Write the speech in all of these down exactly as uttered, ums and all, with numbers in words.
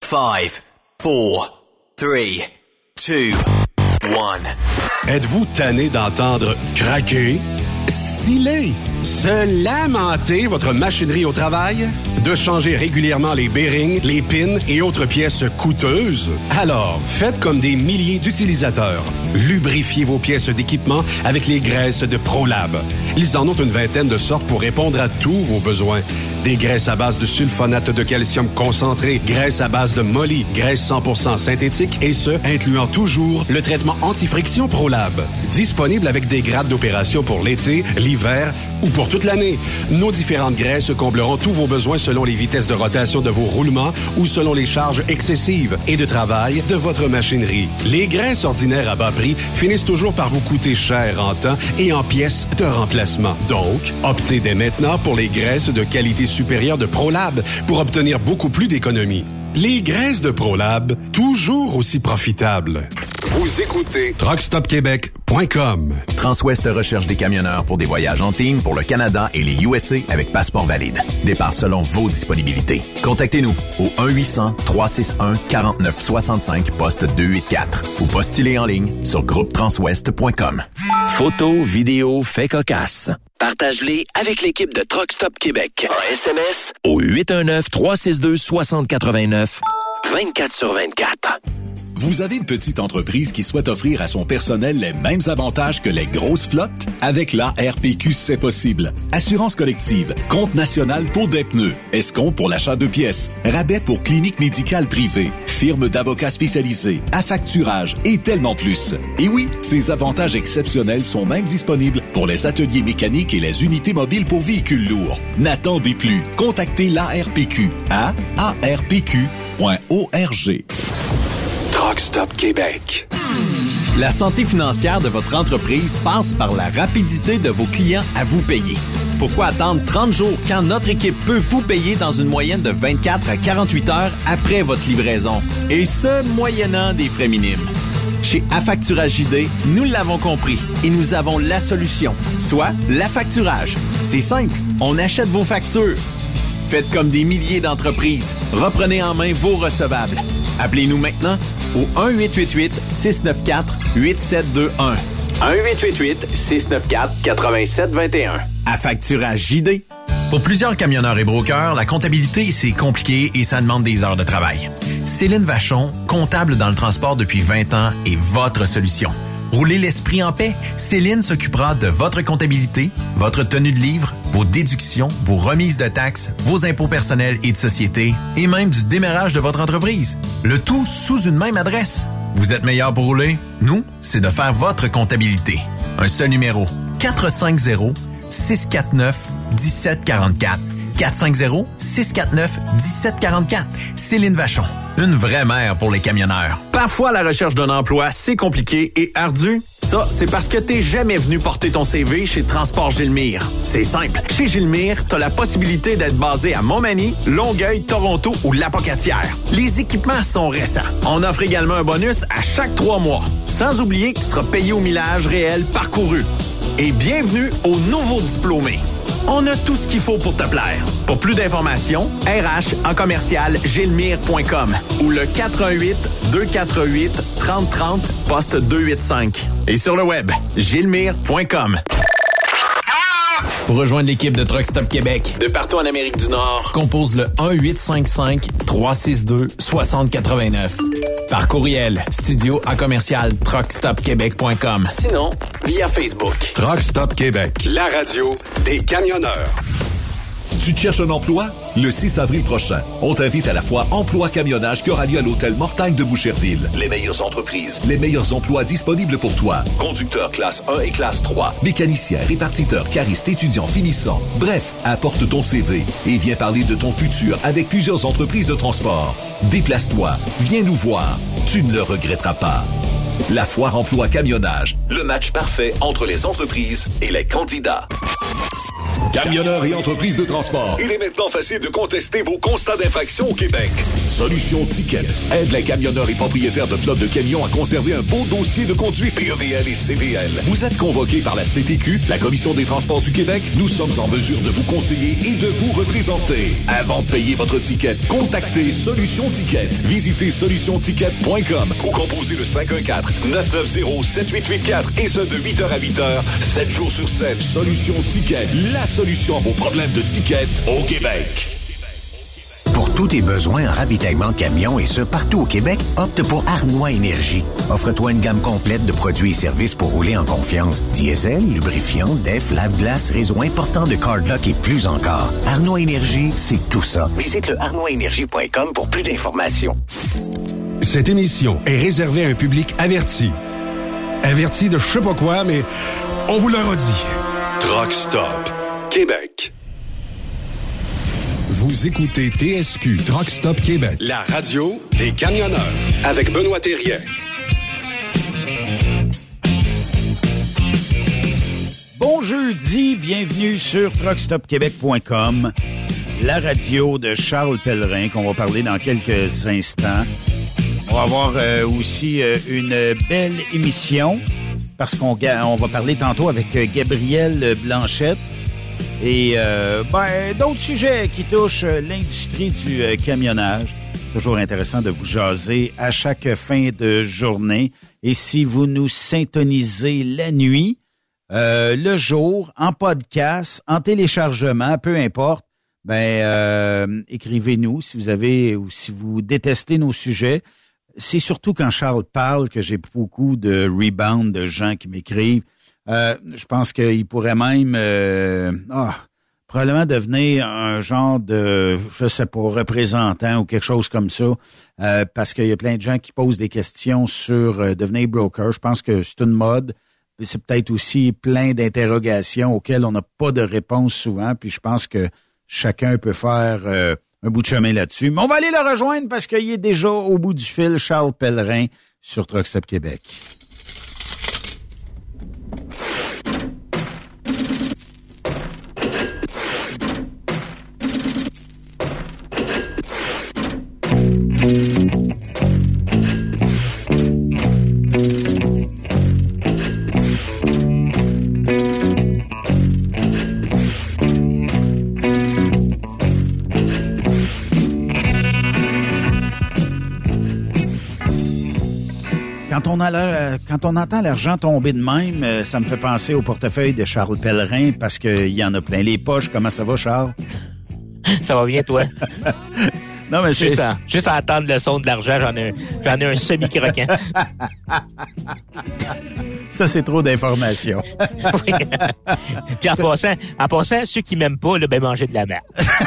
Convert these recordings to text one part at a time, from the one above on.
Five, four, three, two, one. Êtes-vous tanné d'entendre craquer, sciller, se lamenter votre machinerie au travail? De changer régulièrement les bearings, les pins et autres pièces coûteuses? Alors, faites comme des milliers d'utilisateurs. Lubrifiez vos pièces d'équipement avec les graisses de ProLab. Ils en ont une vingtaine de sortes pour répondre à tous vos besoins. Des graisses à base de sulfonate de calcium concentré, graisses à base de molly, graisse cent pour cent synthétique et ce, incluant toujours le traitement anti-friction ProLab. Disponible avec des grades d'opération pour l'été, l'hiver ou pour toute l'année. Nos différentes graisses combleront tous vos besoins selon les vitesses de rotation de vos roulements ou selon les charges excessives et de travail de votre machinerie. Les graisses ordinaires à bas prix finissent toujours par vous coûter cher en temps et en pièces de remplacement. Donc, optez dès maintenant pour les graisses de qualité supérieure de ProLab pour obtenir beaucoup plus d'économies. Les graisses de ProLab, toujours aussi profitables. Vous écoutez truck stop québec point com. Transwest recherche des camionneurs pour des voyages en team pour le Canada et les U S A avec passeport valide. Départ selon vos disponibilités. Contactez-nous au un huit cents, trois six un, quarante-neuf soixante-cinq, poste deux cent quatre-vingt-quatre ou postulez en ligne sur groupe transwest point com. Photos, vidéos, faits cocasses. Partage-les avec l'équipe de Truck Stop Québec. En S M S au huit un neuf, trois six deux, six zéro huit neuf, vingt-quatre sur vingt-quatre. Vous avez une petite entreprise qui souhaite offrir à son personnel les mêmes avantages que les grosses flottes? Avec l'A R P Q, c'est possible. Assurance collective, compte national pour des pneus, escompte pour l'achat de pièces, rabais pour clinique médicale privée, firme d'avocats spécialisés, affacturage et tellement plus. Et oui, ces avantages exceptionnels sont même disponibles pour les ateliers mécaniques et les unités mobiles pour véhicules lourds. N'attendez plus. Contactez l'A R P Q à a r p q point org. Truck Stop Québec. La santé financière de votre entreprise passe par la rapidité de vos clients à vous payer. Pourquoi attendre trente jours quand notre équipe peut vous payer dans une moyenne de vingt-quatre à quarante-huit heures après votre livraison? Et ce, moyennant des frais minimes. Chez Affacturage J D, nous l'avons compris et nous avons la solution, soit l'affacturage. C'est simple, on achète vos factures. Faites comme des milliers d'entreprises. Reprenez en main vos recevables. Appelez-nous maintenant au un huit huit huit, six neuf quatre, huit sept deux un. un huit huit huit, six neuf quatre, huit sept deux un. Affacturage J D. Pour plusieurs camionneurs et brokers, la comptabilité, c'est compliqué et ça demande des heures de travail. Céline Vachon, comptable dans le transport depuis vingt ans, est votre solution. Roulez l'esprit en paix. Céline s'occupera de votre comptabilité, votre tenue de livre, vos déductions, vos remises de taxes, vos impôts personnels et de société, et même du démarrage de votre entreprise. Le tout sous une même adresse. Vous êtes meilleur pour rouler? Nous, c'est de faire votre comptabilité. Un seul numéro. quatre cinq zéro, six quatre neuf, un sept quatre quatre. quatre cinq zéro, six quatre neuf, un sept quatre quatre. Céline Vachon. Une vraie mère pour les camionneurs. Parfois, la recherche d'un emploi, c'est compliqué et ardu. Ça, c'est parce que t'es jamais venu porter ton C V chez Transport Gilmire. C'est simple. Chez Gilmire, t'as la possibilité d'être basé à Montmagny, Longueuil, Toronto ou Lapocatière. Les équipements sont récents. On offre également un bonus à chaque trois mois. Sans oublier que tu seras payé au millage réel parcouru. Et bienvenue aux nouveaux diplômés. On a tout ce qu'il faut pour te plaire. Pour plus d'informations, R H en commercial gilmire point com ou le quatre un huit, deux quatre huit, trente trente, poste deux huit cinq. Et sur le web, gilmire point com. Pour rejoindre l'équipe de Truck Stop Québec, De partout en Amérique du Nord, compose le un huit cinq cinq, trois six deux, six zéro huit neuf. Par courriel, studio à commercial truck stop québec point com. Sinon, via Facebook. Truck Stop Québec, la radio des camionneurs. Tu te cherches un emploi? Le six avril prochain, on t'invite à la foire Emploi Camionnage qui aura lieu à l'hôtel Mortagne de Boucherville. Les meilleures entreprises, les meilleurs emplois disponibles pour toi. Conducteur classe un et classe trois, mécanicien, répartiteur, cariste, étudiant, finissant. Bref, apporte ton C V et viens parler de ton futur avec plusieurs entreprises de transport. Déplace-toi, viens nous voir. Tu ne le regretteras pas. La foire Emploi Camionnage, le match parfait entre les entreprises et les candidats. Camionneurs et entreprises de transport, il est maintenant facile de contester vos constats d'infraction au Québec. Solution Ticket aide les camionneurs et propriétaires de flottes de camions à conserver un beau dossier de conduite P E V L et C V L. Vous êtes convoqué par la C T Q, la Commission des transports du Québec. Nous sommes en mesure de vous conseiller et de vous représenter. Avant de payer votre ticket, contactez Solution Ticket. Visitez solution ticket point com ou composez le cinq un quatre, neuf neuf zéro, sept huit huit quatre et ce de huit heures à huit heures, sept jours sur sept. Solution Ticket, la solution à vos problèmes de ticket au Québec. Pour tous tes besoins en ravitaillement de camions et ce, partout au Québec, opte pour Arnois Énergie. Offre-toi une gamme complète de produits et services pour rouler en confiance. Diesel, lubrifiant, def, lave-glace, réseau important de cardlock et plus encore. Arnois Énergie, c'est tout ça. Visite le arnois énergie point com pour plus d'informations. Cette émission est réservée à un public averti. Averti de je sais pas quoi, mais on vous le redit. Truck Stop Québec. Vous écoutez T S Q Truck Stop Québec, La radio des camionneurs avec Benoît Thérien. Bon jeudi, bienvenue sur truck stop québec point com, la radio de Charles Pellerin qu'on va parler dans quelques instants. On va avoir euh, aussi euh, une belle émission parce qu'on on va parler tantôt avec euh, Gabriel Blanchette et euh, ben, d'autres sujets qui touchent euh, l'industrie du euh, camionnage. Toujours intéressant de vous jaser à chaque fin de journée. Et si vous nous syntonisez la nuit, euh, le jour, en podcast, en téléchargement, peu importe, ben euh, écrivez-nous si vous avez ou si vous détestez nos sujets. C'est surtout quand Charles parle que j'ai beaucoup de rebound de gens qui m'écrivent. Euh, je pense qu'il pourrait même euh, oh, probablement devenir un genre de, je sais pas, représentant ou quelque chose comme ça, euh, parce qu'il y a plein de gens qui posent des questions sur euh, devenir broker. Je pense que c'est une mode. C'est peut-être aussi plein d'interrogations auxquelles on n'a pas de réponse souvent. Puis je pense que chacun peut faire euh, un bout de chemin là-dessus. Mais on va aller le rejoindre parce qu'il est déjà au bout du fil, Charles Pellerin, sur Truck Stop Québec. Quand on, a la, quand on entend l'argent tomber de même, ça me fait penser au portefeuille de Charles Pellerin parce qu'il y en a plein les poches. Comment ça va, Charles? Ça va bien, toi? Non, mais juste, à, juste à entendre le son de l'argent, j'en ai, j'en ai un semi-croquant. Ça, c'est trop d'informations. Oui. Puis en passant, en passant, ceux qui m'aiment pas, là, ben, manger de la merde.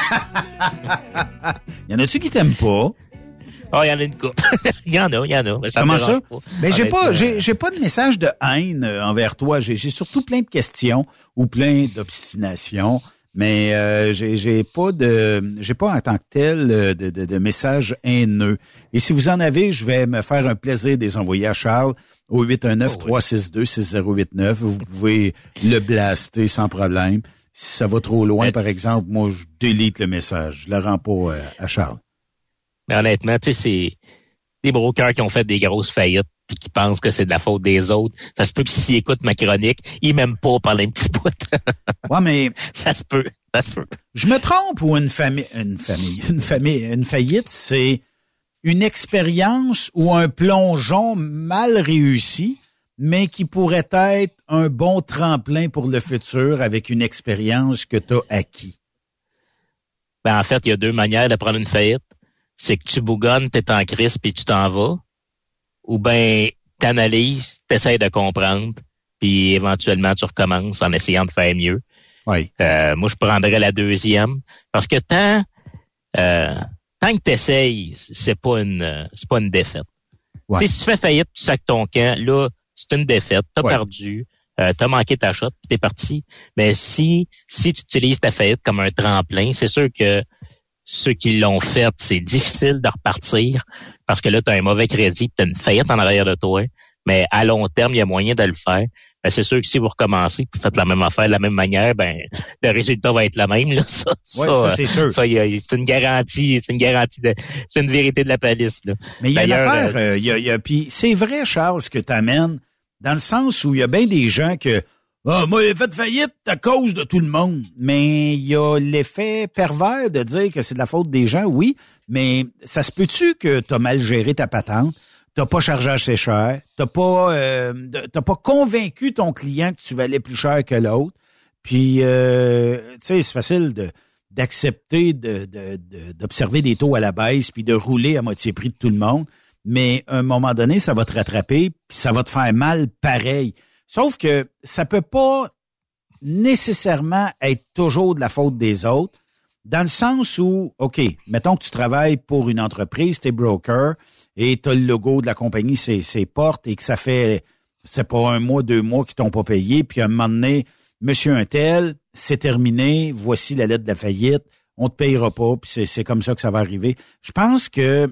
Y en a-tu qui t'aiment pas? Ah, oh, il y en a une couple. Il y en a, il y en a. Ça Comment ça? Pas. Ben, j'ai pas, j'ai, j'ai pas de message de haine envers toi. J'ai, j'ai surtout plein de questions ou plein d'obstinations. Mais euh, j'ai, j'ai pas de, j'ai pas en tant que tel de, de, de messages haineux. Et si vous en avez, je vais me faire un plaisir de les envoyer à Charles au huit un neuf, trois six deux, six zéro huit neuf. Vous pouvez le blaster sans problème. Si ça va trop loin, par exemple, moi, je délite le message. Je le rends pas euh, à Charles. Mais honnêtement, tu sais, c'est des brokers qui ont fait des grosses faillites puis qui pensent que c'est de la faute des autres. Ça se peut que s'ils écoutent ma chronique, ils m'aiment pas pendant un petit bout. Ouais, mais ça se peut, ça se peut. Je me trompe ou une famille, une famille, une famille, une faillite, c'est une expérience ou un plongeon mal réussi, mais qui pourrait être un bon tremplin pour le futur avec une expérience que tu as acquis. Ben, en fait, il y a deux manières de prendre une faillite. C'est que tu bougonnes, t'es en crise puis tu t'en vas. Ou ben, t'analyses, t'essaies de comprendre, puis éventuellement tu recommences en essayant de faire mieux. Oui. Euh, moi, je prendrais la deuxième. Parce que tant, euh, tant que t'essayes, c'est pas une, c'est pas une défaite. Ouais. Tu sais, si tu fais faillite, tu sacs ton camp, là, c'est une défaite, t'as ouais. perdu, euh, t'as manqué ta shot, puis t'es parti. Mais si, si tu utilises ta faillite comme un tremplin, c'est sûr que ceux qui l'ont fait, c'est difficile de repartir parce que là, tu as un mauvais crédit, tu as une faillite en arrière de toi. Mais à long terme, il y a moyen de le faire. Ben, c'est sûr que si vous recommencez, vous faites la même affaire de la même manière, ben le résultat va être le même. Là. Ça, oui, ça, ça c'est sûr. Ça, y a, c'est une garantie, c'est une garantie de, c'est une vérité de la palisse. Là. Mais il y a D'ailleurs, une affaire, euh, il y a, il y a, puis c'est vrai, Charles, ce que t'amènes, dans le sens où il y a bien des gens que, ah, oh, moi, j'ai fait faillite à cause de tout le monde. Mais il y a l'effet pervers de dire que c'est de la faute des gens, oui, mais ça se peut-tu que t'as mal géré ta patente? T'as pas chargé assez cher, t'as pas euh, t'as pas convaincu ton client que tu valais plus cher que l'autre. Puis euh, tu sais, c'est facile de d'accepter de, de, de d'observer des taux à la baisse puis de rouler à moitié prix de tout le monde, mais à un moment donné, ça va te rattraper puis ça va te faire mal pareil. Sauf que ça peut pas nécessairement être toujours de la faute des autres, dans le sens où, OK, mettons que tu travailles pour une entreprise, t'es broker, et t'as le logo de la compagnie, c'est ses portes, et que ça fait, c'est pas un mois, deux mois qu'ils t'ont pas payé, puis à un moment donné, monsieur un tel, c'est terminé, voici la lettre de la faillite, on te payera pas, puis c'est, c'est comme ça que ça va arriver. Je pense que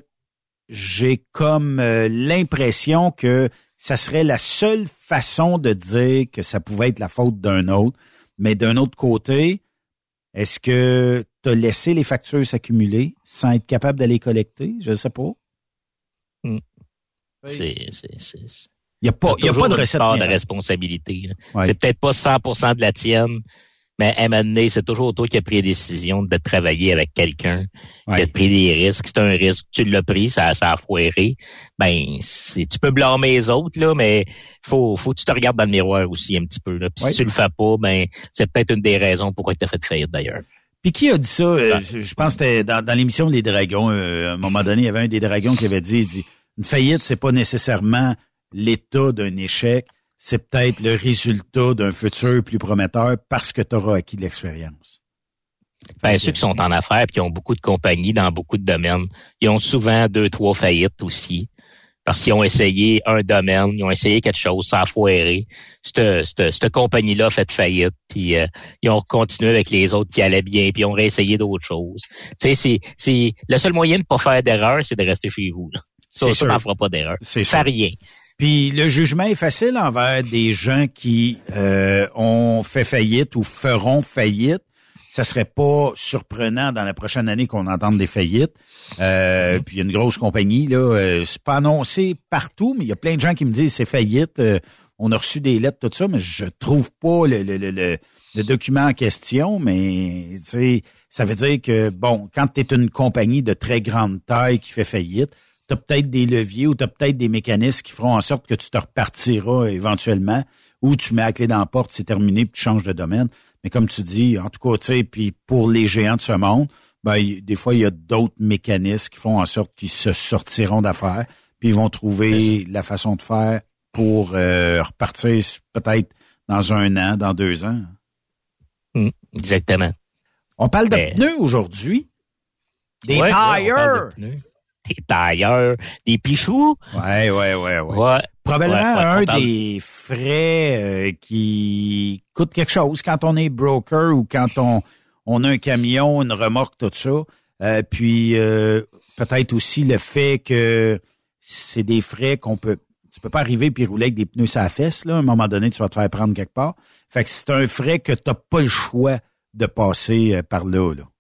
j'ai comme euh, l'impression que ça serait la seule façon de dire que ça pouvait être la faute d'un autre, mais d'un autre côté, est-ce que t'as laissé les factures s'accumuler sans être capable d'aller collecter? Je ne sais pas. Mm. C'est, c'est, c'est, c'est... Il n'y a pas, il y a pas de recette de responsabilité. Ouais. C'est peut-être pas cent pour cent de la tienne, mais à un moment donné, c'est toujours toi qui as pris la décision de travailler avec quelqu'un, ouais. qui a pris des risques. C'est un risque, tu l'as pris, ça, ça a foiré. Ben, c'est, tu peux blâmer les autres, là, mais faut, faut que tu te regardes dans le miroir aussi un petit peu, là. Puis ouais. si tu le fais pas, ben, c'est peut-être une des raisons pourquoi tu as fait faillite d'ailleurs. Puis qui a dit ça? Euh, je, je pense que c'était dans, dans l'émission Les Dragons. Euh, à un moment donné, il y avait un des Dragons qui avait dit, il dit, une faillite, c'est pas nécessairement l'état d'un échec, c'est peut-être le résultat d'un futur plus prometteur parce que tu auras acquis de l'expérience. Ben, ceux qui sont en affaires et qui ont beaucoup de compagnies dans beaucoup de domaines, ils ont souvent deux, trois faillites aussi. Parce qu'ils ont essayé un domaine, ils ont essayé quelque chose, ça a foiré. Cette, cette, cette compagnie-là a fait faillite, puis euh, ils ont continué avec les autres qui allaient bien, puis ils ont réessayé d'autres choses. Tu sais, c'est, c'est le seul moyen de pas faire d'erreur, c'est de rester chez vous. Là. Ça, c'est ça n'en fera pas d'erreur. C'est Fais rien. Puis le jugement est facile envers des gens qui euh, ont fait faillite ou feront faillite. Ça serait pas surprenant dans la prochaine année qu'on entende des faillites. Euh, puis il y a une grosse compagnie, là, euh, c'est pas annoncé partout, mais il y a plein de gens qui me disent c'est faillite. Euh, on a reçu des lettres, tout ça, mais je trouve pas le, le, le, le, le document en question. Mais tu sais, ça veut dire que, bon, quand tu es une compagnie de très grande taille qui fait faillite, tu as peut-être des leviers ou tu as peut-être des mécanismes qui feront en sorte que tu te repartiras éventuellement, ou tu mets la clé dans la porte, c'est terminé, puis tu changes de domaine. Mais comme tu dis, en tout cas, tu sais, puis pour les géants de ce monde, ben, y, des fois, il y a d'autres mécanismes qui font en sorte qu'ils se sortiront d'affaires, puis ils vont trouver la façon de faire pour euh, repartir peut-être dans un an, dans deux ans. Mmh, exactement. On parle de Mais... pneus aujourd'hui. Des ouais, tires. Ouais, des tailleurs, des pichous. Ouais, ouais, ouais, ouais. ouais. Probablement ouais, ouais, un parle... des frais euh, qui coûte quelque chose quand on est broker ou quand on on a un camion, une remorque, tout ça. Euh, puis euh, peut-être aussi le fait que c'est des frais qu'on peut... Tu peux pas arriver puis rouler avec des pneus sur la fesse, là. À un moment donné, tu vas te faire prendre quelque part. Fait que c'est un frais que t'as pas le choix de passer euh, par là, là.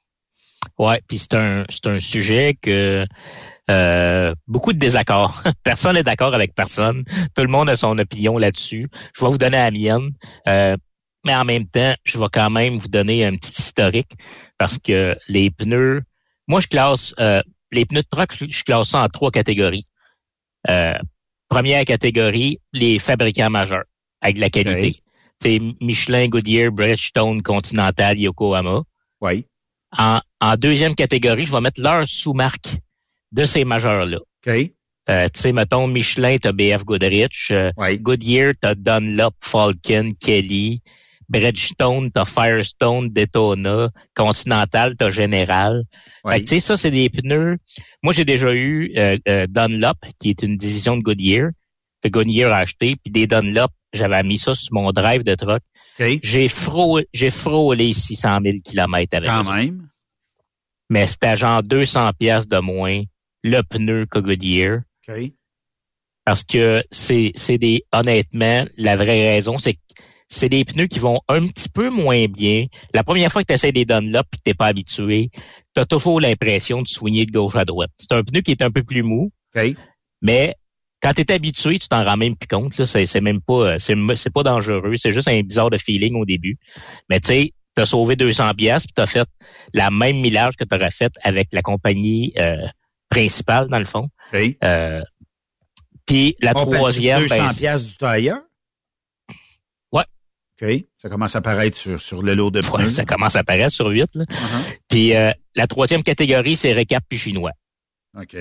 Ouais, puis c'est un c'est un sujet que euh, beaucoup de désaccords. Personne n'est d'accord avec personne. Tout le monde a son opinion là-dessus. Je vais vous donner la mienne, euh, mais en même temps, je vais quand même vous donner un petit historique parce que les pneus, moi je classe euh, les pneus de truck, je classe ça en trois catégories. Euh, première catégorie, les fabricants majeurs avec de la qualité. C'est okay. Michelin, Goodyear, Bridgestone, Continental, Yokohama. Oui. En, en deuxième catégorie, je vais mettre leur sous-marque de ces majeurs-là. OK. Euh, tu sais, mettons, Michelin, t'as B F Goodrich. Euh, oui. Goodyear, t'as Dunlop, Falcon, Kelly. Bridgestone, t'as Firestone, Daytona. Continental, t'as General. Oui. Tu sais, ça, c'est des pneus. Moi, j'ai déjà eu euh, euh, Dunlop, qui est une division de Goodyear, que Goodyear a acheté. Puis des Dunlop, j'avais mis ça sur mon drive de truck. Okay. J'ai frôlé, j'ai frôlé six cent mille kilomètres avec Quand eux. même. Mais c'était genre deux cents piastres de moins le pneu que Goodyear. Okay. Parce que c'est, c'est des, honnêtement, la vraie raison, c'est que c'est des pneus qui vont un petit peu moins bien. La première fois que tu essaies des Dunlop et que t'es pas habitué, tu as toujours l'impression de soigner de gauche à droite. C'est un pneu qui est un peu plus mou. Okay. Mais quand tu es habitué, tu t'en rends même plus compte. Là. C'est, c'est même pas c'est, c'est pas dangereux. C'est juste un bizarre de feeling au début. Mais tu sais, tu as sauvé deux cents piastres puis tu as fait la même millage que tu aurais fait avec la compagnie euh, principale, dans le fond. Okay. Euh, puis la On troisième... deux cents piastres du tailleur? Ouais. OK. Ça commence à apparaître sur, sur le lot de pneus. Ouais, ça commence à apparaître sur huit. Là. Uh-huh. Puis euh, la troisième catégorie, c'est récap puis chinois. OK.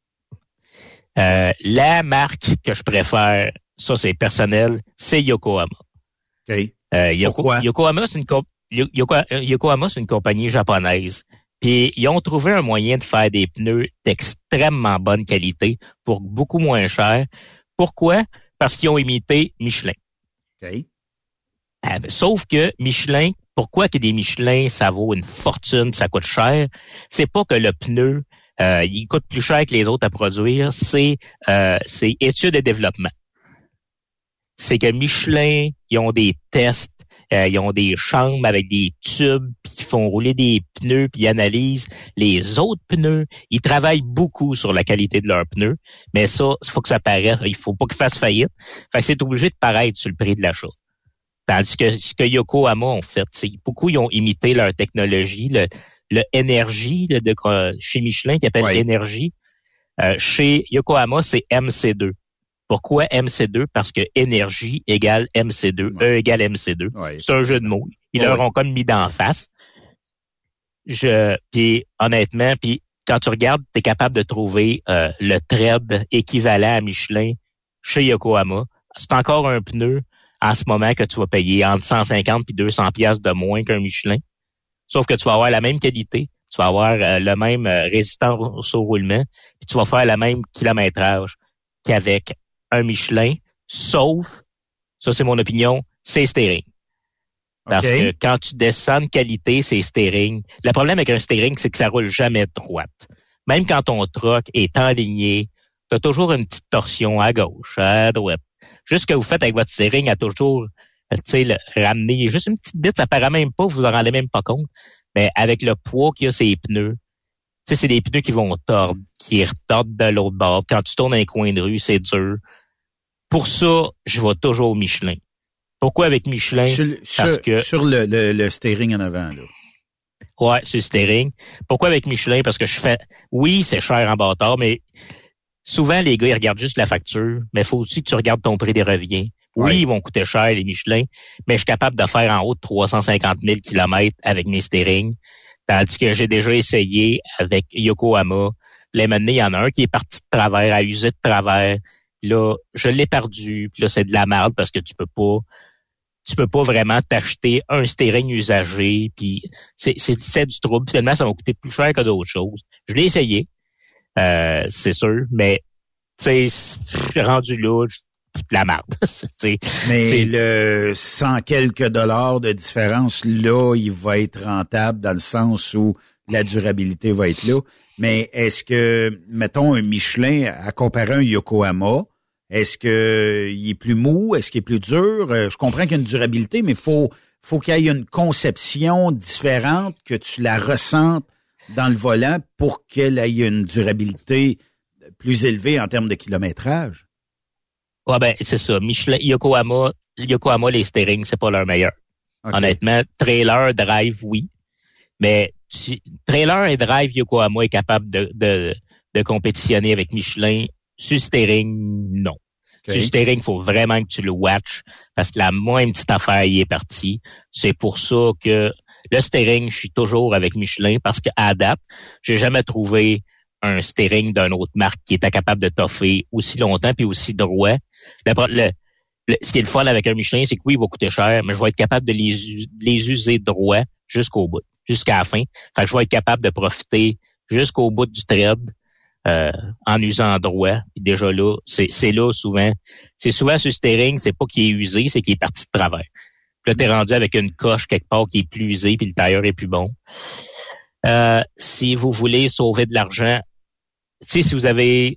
Euh, la marque que je préfère, ça c'est personnel, c'est Yokohama. OK. Euh, Yoko, Pourquoi? Yokohama, c'est une, comp- Yoko, Yokohama, c'est une compagnie japonaise. Puis ils ont trouvé un moyen de faire des pneus d'extrêmement bonne qualité pour beaucoup moins cher. Pourquoi? Parce qu'ils ont imité Michelin. OK. Euh, sauf que Michelin, pourquoi que des Michelin, ça vaut une fortune, ça coûte cher? C'est pas que le pneu, euh, il coûte plus cher que les autres à produire, c'est euh, c'est études et développement. C'est que Michelin, ils ont des tests, euh, ils ont des chambres avec des tubes, puis ils font rouler des pneus, puis ils analysent les autres pneus. Ils travaillent beaucoup sur la qualité de leurs pneus, mais ça, il faut que ça paraisse, il faut pas qu'ils fassent faillite. Fait que c'est obligé de paraître sur le prix de l'achat. Tandis que ce que Yokohama ont fait, c'est beaucoup ils ont imité leur technologie, le, le Energy de, de, chez Michelin qui appelle ouais. Energy. Euh, chez Yokohama, c'est M C deux. Pourquoi M C deux? Parce que énergie égale M C deux, ouais. E égale M C deux. Ouais, c'est un jeu de mots. Ils ouais. leur ont comme mis d'en face. Je, puis honnêtement, puis quand tu regardes, tu es capable de trouver euh, le thread équivalent à Michelin chez Yokohama. C'est encore un pneu en ce moment que tu vas payer entre cent cinquante et deux cents piastres de moins qu'un Michelin. Sauf que tu vas avoir la même qualité, tu vas avoir euh, le même euh, résistance au roulement, puis tu vas faire le même kilométrage qu'avec un Michelin, sauf, ça c'est mon opinion, c'est steering. Parce okay. que quand tu descends de qualité, c'est steering. Le problème avec un steering, c'est que ça roule jamais droite. Même quand ton troc est enligné, tu as toujours une petite torsion à gauche, à droite. Juste ce que vous faites avec votre steering à toujours, tu sais, le ramener juste une petite bite, ça paraît même pas, vous vous en rendez même pas compte. Mais avec le poids qu'il y a ces pneus, tu sais, c'est des pneus qui vont tordre, qui retordent de l'autre bord. Quand tu tournes dans un coin de rue, c'est dur. Pour ça, je vais toujours au Michelin. Pourquoi avec Michelin? Sur, Parce sur, que sur le, le, le steering en avant, là. Ouais, c'est le steering. Pourquoi avec Michelin? Parce que je fais, oui, c'est cher en bâtard, mais souvent, les gars, ils regardent juste la facture, mais il faut aussi que tu regardes ton prix des reviens. Oui, ouais. Ils vont coûter cher, les Michelin, mais je suis capable de faire en haut de trois cent cinquante mille kilomètres avec mes steering. Tandis que j'ai déjà essayé avec Yokohama. Là, maintenant, il y en a un qui est parti de travers, à user de travers. Là, je l'ai perdu. Puis là, c'est de la merde parce que tu peux pas, tu peux pas vraiment t'acheter un steering usagé. Puis c'est, c'est, c'est du trouble. Finalement, ça m'a coûté plus cher que d'autres choses. Je l'ai essayé, euh, c'est sûr, mais tu sais, rendu là, de la merde. Mais c'est... le cent quelques dollars de différence, là, il va être rentable dans le sens où la durabilité va être là. Mais est-ce que, mettons, un Michelin, à comparer un Yokohama, est-ce que il est plus mou? Est-ce qu'il est plus dur? Je comprends qu'il y a une durabilité, mais faut, faut qu'il y ait une conception différente, que tu la ressentes dans le volant pour qu'elle ait une durabilité plus élevée en termes de kilométrage. Ouais, ben, c'est ça. Michelin, Yokohama, Yokohama, les steering, c'est pas leur meilleur. Okay. Honnêtement, trailer, drive, oui. Mais, tu, trailer et drive, Yokohama est capable de, de, de compétitionner avec Michelin. Sur steering, non. Okay. Sur steering, il faut vraiment que tu le watches parce que la moindre petite affaire y est partie. C'est pour ça que le steering, je suis toujours avec Michelin parce qu'à date, j'ai jamais trouvé un steering d'une autre marque qui était capable de toffer aussi longtemps puis aussi droit. Le, le, le, ce qui est le fun avec un Michelin, c'est que oui, il va coûter cher, mais je vais être capable de les, les user droit jusqu'au bout, jusqu'à la fin. Fait que je vais être capable de profiter jusqu'au bout du thread euh, en usant droit. Puis déjà là, c'est, c'est là souvent. C'est souvent sur le steering, c'est pas qu'il est usé, c'est qu'il est parti de travers. Puis là, t'es rendu avec une coche quelque part qui est plus usée puis le tailleur est plus bon. Euh, si vous voulez sauver de l'argent, tu sais, si vous avez,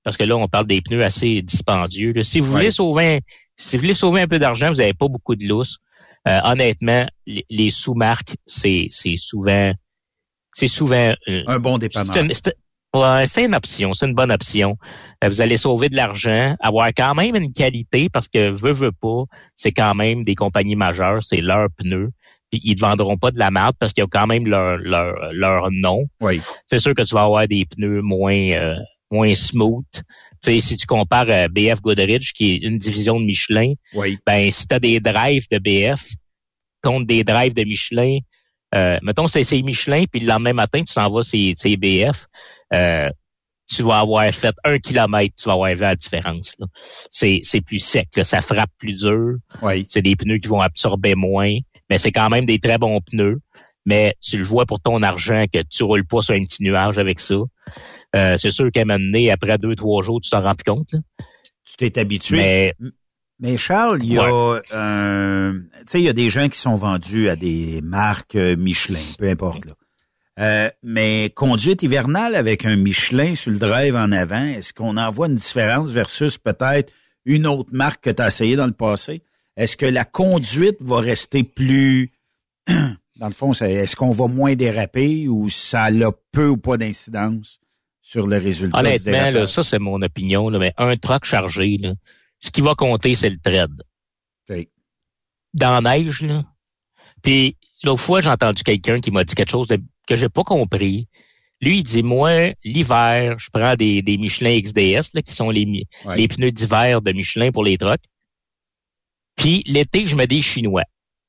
parce que là, on parle des pneus assez dispendieux. Là. Si vous voulez ouais. sauver, si vous voulez sauver un peu d'argent, vous n'avez pas beaucoup de lousse. Euh, honnêtement, les, les sous-marques, c'est, c'est souvent, c'est souvent euh, un bon dépanneur. C'est une, c'est, ouais, c'est une option, c'est une bonne option. Euh, vous allez sauver de l'argent, avoir quand même une qualité parce que veut veut pas, c'est quand même des compagnies majeures, c'est leurs pneus. Puis ils ne vendront pas de la marde parce qu'il y a quand même leur leur leur nom. Oui. C'est sûr que tu vas avoir des pneus moins euh, moins smooth. Tu sais, si tu compares à B F Goodrich, qui est une division de Michelin, oui. ben si tu as des drives de B F contre des drives de Michelin, euh, mettons c'est c'est Michelin, puis le lendemain matin, tu t'en vas c'est c'est B F, euh, tu vas avoir fait un kilomètre, tu vas avoir vu la différence. Là. C'est c'est plus sec, là, ça frappe plus dur. Oui. C'est des pneus qui vont absorber moins, mais c'est quand même des très bons pneus. Mais tu le vois pour ton argent que tu roules pas sur un petit nuage avec ça. Euh, c'est sûr qu'à un moment donné, après deux, trois jours, tu t'en rends plus compte. Là. Tu t'es habitué. Mais, mais Charles, il y a ouais. un, tu sais, il y a des gens qui sont vendus à des marques Michelin, peu importe là. Euh, mais conduite hivernale avec un Michelin sur le drive en avant, est-ce qu'on en voit une différence versus peut-être une autre marque que tu as essayé dans le passé? Est-ce que la conduite va rester plus... Dans le fond, est-ce qu'on va moins déraper ou ça a peu ou pas d'incidence sur le résultat? Honnêtement, là, ça, c'est mon opinion, là, mais un truck chargé, là, ce qui va compter, c'est le tread. Okay. Dans la neige, là. Puis, l'autre fois, j'ai entendu quelqu'un qui m'a dit quelque chose de, que j'ai pas compris. Lui, il dit, moi, l'hiver, je prends des, des Michelin X D S, là, qui sont les, ouais. les pneus d'hiver de Michelin pour les trucks. Puis, l'été, je mets des Chinois.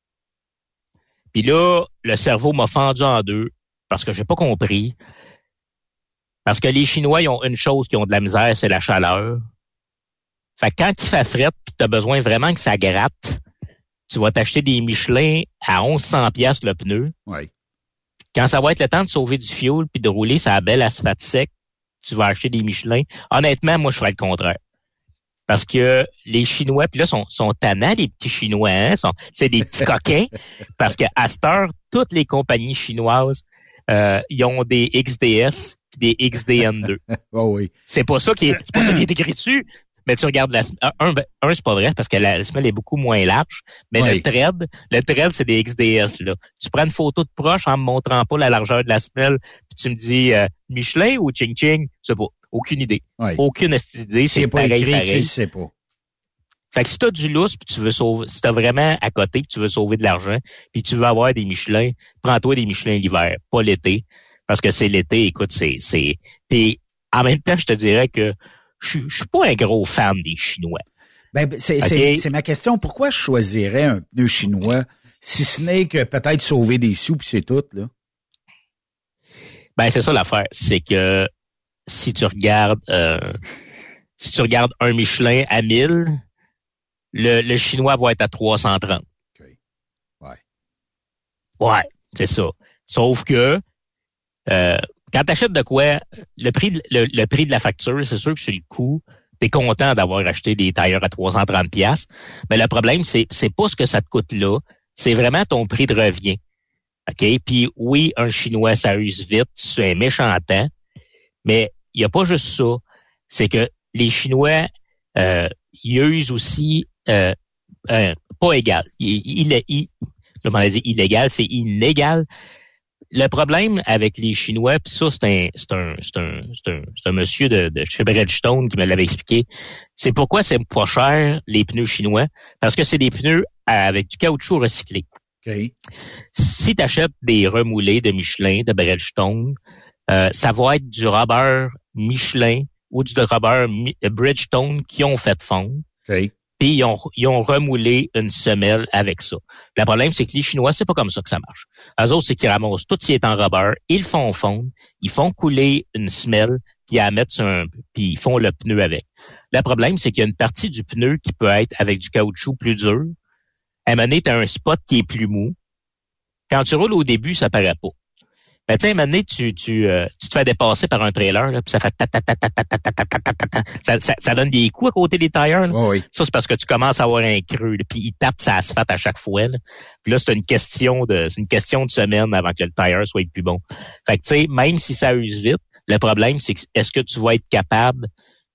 Puis là, le cerveau m'a fendu en deux parce que j'ai pas compris. Parce que les Chinois, ils ont une chose qui ont de la misère, c'est la chaleur. Fait que quand il fait fret puis tu as besoin vraiment que ça gratte, tu vas t'acheter des Michelin à onze cents dollars le pneu. Oui. Quand ça va être le temps de sauver du fuel puis de rouler sa belle asphalte sec, tu vas acheter des Michelin. Honnêtement, moi, je ferais le contraire. Parce que les Chinois, puis là, sont, sont tannants, les petits Chinois, hein, sont, c'est des petits coquins. Parce que à cette heure, toutes les compagnies chinoises, euh, ils ont des X D S puis des X D N deux. Oh oui. C'est pas ça qui est, c'est pas ça qui est écrit dessus. Mais tu regardes la semelle. Un, un, c'est pas vrai parce que la semelle est beaucoup moins large. Mais oui. le thread, le thread, c'est des X D S, là. Tu prends une photo de proche en me montrant pas la largeur de la semelle, puis tu me dis, euh, Michelin ou Ching Ching? Je sais pas. Aucune idée. Oui. Aucune idée. C'est, c'est pas pareil, écrit, pareil. Tu sais pas. Fait que si t'as du lousse puis tu veux sauver, si t'as vraiment à côté puis tu veux sauver de l'argent puis tu veux avoir des Michelin, prends-toi des Michelin l'hiver, pas l'été. Parce que c'est l'été, écoute, c'est, c'est, puis en même temps, je te dirais que je suis pas un gros fan des Chinois. Ben, c'est, okay. c'est, c'est ma question. Pourquoi je choisirais un pneu chinois si ce n'est que peut-être sauver des sous puis c'est tout, là? Ben, c'est ça l'affaire. C'est que si tu regardes, euh, si tu regardes un Michelin à mille, le, le chinois va être à trois cent trente. OK. Ouais. Ouais, c'est ça. Sauf que, euh, quand t'achètes de quoi, le prix, de, le, le prix de la facture, c'est sûr que sur le coup, t'es content d'avoir acheté des tailleurs à trois cent trente dollars. Mais le problème, c'est, c'est pas ce que ça te coûte là. C'est vraiment ton prix de revient. OK? Puis oui, un chinois, ça use vite. C'est un méchant temps. Mais il n'y a pas juste ça. C'est que les Chinois, euh, ils usent aussi euh, euh, pas égal. Il, il, il, je m'en ai dit illégal, c'est inégal. Le problème avec les Chinois, puis ça, c'est un, c'est un, c'est un, c'est un, c'est un monsieur de, de chez Bridgestone qui me l'avait expliqué. C'est pourquoi c'est pas cher, les pneus chinois. Parce que c'est des pneus avec du caoutchouc recyclé. Okay. Si tu achètes des remoulés de Michelin, de Bridgestone, euh, ça va être du rubber Michelin ou du rubber Bridgestone qui ont fait fondre. Okay. Puis ils ont, ils ont remoulé une semelle avec ça. Le problème, c'est que les Chinois, c'est pas comme ça que ça marche. Eux autres, c'est qu'ils ramassent tout ce qui est en rubber, ils le font fondre, ils font couler une semelle, puis ils la mettent sur un, puis ils font le pneu avec. Le problème, c'est qu'il y a une partie du pneu qui peut être avec du caoutchouc plus dur. À un moment donné, t'as un spot qui est plus mou. Quand tu roules au début, ça paraît pas. Mais tu sais, à un moment donné, tu, tu, euh, tu te fais dépasser par un trailer, là, puis ça fait ta ta ta ta ta ta ta ta ta ta ta. Ça, ça, ça donne des coups à côté des tires. Là. Oh oui. Ça, c'est parce que tu commences à avoir un creux, là, puis il tape sa asphalte à chaque fois. Là. Puis là, c'est une question de c'est une question de semaine avant que le tire soit plus bon. Fait que tu sais, même si ça use vite, le problème, c'est que est-ce que tu vas être capable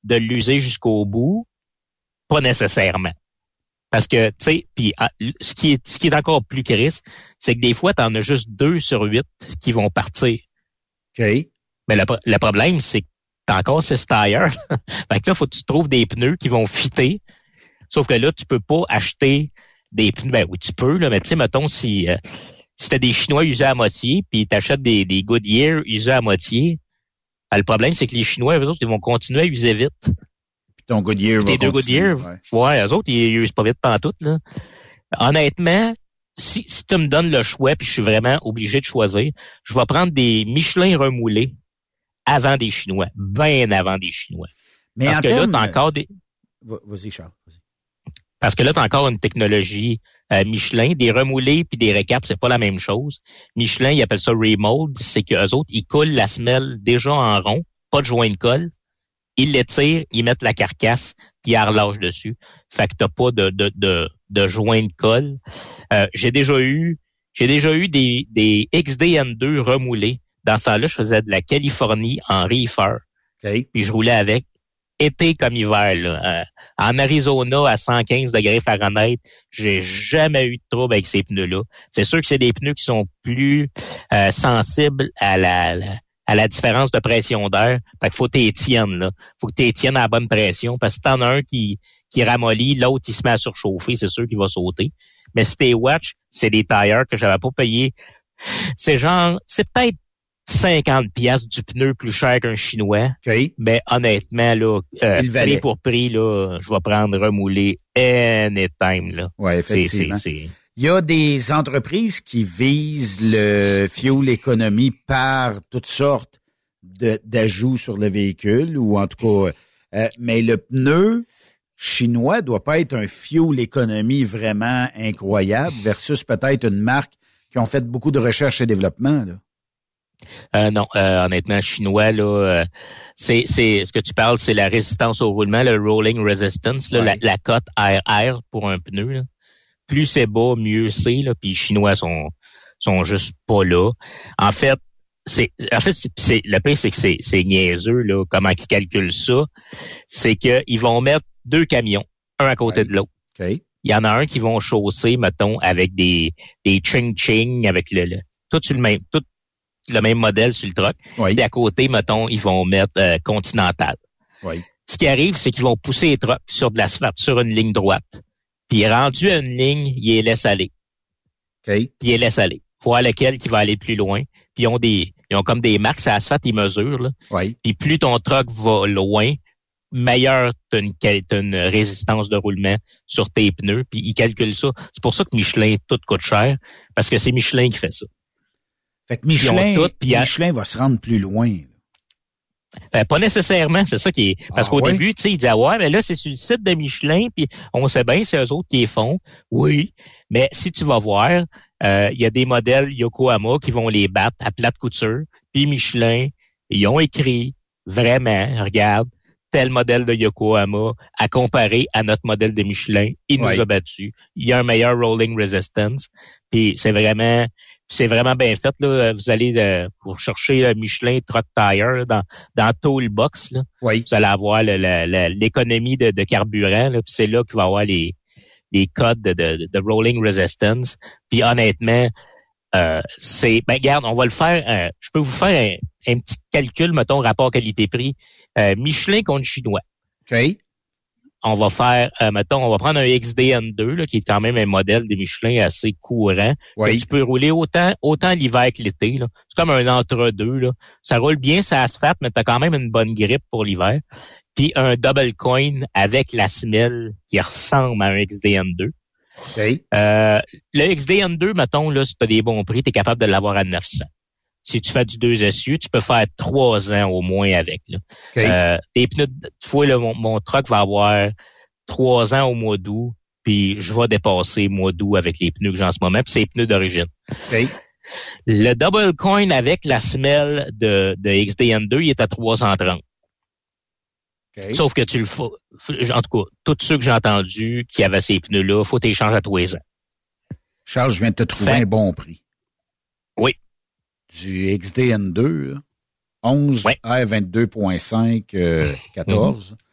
de l'user jusqu'au bout? Pas nécessairement. Parce que, tu sais, puis ce qui est ce qui est encore plus crisse, c'est que des fois, tu en as juste deux sur huit qui vont partir. OK. Mais le, le problème, c'est que t'as encore six tires. Fait que là, faut que tu trouves des pneus qui vont fitter. Sauf que là, tu peux pas acheter des pneus. Ben oui, tu peux, là, mais tu sais, mettons, si, euh, si t'as des Chinois usés à moitié, puis t'achètes des, des Goodyear usés à moitié, ben, le problème, c'est que les Chinois, eux autres, ils vont continuer à user vite. Puis ton Goodyear va tes deux Goodyear, ouais. ouais, eux autres, ils usent pas vite pantoute, là. Honnêtement, si, si tu me donnes le choix, puis je suis vraiment obligé de choisir, je vais prendre des Michelin remoulés avant des Chinois, bien avant des Chinois. Mais Parce en que termes... là, t'as encore des... Vas-y, Charles, vas-y. Parce que là, t'as encore une technologie euh, Michelin, des remoulés puis des récaps, c'est pas la même chose. Michelin, ils appellent ça remold, c'est qu'eux autres, ils coulent la semelle déjà en rond, pas de joint de colle. Ils l'étirent, ils mettent la carcasse, puis ils relâchent dessus. Fait que t'as pas de de de, de joint de colle. Euh, j'ai déjà eu j'ai déjà eu des des X D N deux remoulés. Dans ce temps-là, je faisais de la Californie en reefer. Okay. Puis je roulais avec. Été comme hiver, là. Euh, en Arizona, à cent quinze degrés Fahrenheit, j'ai jamais eu de trouble avec ces pneus-là. C'est sûr que c'est des pneus qui sont plus euh, sensibles à la, la à la différence de pression d'air. Fait qu'il faut t'étiennes, là. Faut que t'étiennes à la bonne pression. Parce que si t'en as un qui, qui ramollit, l'autre, il se met à surchauffer, c'est sûr qu'il va sauter. Mais si t'es watch, c'est des tires que j'avais pas payé. C'est genre, c'est peut-être cinquante piastres du pneu plus cher qu'un Chinois. Okay. Mais honnêtement, là, euh, prix pour prix, là, je vais prendre remoulé anytime, là. Ouais, effectivement. C'est, c'est, c'est... Il y a des entreprises qui visent le fuel economy par toutes sortes de, d'ajouts sur le véhicule, ou en tout cas, euh, mais le pneu chinois doit pas être un fuel economy vraiment incroyable versus peut-être une marque qui ont fait beaucoup de recherche et développement, là. Euh, non, euh, honnêtement, chinois, là, euh, c'est, c'est, ce que tu parles, c'est la résistance au roulement, le rolling resistance, là, ouais. la, la cote air-air pour un pneu, là. Plus c'est bas, mieux c'est, là, puis les Chinois sont, sont juste pas là. En fait, c'est, en fait, c'est, c'est le pire, c'est que c'est, c'est niaiseux, là, comment ils calculent ça. C'est que ils vont mettre deux camions, un à côté ouais. de l'autre. Okay. Il y en a un qui vont chausser, mettons, avec des, des ching-ching, avec le, le, tout sur le même, tout le même modèle sur le truck. Oui. Puis à côté, mettons, ils vont mettre euh, Continental. Oui. Ce qui arrive, c'est qu'ils vont pousser les trucks sur de l'asphalte, sur une ligne droite. Puis rendu à une ligne, ils les laissent aller. Okay. Puis ils les laissent aller. Voir lequel qui va aller plus loin. Puis ils ont des, ils ont comme des marques à asphalte, ils mesurent, là. Oui. Puis plus ton truck va loin, meilleure t'as une, t'as une résistance de roulement sur tes pneus. Puis ils calculent ça. C'est pour ça que Michelin, tout coûte cher. Parce que c'est Michelin qui fait ça. Fait que Michelin, tout, puis Michelin va se rendre plus loin. Ben, pas nécessairement, c'est ça qui est. Parce ah, qu'au ouais? début, tu sais, ils disaient ah, ouais, mais là, c'est sur le site de Michelin, puis on sait bien, c'est eux autres qui les font. Oui. Mais si tu vas voir, euh, il y a des modèles Yokohama qui vont les battre à plate couture. Puis Michelin, ils ont écrit vraiment, regarde, tel modèle de Yokohama à comparer à notre modèle de Michelin, il nous ouais. a battus. Il y a un meilleur rolling resistance. Puis c'est vraiment. C'est vraiment bien fait, là. Vous allez euh, pour chercher euh, Michelin Truck Tire là, dans dans Toolbox, là. Oui. Vous allez avoir le, le, le, l'économie de, de carburant, là. Puis c'est là qu'il va y avoir les les codes de, de, de rolling resistance. Puis honnêtement, euh, c'est ben regarde, on va le faire. Euh, je peux vous faire un, un petit calcul, mettons rapport qualité-prix. Euh, Michelin contre Chinois. OK. On va faire, euh, mettons, on va prendre un X D N deux, là, qui est quand même un modèle de Michelin assez courant. Oui. Que tu peux rouler autant, autant l'hiver que l'été, là. C'est comme un entre-deux, là. Ça roule bien, ça asphalte, mais t'as quand même une bonne grippe pour l'hiver. Puis un double coin avec la semelle qui ressemble à un X D N deux. Okay. Euh, le X D N deux, mettons, là, si t'as des bons prix, t'es capable de l'avoir à neuf cents. Si tu fais du deux essieux, tu peux faire trois ans au moins avec. Là. Okay. Euh, tes pneus, tu vois, là, mon, mon truck va avoir trois ans au mois d'août, puis je vais dépasser mois d'août avec les pneus que j'ai en ce moment, puis c'est les pneus d'origine. Okay. Le double coin avec la semelle de, de X D N deux, il est à trois cent trente. Okay. Sauf que tu le fais, en tout cas, tous ceux que j'ai entendus qui avaient ces pneus-là, faut que tu échanges à trois ans. Charles, je viens de te trouver fait, un bon prix. Oui. Du X D N deux, là, onze ouais. R vingt-deux point cinq, euh, quatorze.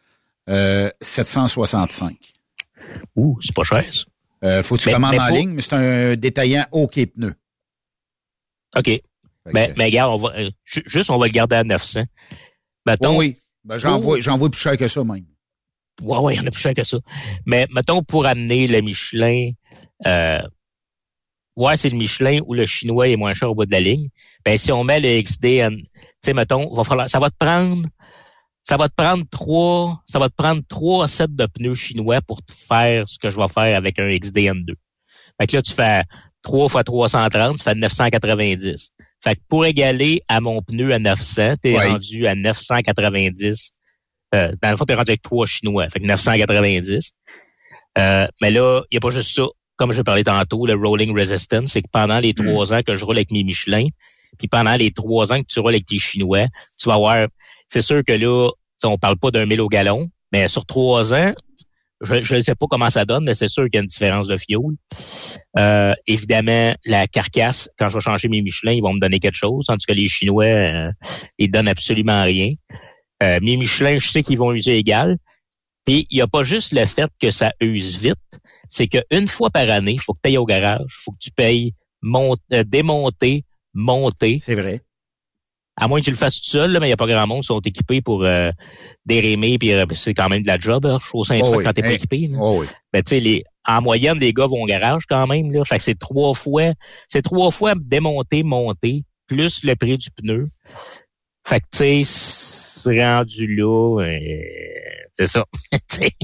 Euh, sept cent soixante-cinq. Ouh, c'est pas cher, ça. Euh, faut que tu mais, commandes mais en pour... ligne, mais c'est un détaillant OK Pneus. OK. Mais, que... mais regarde, on va, euh, juste, on va le garder à neuf cents. Mettons, oh oui, ben, j'en, oh. vois, j'en vois plus cher que ça, même. Ouais, ouais, il y en a plus cher que ça. Mais, mettons, pour amener le Michelin, euh, ouais, c'est le Michelin ou le chinois est moins cher au bout de la ligne. Ben, si on met le X D N, tu sais, mettons, va falloir, ça va te prendre, ça va te prendre trois, ça va te prendre trois sets de pneus chinois pour te faire ce que je vais faire avec un X D N deux. Fait que là, tu fais trois fois trois cent trente, tu fais neuf cent quatre-vingt-dix. Fait que pour égaler à mon pneu à neuf cents, t'es oui. rendu à neuf cent quatre-vingt-dix. Euh, dans le fond, t'es rendu avec trois chinois. Fait que neuf cent quatre-vingt-dix. Euh, mais là, il y a pas juste ça. Comme je parlais tantôt, le rolling resistance, c'est que pendant les trois mmh. ans que je roule avec mes Michelin, puis pendant les trois ans que tu roules avec tes Chinois, tu vas voir, c'est sûr que là, on parle pas d'un mille au gallon, mais sur trois ans, je ne sais pas comment ça donne, mais c'est sûr qu'il y a une différence de fioul. Euh, évidemment, la carcasse, quand je vais changer mes Michelin, ils vont me donner quelque chose, tandis que les Chinois, euh, ils donnent absolument rien. Euh, mes Michelin, je sais qu'ils vont user égal. Puis, il n'y a pas juste le fait que ça use vite, c'est qu'une fois par année, il faut que tu ailles au garage, il faut que tu payes mont- euh, démonter, monter. C'est vrai. À moins que tu le fasses tout seul, là, mais il n'y a pas grand monde qui sont équipés pour euh, dérémer, puis euh, c'est quand même de la job, là, chausser un oh truc oui. quand t'es pas hey. équipé. Là. Oh oui. Ben, tu sais, les, en moyenne, les gars vont au garage quand même, là. Fait que c'est trois fois, c'est trois fois démonter, monter, plus le prix du pneu. Fait que, tu sais, rendu là, euh, c'est ça. Fait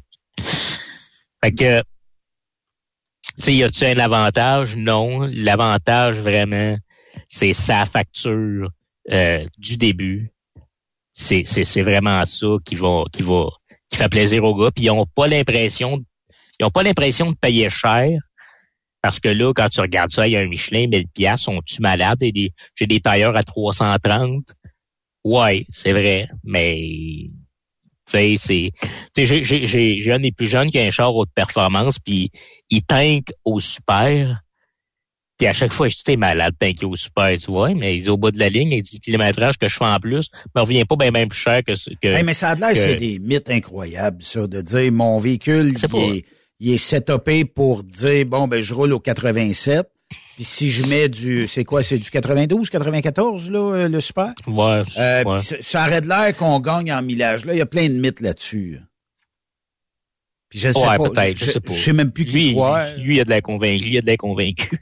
que, tu sais, y a-tu un avantage? Non. L'avantage, vraiment, c'est sa facture euh, du début. C'est, c'est, c'est vraiment ça qui va, qui va, qui fait plaisir aux gars. Puis ils ont pas l'impression, ils ont pas l'impression de payer cher. Parce que là, quand tu regardes ça, il y a un Michelin, mille piastres, sont-tu malades? Et des, j'ai des tailleurs à trois cent trente. Ouais, c'est vrai, mais tu sais, c'est, tu sais, j'ai, j'ai, j'ai, j'ai un des plus jeunes qui a un char haute performance, puis il tank au super, puis à chaque fois, je dis, t'es malade, tanker au super, tu vois, mais il est au bout de la ligne, avec du kilométrage que je fais en plus, me revient pas bien même plus cher que que. Hey, mais ça a l'air, que... c'est des mythes incroyables, ça, de dire, mon véhicule, il pas... est, il est setupé pour dire, bon, ben, je roule au quatre-vingt-sept. Puis si je mets du, c'est quoi, c'est du quatre-vingt-douze, quatre-vingt-quatorze, là, le super? Ouais. Euh, ouais. Puis ça aurait de l'air qu'on gagne en millage. Là, il y a plein de mythes là-dessus. Puis je sais ouais, pas. Peut-être, je, je sais pas. Je sais même plus qui lui, croire. Lui, il a de la convaincue, il a de la convaincue.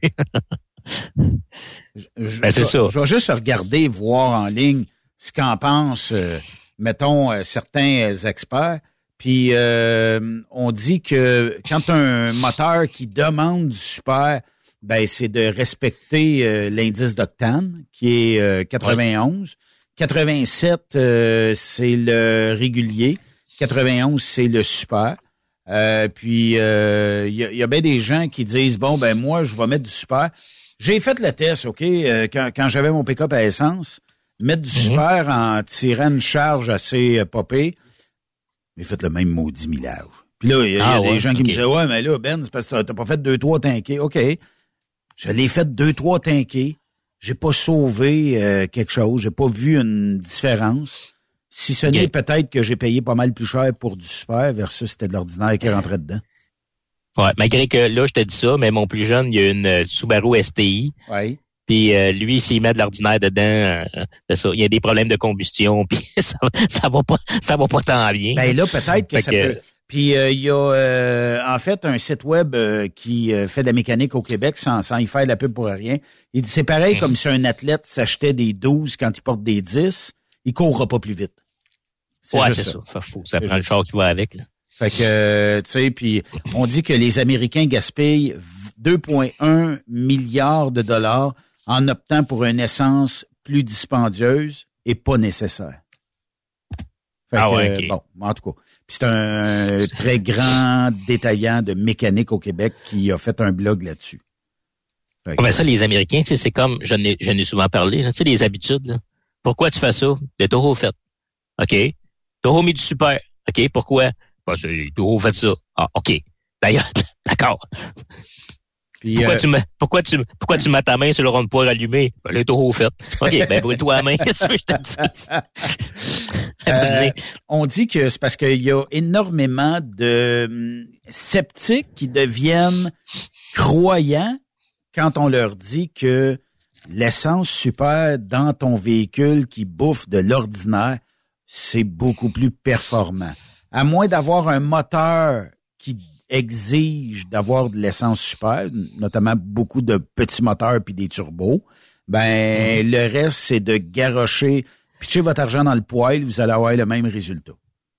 je, ben, c'est je, ça. Je vais juste regarder, voir en ligne ce qu'en pensent, euh, mettons, euh, certains experts. Puis euh, on dit que quand un moteur qui demande du super, ben c'est de respecter euh, l'indice d'octane qui est euh, quatre-vingt-onze. Ouais. quatre-vingt-sept, euh, c'est le régulier. quatre-vingt-onze, c'est le super. Euh, puis il euh, y, a, y a bien des gens qui disent bon ben moi je vais mettre du super. J'ai fait le test, ok, euh, quand, quand j'avais mon pick-up à essence, mettre du mm-hmm. super en tirant une charge assez euh, popée. J'ai fait le même maudit millage. Puis là, il y a, ah, y a ouais, des gens qui okay. me disaient ouais mais là Ben c'est parce que t'as pas fait deux trois tankés. Ok. Je l'ai fait deux, trois tankés. J'ai pas sauvé euh, quelque chose. J'ai pas vu une différence. Si ce okay. n'est peut-être que j'ai payé pas mal plus cher pour du super versus c'était de l'ordinaire qui rentrait dedans. Ouais, malgré que là, je te dis ça, mais mon plus jeune, il y a une euh, Subaru S T I. Oui. Puis euh, lui, s'il met de l'ordinaire dedans, euh, c'est ça. Il y a des problèmes de combustion, puis ça, ça va pas, ça va pas tant bien. Ben là, peut-être que fait ça que... peut... Puis il euh, y a euh, en fait un site web euh, qui euh, fait de la mécanique au Québec sans, sans y faire de la pub pour rien. Il dit c'est pareil mmh. comme si un athlète s'achetait des douze quand il porte des dix, il courra pas plus vite. C'est ouais, c'est ça. Ça, faut, ça prend le char qui va avec. Là. Fait que euh, tu sais, puis on dit que les Américains gaspillent deux virgule un milliards de dollars en optant pour une essence plus dispendieuse et pas nécessaire. Fait ah que, ouais, okay. Bon, en tout cas. Puis c'est un très grand détaillant de mécanique au Québec qui a fait un blog là-dessus. Fait que, ben ça, les Américains, tu sais, c'est comme, j'en ai, j'en ai souvent parlé, tu sais, les habitudes, là. Pourquoi tu fais ça? Le taureau fait. OK. Taureau mis du super. OK. Pourquoi? Parce que le taureau fait ça. Ah, OK. D'ailleurs, d'accord. Puis, pourquoi, euh... tu me, pourquoi tu pourquoi tu mets ta main sur le rond de poire allumé? Ben, le taureau fait. OK, ben brûle-toi la main, qu'est-ce que je te dis? Euh, on dit que c'est parce qu'il y a énormément de hum, sceptiques qui deviennent croyants quand on leur dit que l'essence super dans ton véhicule qui bouffe de l'ordinaire, c'est beaucoup plus performant. À moins d'avoir un moteur qui exige d'avoir de l'essence super, notamment beaucoup de petits moteurs puis des turbos, ben mmh. le reste, c'est de garrocher, pitcher votre argent dans le poêle, vous allez avoir le même résultat.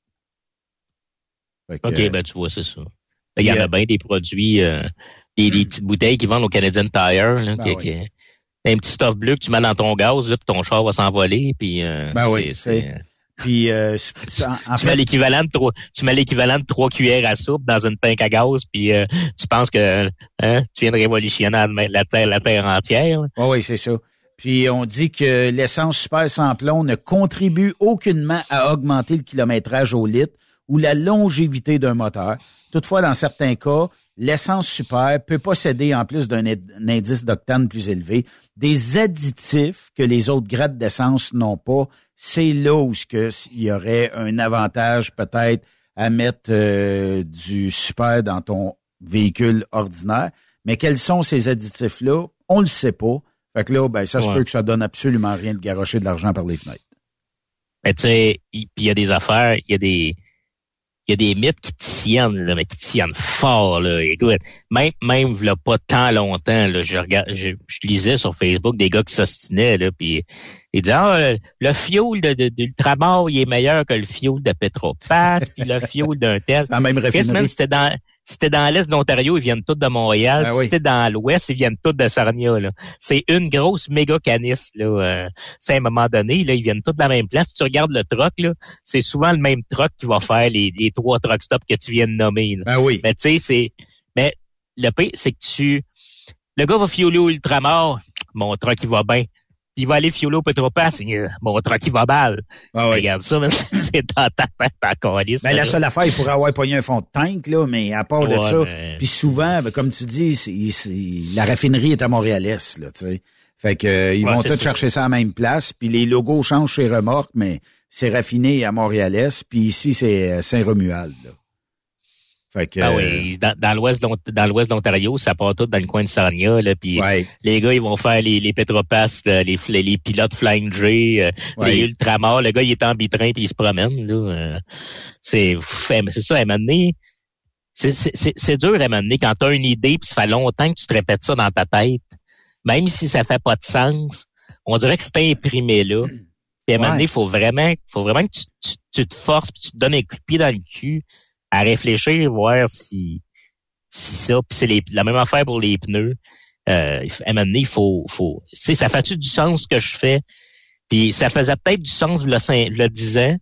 Que, OK, euh, ben tu vois, c'est ça. Il y en a bien des produits, euh, des, des petites bouteilles qui vendent au Canadian Tire, là, ben qui, oui. qui, un petit stuff bleu que tu mets dans ton gaz, là, puis ton char va s'envoler, puis euh, ben c'est, oui, c'est... c'est... Puis euh, en, en tu fait, mets l'équivalent de trois, tu mets l'équivalent de trois cuillères à soupe dans une tank à gaz, puis euh, tu penses que hein, tu viens de révolutionner la terre, la terre entière. Oh oui, c'est ça. Puis on dit que l'essence super sans plomb ne contribue aucunement à augmenter le kilométrage au litre ou la longévité d'un moteur. Toutefois, dans certains cas, l'essence super peut posséder, en plus d'un indice d'octane plus élevé, des additifs que les autres grades d'essence n'ont pas. C'est là où il y aurait un avantage peut-être à mettre euh, du super dans ton véhicule ordinaire. Mais quels sont ces additifs-là? On le sait pas. Fait que là, ben ça ouais. se peut que ça donne absolument rien de garrocher de l'argent par les fenêtres. Mais tu sais, il y a des affaires, il y a des... Il y a des mythes qui tiennent, là, mais qui tiennent fort, là. Écoute, même, même, là, pas tant longtemps, là, je regarde, je, je lisais sur Facebook des gars qui s'ostinaient, là, puis ils disaient, ah, le fioul de, de, d'Ultramar, il est meilleur que le fioul de Petropass, puis le fioul d'un tel. La même raffinerie. C'était dans, c'était dans l'est de l'Ontario, ils viennent tous de Montréal. Ben oui. C'était dans l'ouest, ils viennent tous de Sarnia, là. C'est une grosse méga canisse, là. Euh, c'est à un moment donné, là, ils viennent tous de la même place. Si tu regardes le truck, là, c'est souvent le même truck qui va faire les, les trois truck stops que tu viens de nommer, là. Ben oui. Mais tu sais, c'est, mais le pire, c'est que tu, le gars va fioler au Ultramar, mon truck, il va bien. Il va aller fioler au Petropass, mon truck, il va mal. Ah oui. Regarde ça, mais c'est dans ta tête encore lisse. Ben, la seule affaire, il pourrait avoir pogné un fond de tank, là, mais à part ouais, de ça, mais... puis souvent, ben, comme tu dis, c'est, c'est, la raffinerie est à Montréal-Est, là, tu sais. Fait que, euh, ils ouais, vont tous chercher ça à la même place, puis les logos changent chez Remorque, mais c'est raffiné à Montréal-Est, puis ici, c'est Saint-Romuald, là. Fait que, ah oui, dans, dans l'ouest de, dans l'ouest de l'Ontario, ça part tout dans le coin de Sarnia, là, puis ouais. les gars, ils vont faire les, les Petropass, les, les, les pilotes Flying J, euh, ouais. les Ultramar. Le gars, il est en bitrin puis il se promène, là. Euh, c'est, c'est ça, à un moment donné, c'est, c'est, c'est, c'est dur à un moment donné quand t'as une idée puis ça fait longtemps que tu te répètes ça dans ta tête. Même si ça fait pas de sens, on dirait que c'est imprimé là. Puis à un moment donné, il faut vraiment, faut vraiment que tu, tu, tu te forces puis tu te donnes un coup de pied dans le cul à réfléchir, voir si si ça, puis c'est les, la même affaire pour les pneus. Euh, à un moment donné, il faut, faut, tu sais, ça fait-tu du sens ce que je fais? Puis ça faisait peut-être du sens le, le disant.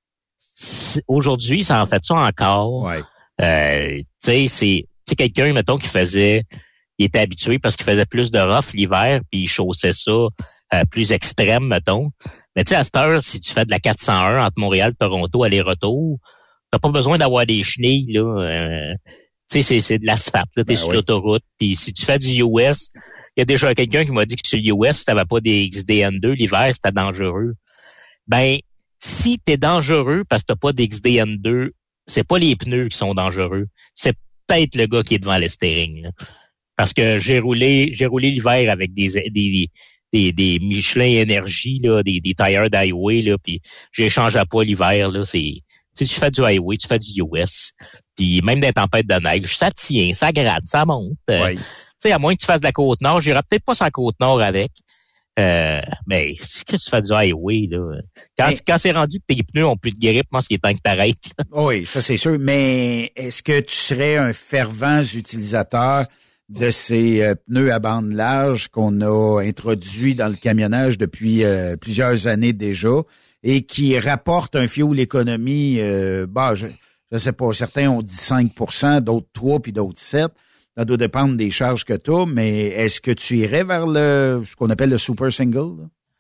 Aujourd'hui, ça en fait ça encore. Ouais. Euh, tu sais, c'est, tu sais, quelqu'un, mettons, qui faisait, il était habitué parce qu'il faisait plus de rough l'hiver, puis il chaussait ça euh, plus extrême, mettons. Mais tu sais, à cette heure, si tu fais de la quatre cent un entre Montréal et Toronto, aller-retour, t'as pas besoin d'avoir des chenilles, là. Euh, tu sais, c'est, c'est de l'asphalte, là. T'es ben sur oui. l'autoroute. Puis si tu fais du U S, il y a déjà quelqu'un qui m'a dit que sur le U S, si t'avais pas des X D N deux, l'hiver, c'était dangereux. Ben, si t'es dangereux parce que t'as pas d'X D N deux, c'est pas les pneus qui sont dangereux. C'est peut-être le gars qui est devant le steering, là. Parce que j'ai roulé, j'ai roulé l'hiver avec des, des, des, des Michelin Energy, là, des, des tires d'highway, là, puis j'ai changé à pas l'hiver, là, c'est, tu sais, tu fais du highway, tu fais du U S, puis même des tempêtes de neige, ça tient, ça gratte, ça monte. Oui. Tu sais, à moins que tu fasses de la Côte-Nord, j'irai peut-être pas sur la Côte-Nord avec. Euh, mais qu'est-ce que tu fais du highway, là? Quand, mais, quand c'est rendu que tes pneus ont plus de grippe, je pense qu'il est temps que t'arrêtes. Oui, ça c'est sûr. Mais est-ce que tu serais un fervent utilisateur de ces euh, pneus à bande large qu'on a introduits dans le camionnage depuis euh, plusieurs années déjà et qui rapportent un fuel économie, euh, bah, je, je sais pas, certains ont dit cinq pour cent, d'autres trois puis d'autres sept. Ça doit dépendre des charges que tu as, mais est-ce que tu irais vers le ce qu'on appelle le super single, là?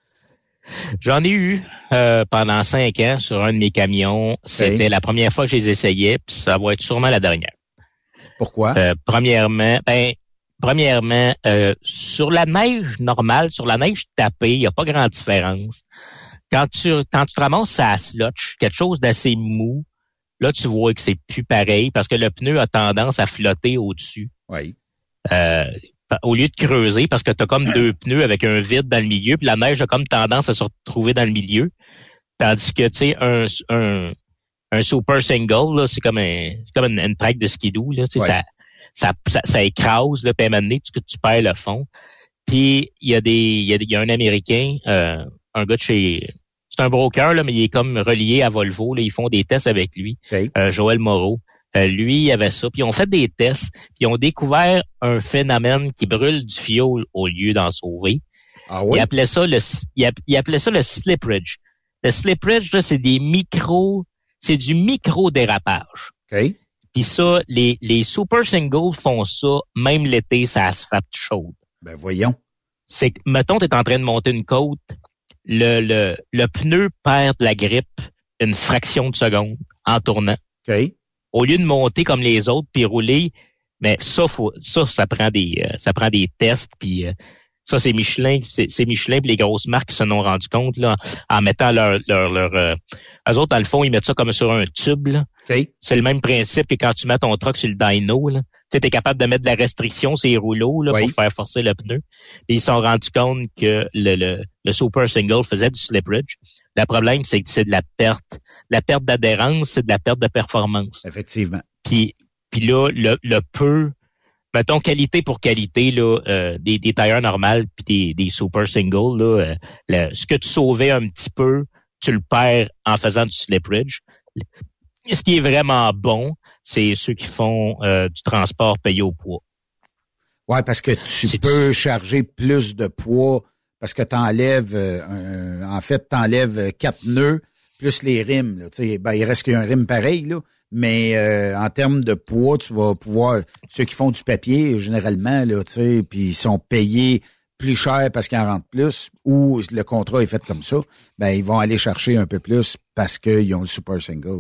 J'en ai eu euh, pendant cinq ans sur un de mes camions. C'était okay. La première fois que je les essayais, puis ça va être sûrement la dernière. Pourquoi? Euh, premièrement, ben, premièrement, euh, sur la neige normale, sur la neige tapée, il n'y a pas grande différence. quand tu quand tu te ramasses à la slotch, quelque chose d'assez mou, là, tu vois que c'est plus pareil parce que le pneu a tendance à flotter au-dessus. Oui. Euh, au lieu de creuser, parce que tu as comme deux pneus avec un vide dans le milieu, puis la neige a comme tendance à se retrouver dans le milieu. Tandis que, tu sais, un, un, un super single, là, c'est comme un, c'est comme une, une traque de skidoo, là, tu sais, ouais. ça, ça, ça, ça écrase, là, puis à un moment donné, tu, tu perds le fond. Puis, il y a des, il y a, il y a un Américain, euh, un gars de chez, c'est un broker, là, mais il est comme relié à Volvo, là, ils font des tests avec lui. Okay. Euh, Joël Moreau. Euh, lui, il avait ça. Puis ils ont fait des tests, puis ils ont découvert un phénomène qui brûle du fioul au lieu d'en sauver. Ah oui? Ils appelaient ça le, ils appelaient ça le slippage. Le slippage, là, c'est des micros, c'est du micro-dérapage. OK. Puis ça, les, les super singles font ça, même l'été, ça asphalte chaude. Ben, voyons. C'est que, mettons, t'es en train de monter une côte, le, le, le pneu perd de la grippe une fraction de seconde en tournant. OK. Au lieu de monter comme les autres puis rouler, mais ça, faut, ça, ça prend des, euh, ça prend des tests puis euh, ça, c'est Michelin, c'est, c'est Michelin puis les grosses marques qui se sont rendu compte là, en mettant leur, leur, leur, euh, eux autres dans le fond, ils mettent ça comme sur un tube là. Okay. C'est le même principe que quand tu mets ton truck sur le dyno là, tu sais, t'es capable de mettre de la restriction sur les rouleaux là oui. pour faire forcer le pneu. Et ils se sont rendus compte que le, le, le super single faisait du slippage. Le problème, c'est que c'est de la perte. La perte d'adhérence, c'est de la perte de performance. Effectivement. Puis, puis là, le, le peu, mettons qualité pour qualité, là, euh, des, des tires normales puis des, des super singles, là, euh, le, ce que tu sauvais un petit peu, tu le perds en faisant du slippage. Ce qui est vraiment bon, c'est ceux qui font euh, du transport payé au poids. Ouais, parce que tu c'est peux charger plus de poids. Parce que t'enlèves, euh, en fait, t'enlèves quatre nœuds plus les rimes. Là, ben, il reste qu'un rime pareil, là. Mais euh, en termes de poids, tu vas pouvoir. Ceux qui font du papier, généralement, là, tu sais, puis ils sont payés plus cher parce qu'ils en rentrent plus, ou le contrat est fait comme ça, ben ils vont aller chercher un peu plus parce qu'ils ont le super single.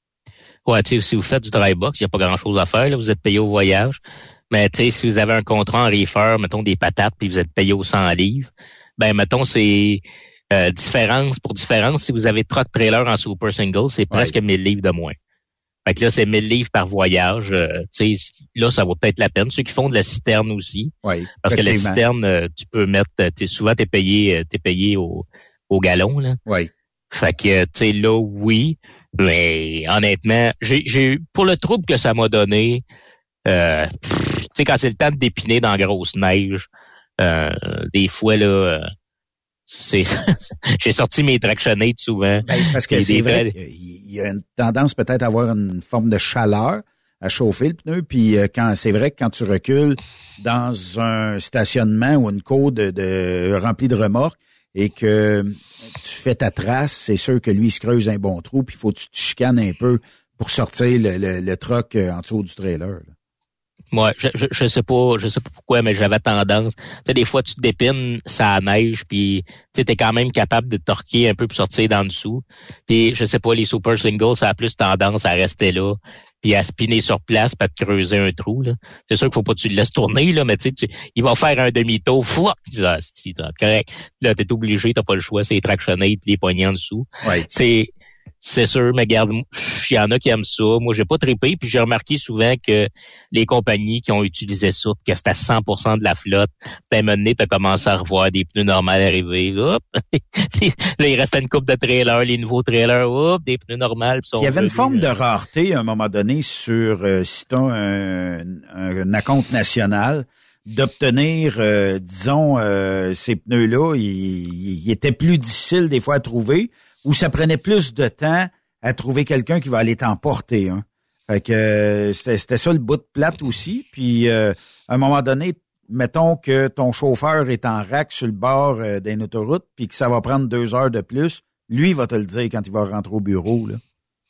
Ouais, tu sais, si vous faites du dry box, il n'y a pas grand-chose à faire. Là, vous êtes payé au voyage. Mais tu sais, si vous avez un contrat en reefer, mettons des patates, puis vous êtes payé au cent livres, ben mettons c'est euh, différence pour différence. Si vous avez truck trailer en super single, c'est presque ouais. mille livres de moins. Fait que là, c'est mille livres par voyage. Euh, tu sais, là, ça vaut peut-être la peine. Ceux qui font de la citerne aussi. Oui, parce que la citerne, euh, tu peux mettre, t'es, souvent t'es payé, t'es payé au, au galon, là. Oui. Fait que, tu sais, là, oui. Mais honnêtement, j'ai, j'ai pour le trouble que ça m'a donné, euh, tu sais, quand c'est le temps de dépiner dans la grosse neige, euh, des fois, là, euh, c'est j'ai sorti mes tractionnades souvent. Ben, c'est parce que c'est vrai, il y a une tendance peut-être à avoir une forme de chaleur à chauffer le pneu, puis quand c'est vrai que quand tu recules dans un stationnement ou une cour de, de remplie de remorques et que tu fais ta trace, c'est sûr que lui il se creuse un bon trou, puis il faut que tu te chicanes un peu pour sortir le, le, le truck en dessous du trailer, là. Moi, je, je je sais pas, je sais pas pourquoi, mais j'avais tendance. Tu sais, des fois tu te dépines, ça neige, puis tu sais, t'es quand même capable de torquer un peu pour sortir d'en dessous. Puis je sais pas, les super singles, ça a plus tendance à rester là, puis à spinner sur place, puis à te creuser un trou, là. C'est sûr qu'il faut pas que tu le laisses tourner, là, mais tu sais, il va faire un demi-tour, floc, tu dis, ah, c'est correct. Là, t'es obligé, t'as pas le choix, c'est les tractionnades puis les poignées en dessous. Ouais. C'est C'est sûr, mais regarde, il y en a qui aiment ça. Moi, j'ai pas trippé, puis j'ai remarqué souvent que les compagnies qui ont utilisé ça, que c'était à cent pour cent de la flotte, t'as mené, t'as commencé à revoir des pneus normaux arriver. Hop! Là, il restait une coupe de trailers, les nouveaux trailers, hop, des pneus normaux. Il y avait une forme de rareté à un moment donné sur, euh, si t'as un, un, un acompte national, d'obtenir, euh, disons, euh, ces pneus-là, ils il étaient plus difficiles des fois à trouver, ou ça prenait plus de temps à trouver quelqu'un qui va aller t'emporter. Hein. Fait que euh, c'était, c'était ça le bout de plate aussi. Puis euh, à un moment donné, mettons que ton chauffeur est en rack sur le bord euh, d'une autoroute, puis que ça va prendre deux heures de plus, lui il va te le dire quand il va rentrer au bureau, là.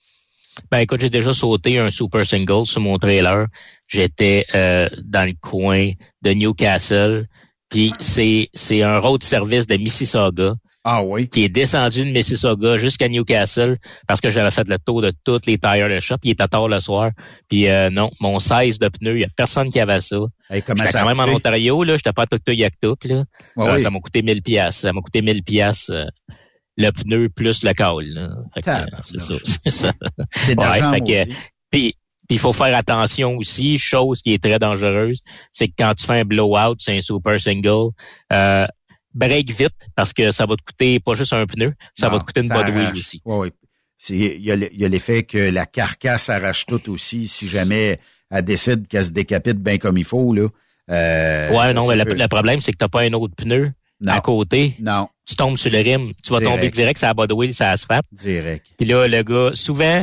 Ben écoute, j'ai déjà sauté un super single sur mon trailer. J'étais euh, dans le coin de Newcastle, puis c'est c'est un road service de Mississauga. Ah oui. Qui est descendu de Mississauga jusqu'à Newcastle parce que j'avais fait le tour de toutes les tires de shop. Il était tard le soir. Puis euh, non, mon seize de pneus, il y a personne qui avait ça. Hey, j'étais quand même en Ontario, là. J'étais pas à Tuktoyaktuk, là. Ouais, euh, oui. Ça m'a coûté mille piastres. Ça m'a coûté mille piastres. Euh, le pneu plus le câble. Là. Fait que, euh, c'est ça. C'est ça. C'est d'argent ouais, fait que, puis il faut faire attention aussi, chose qui est très dangereuse, c'est que quand tu fais un blowout, c'est un super single, euh, break vite parce que ça va te coûter pas juste un pneu, ça non, va te coûter une body wheel aussi. Oui, oui. C'est, il y a, il y a l'effet que la carcasse arrache tout aussi si jamais elle décide qu'elle se décapite bien comme il faut, là. Euh, ouais, non, mais le, le problème, c'est que t'as pas un autre pneu non. à côté. Non. Tu tombes sur le rim. Tu vas direct. tomber direct sur la body wheel, sur l'asphalte. Direct. Puis là, le gars, souvent,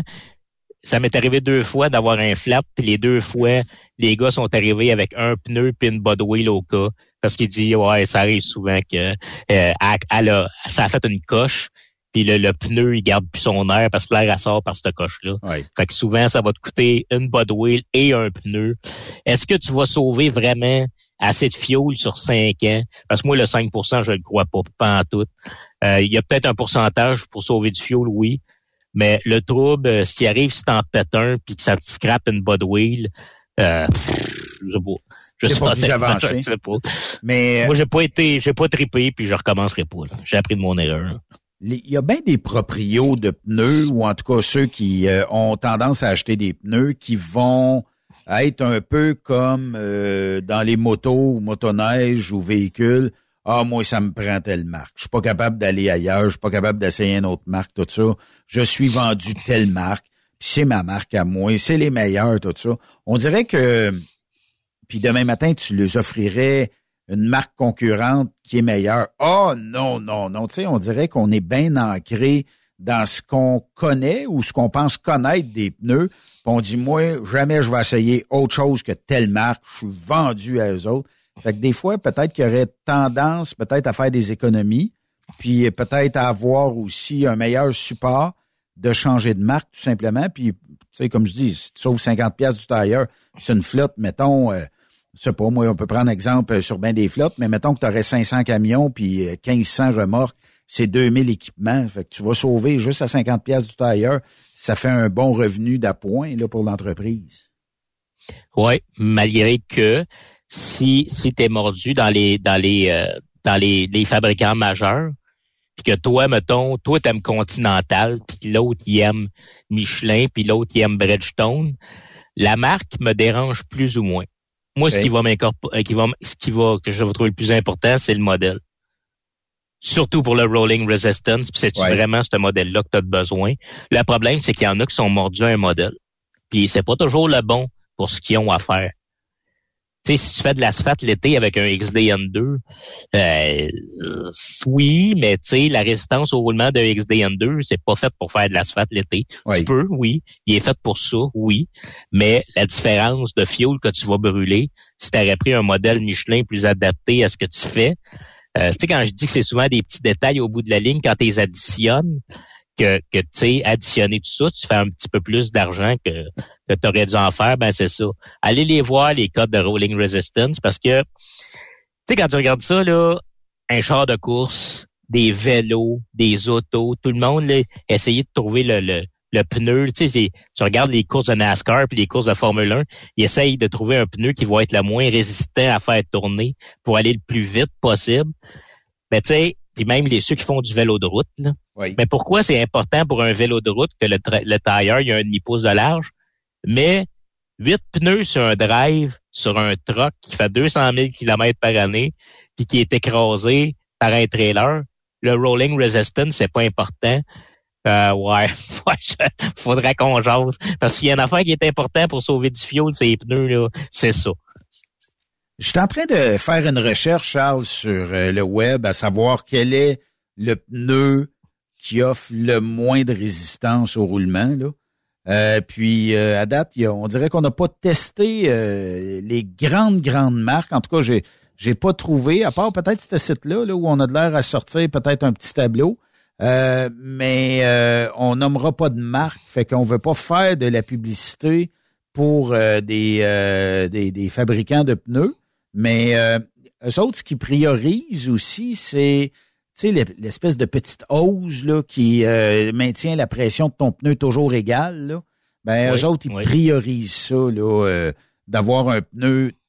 ça m'est arrivé deux fois d'avoir un flap, puis les deux fois, les gars sont arrivés avec un pneu puis une body wheel au cas. Parce qu'il dit, ouais, ça arrive souvent que euh, elle, elle a, ça a fait une coche. Puis le, le pneu, il garde plus son air parce que l'air, elle sort par cette coche-là. Oui. Fait que souvent, ça va te coûter une body wheel et un pneu. Est-ce que tu vas sauver vraiment assez de fioul sur cinq ans? Parce que moi, le cinq pour cent, je le crois pas, pas en tout. Euh, il y a peut-être un pourcentage pour sauver du fioul, oui. Mais le trouble, ce qui arrive si t'en pètes un puis que ça te scrape une body wheel, euh, je sais pas. Je sais pas, pas, je sais pas. Mais moi, j'ai pas été, j'ai pas trippé puis je recommencerai pas. Là. J'ai appris de mon erreur. Là. Il y a bien des proprios de pneus, ou en tout cas ceux qui euh, ont tendance à acheter des pneus, qui vont être un peu comme euh, dans les motos ou motoneiges ou véhicules. Ah, moi, ça me prend telle marque. Je suis pas capable d'aller ailleurs, je suis pas capable d'essayer une autre marque, tout ça. Je suis vendu telle marque, puis c'est ma marque à moi, c'est les meilleurs, tout ça. On dirait que, puis demain matin, tu les offrirais une marque concurrente qui est meilleure. Oh non, non, non. Tu sais, on dirait qu'on est bien ancré dans ce qu'on connaît ou ce qu'on pense connaître des pneus. Puis on dit, moi, jamais je vais essayer autre chose que telle marque. Je suis vendu à eux autres. Fait que des fois, peut-être qu'il y aurait tendance peut-être à faire des économies, puis peut-être à avoir aussi un meilleur support de changer de marque, tout simplement. Puis, tu sais, comme je dis, si tu sauves cinquante piastres du tailleur, c'est une flotte, mettons... Euh, je sais pas, moi, on peut prendre exemple sur bien des flottes, mais mettons que tu aurais cinq cents camions puis quinze cents remorques, c'est deux mille équipements. Fait que tu vas sauver juste à cinquante piastres du tailleur. Ça fait un bon revenu d'appoint là, pour l'entreprise. Oui, malgré que si si tu es mordu dans les dans les euh, dans les, les fabricants majeurs, puis que toi, mettons, toi, t'aimes Continental, puis l'autre, il aime Michelin, puis l'autre, il aime Bridgestone, la marque me dérange plus ou moins. Moi, okay. ce qui va m'incorporer, qui va, ce qui va, que je vais trouver le plus important, c'est le modèle. Surtout pour le rolling resistance, puis c'est-tu ouais. vraiment ce modèle-là que tu as besoin? Le problème, c'est qu'il y en a qui sont mordus à un modèle. Puis c'est pas toujours le bon pour ce qu'ils ont à faire. Tu sais, si tu fais de l'asphalte l'été avec un X D N deux, euh, oui, mais tu sais, la résistance au roulement d'un X D N deux, c'est pas fait pour faire de l'asphalte l'été. Oui. Tu peux, oui. Il est fait pour ça, oui. Mais la différence de fioul que tu vas brûler, si tu aurais pris un modèle Michelin plus adapté à ce que tu fais, euh, tu sais, quand je dis que c'est souvent des petits détails au bout de la ligne, quand tu les additionnes, que, que tu sais, additionner tout ça, tu fais un petit peu plus d'argent que, que tu aurais dû en faire, ben c'est ça. Allez les voir, les codes de rolling resistance, parce que, tu sais, quand tu regardes ça, là, un char de course, des vélos, des autos, tout le monde, là, essayer de trouver le, le, le pneu. Tu sais, tu regardes les courses de NASCAR puis les courses de Formule un, ils essayent de trouver un pneu qui va être le moins résistant à faire tourner pour aller le plus vite possible. Ben, tu sais, puis même les ceux qui font du vélo de route, là. Oui. Mais pourquoi c'est important pour un vélo de route que le, tra- le tailleur, il y a un demi-pouce de large, mais huit pneus sur un drive, sur un truck qui fait deux cent mille kilomètres par année, puis qui est écrasé par un trailer, le rolling resistance, c'est pas important. Euh, ouais, faudrait qu'on jase. Parce qu'il y a une affaire qui est importante pour sauver du fioul, ces pneus, là, c'est ça. Je suis en train de faire une recherche, Charles, sur euh, le web, à savoir quel est le pneu qui offre le moins de résistance au roulement, là. Euh, puis, euh, à date, y a, on dirait qu'on n'a pas testé euh, les grandes, grandes marques. En tout cas, j'ai j'ai pas trouvé, à part peut-être ce site-là, là, où on a de l'air à sortir peut-être un petit tableau. Euh, mais euh, on nommera pas de marque, fait qu'on veut pas faire de la publicité pour euh, des, euh, des des fabricants de pneus. Mais euh, eux autres, ce qu'ils priorisent aussi, c'est tu sais, l'espèce de petite hose là, qui euh, maintient la pression de ton pneu toujours égale. Là. Ben, oui, eux autres, ils oui. priorisent ça, là, euh, d'avoir un pneu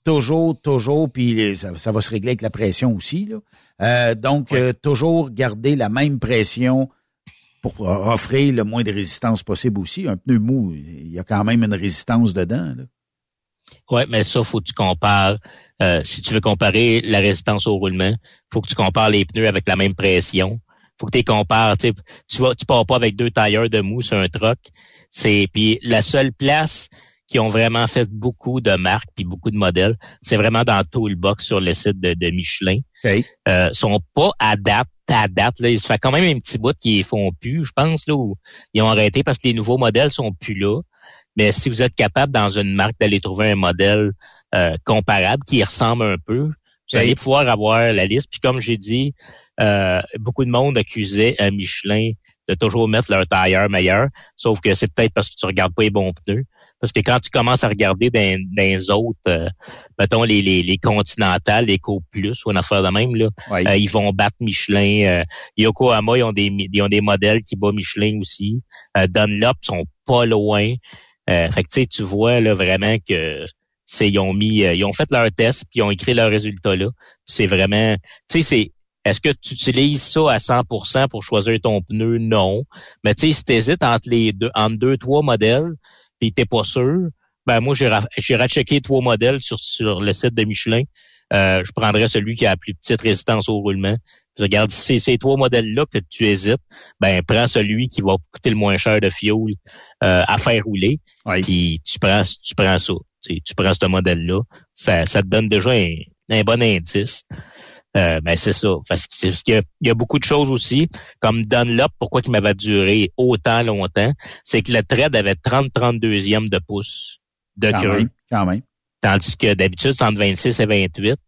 toujours, toujours, puis ça, ça va se régler avec la pression aussi, là. Euh, donc, ouais. euh, toujours garder la même pression pour offrir le moins de résistance possible aussi. Un pneu mou, il y a quand même une résistance dedans, là. Oui, mais ça, faut que tu compares. Euh, si tu veux comparer la résistance au roulement, faut que tu compares les pneus avec la même pression. Faut que tu les compares. Tu vas, tu pars pas avec deux tailleurs de mou sur un truck. C'est puis la seule place qui ont vraiment fait beaucoup de marques puis beaucoup de modèles, c'est vraiment dans Toolbox sur le site de, de Michelin. Okay. Euh, sont pas à date, à date là, ça fait quand même un petit bout qu'ils font plus, je pense là, où ils ont arrêté parce que les nouveaux modèles sont plus là. Mais si vous êtes capable dans une marque d'aller trouver un modèle euh, comparable qui ressemble un peu, vous okay. allez pouvoir avoir la liste. Puis comme j'ai dit, euh, beaucoup de monde accusait à Michelin de toujours mettre leur tailleur meilleur, sauf que c'est peut-être parce que tu regardes pas les bons pneus. Parce que quand tu commences à regarder dans, dans les autres, euh, mettons les, les, les Continental, les Co Plus ou une affaire de même, là, oui. euh, ils vont battre Michelin. Euh, Yokohama, ils ont des ils ont des modèles qui battent Michelin aussi. Euh, Dunlop sont pas loin. Euh, fait que tu sais, tu vois là vraiment que c'est ils ont mis euh, ils ont fait leur test puis ils ont écrit leurs résultats là. C'est vraiment tu sais c'est est-ce que tu utilises ça à cent pour cent pour choisir ton pneu? Non. Mais tu sais, si t'hésites entre les deux entre deux trois modèles puis t'es pas sûr, ben moi j'ai j'ai rechecké trois modèles sur sur le site de Michelin. Euh, je prendrais celui qui a la plus petite résistance au roulement. Puis regarde, si c'est ces trois modèles-là que tu hésites, ben prends celui qui va coûter le moins cher de fuel euh, à faire rouler. Oui. Puis tu prends tu prends ça. Tu, tu prends ce modèle-là. Ça, ça te donne déjà un, un bon indice. Euh, ben c'est ça. Parce que c'est, parce qu'il y a, il y a beaucoup de choses aussi, comme Dunlop, pourquoi il m'avait duré autant longtemps, c'est que le thread avait trente à trente-deuxième de pouce de quand creux. Même, quand même. Tandis que d'habitude, c'est entre vingt-six et vingt-huit.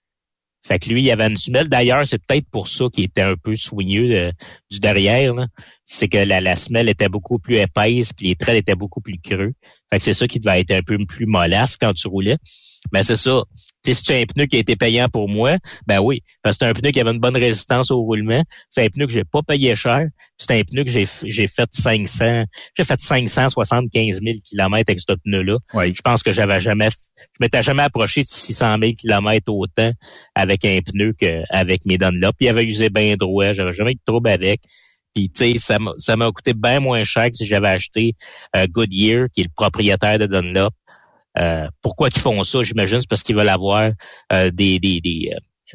Fait que lui, il y avait une semelle. D'ailleurs, c'est peut-être pour ça qu'il était un peu soigneux de, du derrière, là. C'est que la, la semelle était beaucoup plus épaisse puis les traits étaient beaucoup plus creux. Fait que c'est ça qui devait être un peu plus mollasse quand tu roulais. Mais c'est ça. Tu sais, si tu as un pneu qui a été payant pour moi, ben oui, parce que c'est un pneu qui avait une bonne résistance au roulement. C'est un pneu que j'ai pas payé cher. C'est un pneu que j'ai j'ai fait cinq cents, j'ai fait cinq cent soixante-quinze mille kilomètres avec ce pneu-là. Oui. Je pense que j'avais jamais, je m'étais jamais approché de six cent mille kilomètres autant avec un pneu qu'avec mes Dunlop. Puis il avait usé bien droit, j'avais jamais eu de trouble avec. Puis tu sais, ça m'a ça m'a coûté bien moins cher que si j'avais acheté euh, Goodyear, qui est le propriétaire de Dunlop. Euh, pourquoi ils font ça? J'imagine c'est parce qu'ils veulent avoir euh, des des des, euh,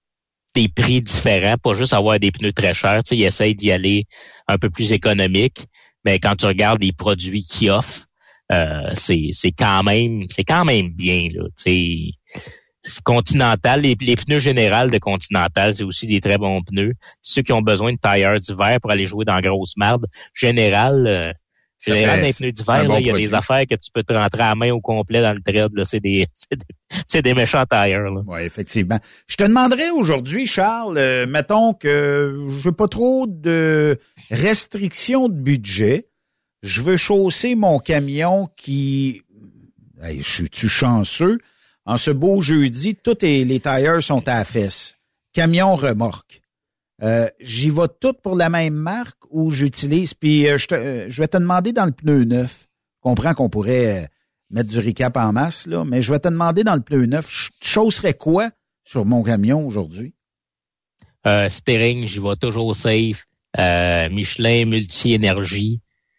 des prix différents, pas juste avoir des pneus très chers. Tu sais, ils essayent d'y aller un peu plus économique, mais quand tu regardes les produits qu'ils offrent, euh, c'est c'est quand même c'est quand même bien là. Tu sais, Continental, les, les pneus généraux de Continental, c'est aussi des très bons pneus. Ceux qui ont besoin de tailleurs d'hiver pour aller jouer dans la grosse marde, Général. Euh, Général, dans les pneus d'hiver, bon il y a des affaires que tu peux te rentrer à la main au complet dans le thread. Là, c'est des, c'est des, c'est des méchants tailleurs. Oui, effectivement. Je te demanderais aujourd'hui, Charles, euh, mettons que je veux pas trop de restrictions de budget. Je veux chausser mon camion qui, hey, je suis-tu chanceux? En ce beau jeudi, tous les, les tailleurs sont à la fesse. Camion remorque. Euh, j'y vais tout pour la même marque ou j'utilise, puis euh, je, te, euh, je vais te demander dans le pneu neuf, je comprends qu'on pourrait euh, mettre du recap en masse, là, mais je vais te demander dans le pneu neuf, je chausserais quoi sur mon camion aujourd'hui? Euh, steering, j'y vais toujours safe. Euh, Michelin multi-énergie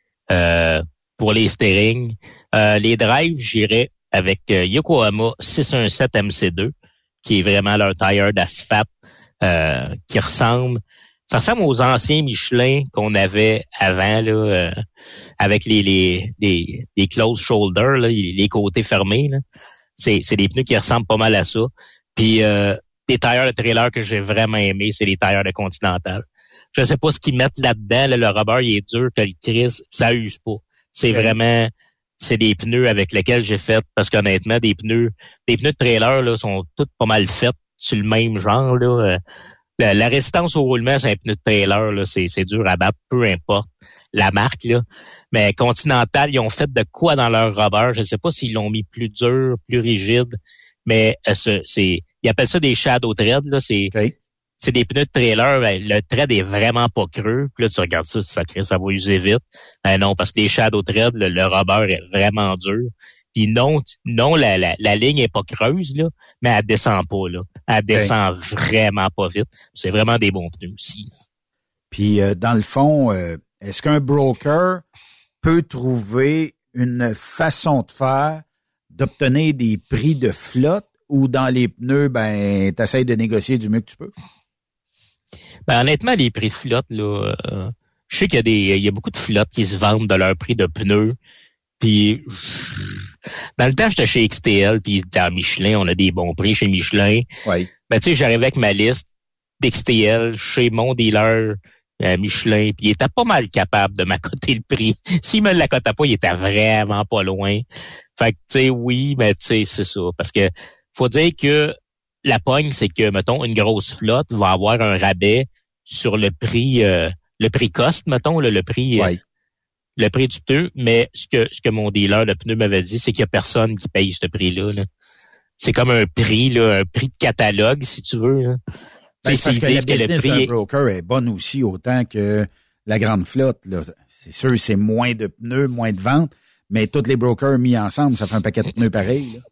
euh, pour les steering. Euh, les drives, j'irais avec euh, Yokohama six cent dix-sept M C deux, qui est vraiment leur tailleur d'asphalte. Euh, qui ressemble, ça ressemble aux anciens Michelin qu'on avait avant là, euh, avec les les les, les close shoulder, là, les côtés fermés. Là. C'est c'est des pneus qui ressemblent pas mal à ça. Puis euh, des tailleurs de trailer que j'ai vraiment aimé, c'est les tailleurs de Continental. Je sais pas ce qu'ils mettent là-dedans. Là, le rubber il est dur que le Chris, ça use pas. C'est okay. Vraiment, c'est des pneus avec lesquels j'ai fait, parce qu'honnêtement, des pneus, des pneus de trailer là sont toutes pas mal faites sur le même genre là. La, la résistance au roulement, c'est un pneu de trailer là, c'est c'est dur à battre, peu importe la marque là. Mais Continental, ils ont fait de quoi dans leur rubber? Je ne sais pas s'ils l'ont mis plus dur, plus rigide, mais euh, c'est, c'est ils appellent ça des shadow threads là. C'est okay. C'est des pneus de trailer. Ben, le thread est vraiment pas creux. Puis là, tu regardes ça, ça, ça va user vite. Ben non, parce que les shadow threads, le, le rubber est vraiment dur. Puis non, non, la, la, la ligne est pas creuse, là, mais elle descend pas, là. Elle descend okay. vraiment pas vite. C'est vraiment des bons pneus aussi. Puis, euh, dans le fond, euh, est-ce qu'un broker peut trouver une façon de faire d'obtenir des prix de flotte ou dans les pneus, ben, t'essayes de négocier du mieux que tu peux? Ben, honnêtement, les prix de flotte, là, euh, je sais qu'il y a des, il y a beaucoup de flottes qui se vendent de leur prix de pneus. Puis, dans le temps, j'étais chez X T L, puis ils se disaient, ah, Michelin, on a des bons prix chez Michelin. Oui. Ben, tu sais, j'arrivais avec ma liste d'X T L chez mon dealer, euh, Michelin, puis il était pas mal capable de m'accoter le prix. S'il me l'accotait pas, il était vraiment pas loin. Fait que, tu sais, oui, mais tu sais, c'est ça. Parce que, faut dire que la pogne, c'est que, mettons, une grosse flotte va avoir un rabais sur le prix, euh, le prix cost, mettons, là, le prix, oui. euh, le prix du pneu, mais ce que ce que mon dealer de pneu m'avait dit, c'est qu'il y a personne qui paye ce prix-là. Là. C'est comme un prix, là, un prix de catalogue, si tu veux. Là. Ben, c'est parce que la business que d'un broker est bonne aussi, autant que la grande flotte. Là. C'est sûr, c'est moins de pneus, moins de ventes, mais tous les brokers mis ensemble, ça fait un paquet de pneus pareil. Là.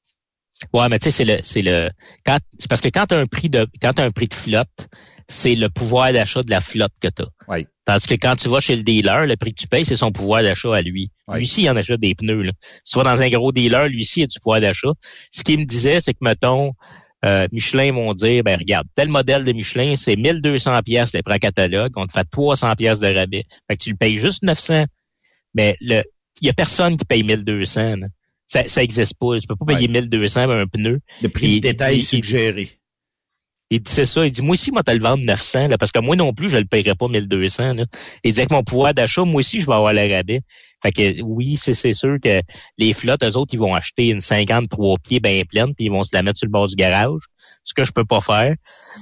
Ouais, mais tu sais, c'est le, c'est le, quand, c'est parce que quand t'as un prix de, quand t'as un prix de flotte, c'est le pouvoir d'achat de la flotte que t'as. Oui. Tandis que quand tu vas chez le dealer, le prix que tu payes, c'est son pouvoir d'achat à lui. Oui. Lui aussi, il en achète des pneus, là. Si tu vas dans un gros dealer, lui aussi, il a du pouvoir d'achat. Ce qu'il me disait, c'est que, mettons, euh, Michelin vont dire, ben, regarde, tel modèle de Michelin, c'est mille deux cents piastres les prix en catalogue, on te fait trois cents piastres de rabais. Fait que tu le payes juste neuf cents. Mais le, il y a personne qui paye mille deux cents, là. Ça, ça existe pas. Tu peux pas payer ouais. mille deux cents un pneu. Le prix de détail dit, suggéré. Il, il dit, c'est ça. Il dit, moi aussi, moi, t'as le vendre neuf cents, là, parce que moi non plus, je le paierai pas mille deux cents, là. Il dit, avec mon pouvoir d'achat, moi aussi, je vais avoir le rabais. Fait que, oui, c'est, c'est sûr que les flottes, eux autres, ils vont acheter une cinquante-trois pieds bien pleine, puis ils vont se la mettre sur le bord du garage. Ce que je peux pas faire.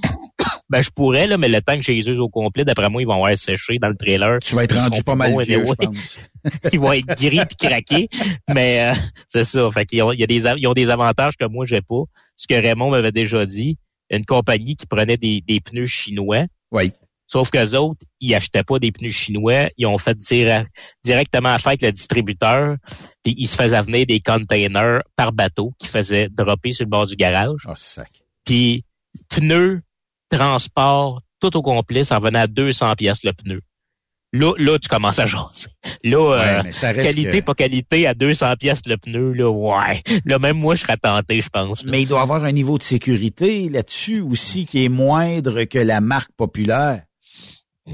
Ben, je pourrais, là, mais le temps que j'ai les eux au complet, d'après moi, ils vont avoir séché dans le trailer. Tu vas être rendu pas mal vieux, je pense. Ils vont être gris puis craqués. Mais, euh, c'est ça. Fait qu'ils ont, il y a des, ils ont des avantages que moi, j'ai pas. Ce que Raymond m'avait déjà dit. Une compagnie qui prenait des, des pneus chinois. Oui. Sauf qu'eux autres, ils achetaient pas des pneus chinois. Ils ont fait dire, directement affaire avec le distributeur. Puis ils se faisaient venir des containers par bateau qui faisaient dropper sur le bord du garage. Oh, sac. Puis, pneus, transport, tout au complet, ça revenait à deux cents piastres le pneu. Là, là, tu commences à jaser. Là, ouais, euh, ça reste qualité, que... pas qualité, à deux cents piastres le pneu, là, ouais. Là, même moi, je serais tenté, je pense. Là. Mais il doit avoir un niveau de sécurité là-dessus aussi qui est moindre que la marque populaire. Tu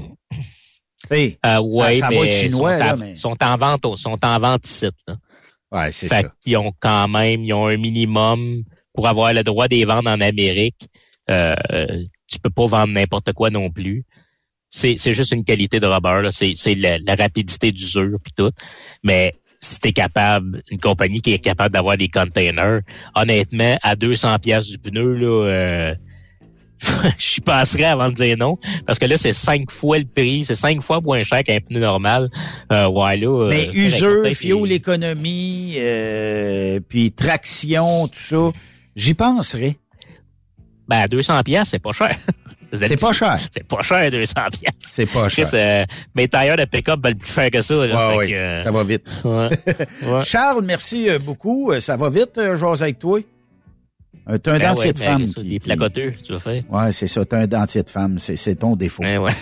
sais, euh, ouais, ça, ça mais va être chinois, sont, là, à, mais... sont en vente, sont en vente ici, là. Ouais, c'est fait ça. Ils ont quand même, ils ont un minimum pour avoir le droit des ventes en Amérique. Euh, tu peux pas vendre n'importe quoi non plus. C'est, c'est juste une qualité de rubber, là. C'est, c'est la, la rapidité d'usure puis tout. Mais si t'es capable, une compagnie qui est capable d'avoir des containers, honnêtement, à deux cents piastres du pneu, là, euh, j'y passerais avant de dire non. Parce que là, c'est cinq fois le prix, c'est cinq fois moins cher qu'un pneu normal. Euh, ouais, là. Mais euh, usure, fuel économie, euh, puis traction, tout ça, j'y penserais. Ben, à deux cents piastres, c'est pas cher. C'est pas cher. C'est pas cher, deux cents piastres. C'est pas cher. Euh, mes tailleurs de pick-up valent plus cher que ça. Là, ouais, ouais, que, euh... ça va vite. Ouais. Ouais. Charles, merci beaucoup. Ça va vite, Jose, avec toi? Euh, t'as un ben dentier ouais, de femme. Ça, qui, des placoteux, tu vas faire. Ouais, c'est ça. T'as un dentier de femme. C'est, c'est ton défaut. Ben ouais.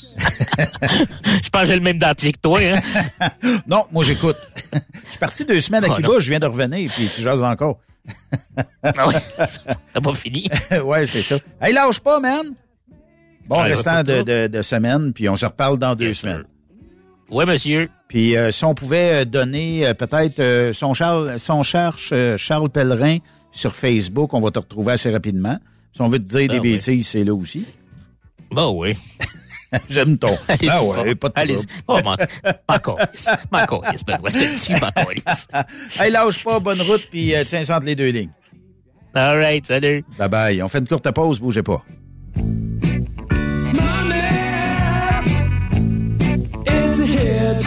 Je pense que j'ai le même dentier que toi. Hein? Non, moi, j'écoute. Je suis parti deux semaines à oh, Cuba. Non. Je viens de revenir, puis tu jases encore. Ah ouais, t'as pas fini. Ouais, c'est ça. Hey, lâche pas, man. Bon ah, restant de, de, de semaine, puis on se reparle dans deux yes, semaines. Oui, monsieur. Puis euh, si on pouvait donner euh, peut-être euh, son Charles, son cherche euh, Charles Pellerin sur Facebook, on va te retrouver assez rapidement. Si on veut te dire ben des oui. bêtises, c'est là aussi. Ben oui. J'aime ton. Allez-y, ah ouais, pas de allez-y. Oh, m'en calisse. M'en calisse, ben ouais, je m'en calisse. Hey, lâche pas, bonne route, puis euh, tiens, centre les deux lignes. All right, salut. Bye bye. On fait une courte pause, bougez pas.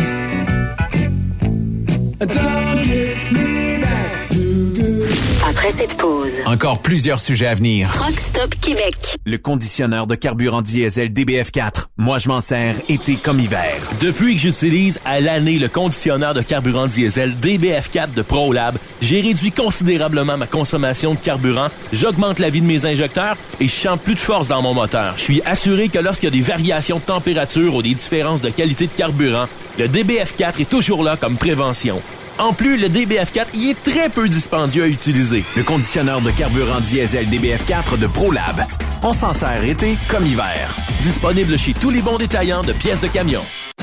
Après cette pause. Encore plusieurs sujets à venir. Truck Stop Québec. Le conditionneur de carburant diesel D B F quatre. Moi, je m'en sers été comme hiver. Depuis que j'utilise à l'année le conditionneur de carburant diesel D B F quatre de ProLab, j'ai réduit considérablement ma consommation de carburant, j'augmente la vie de mes injecteurs et je sens plus de force dans mon moteur. Je suis assuré que lorsqu'il y a des variations de température ou des différences de qualité de carburant, le D B F quatre est toujours là comme prévention. En plus, le D B F quatre y est très peu dispendieux à utiliser. Le conditionneur de carburant diesel D B F quatre de ProLab. On s'en sert été comme hiver. Disponible chez tous les bons détaillants de pièces de camion.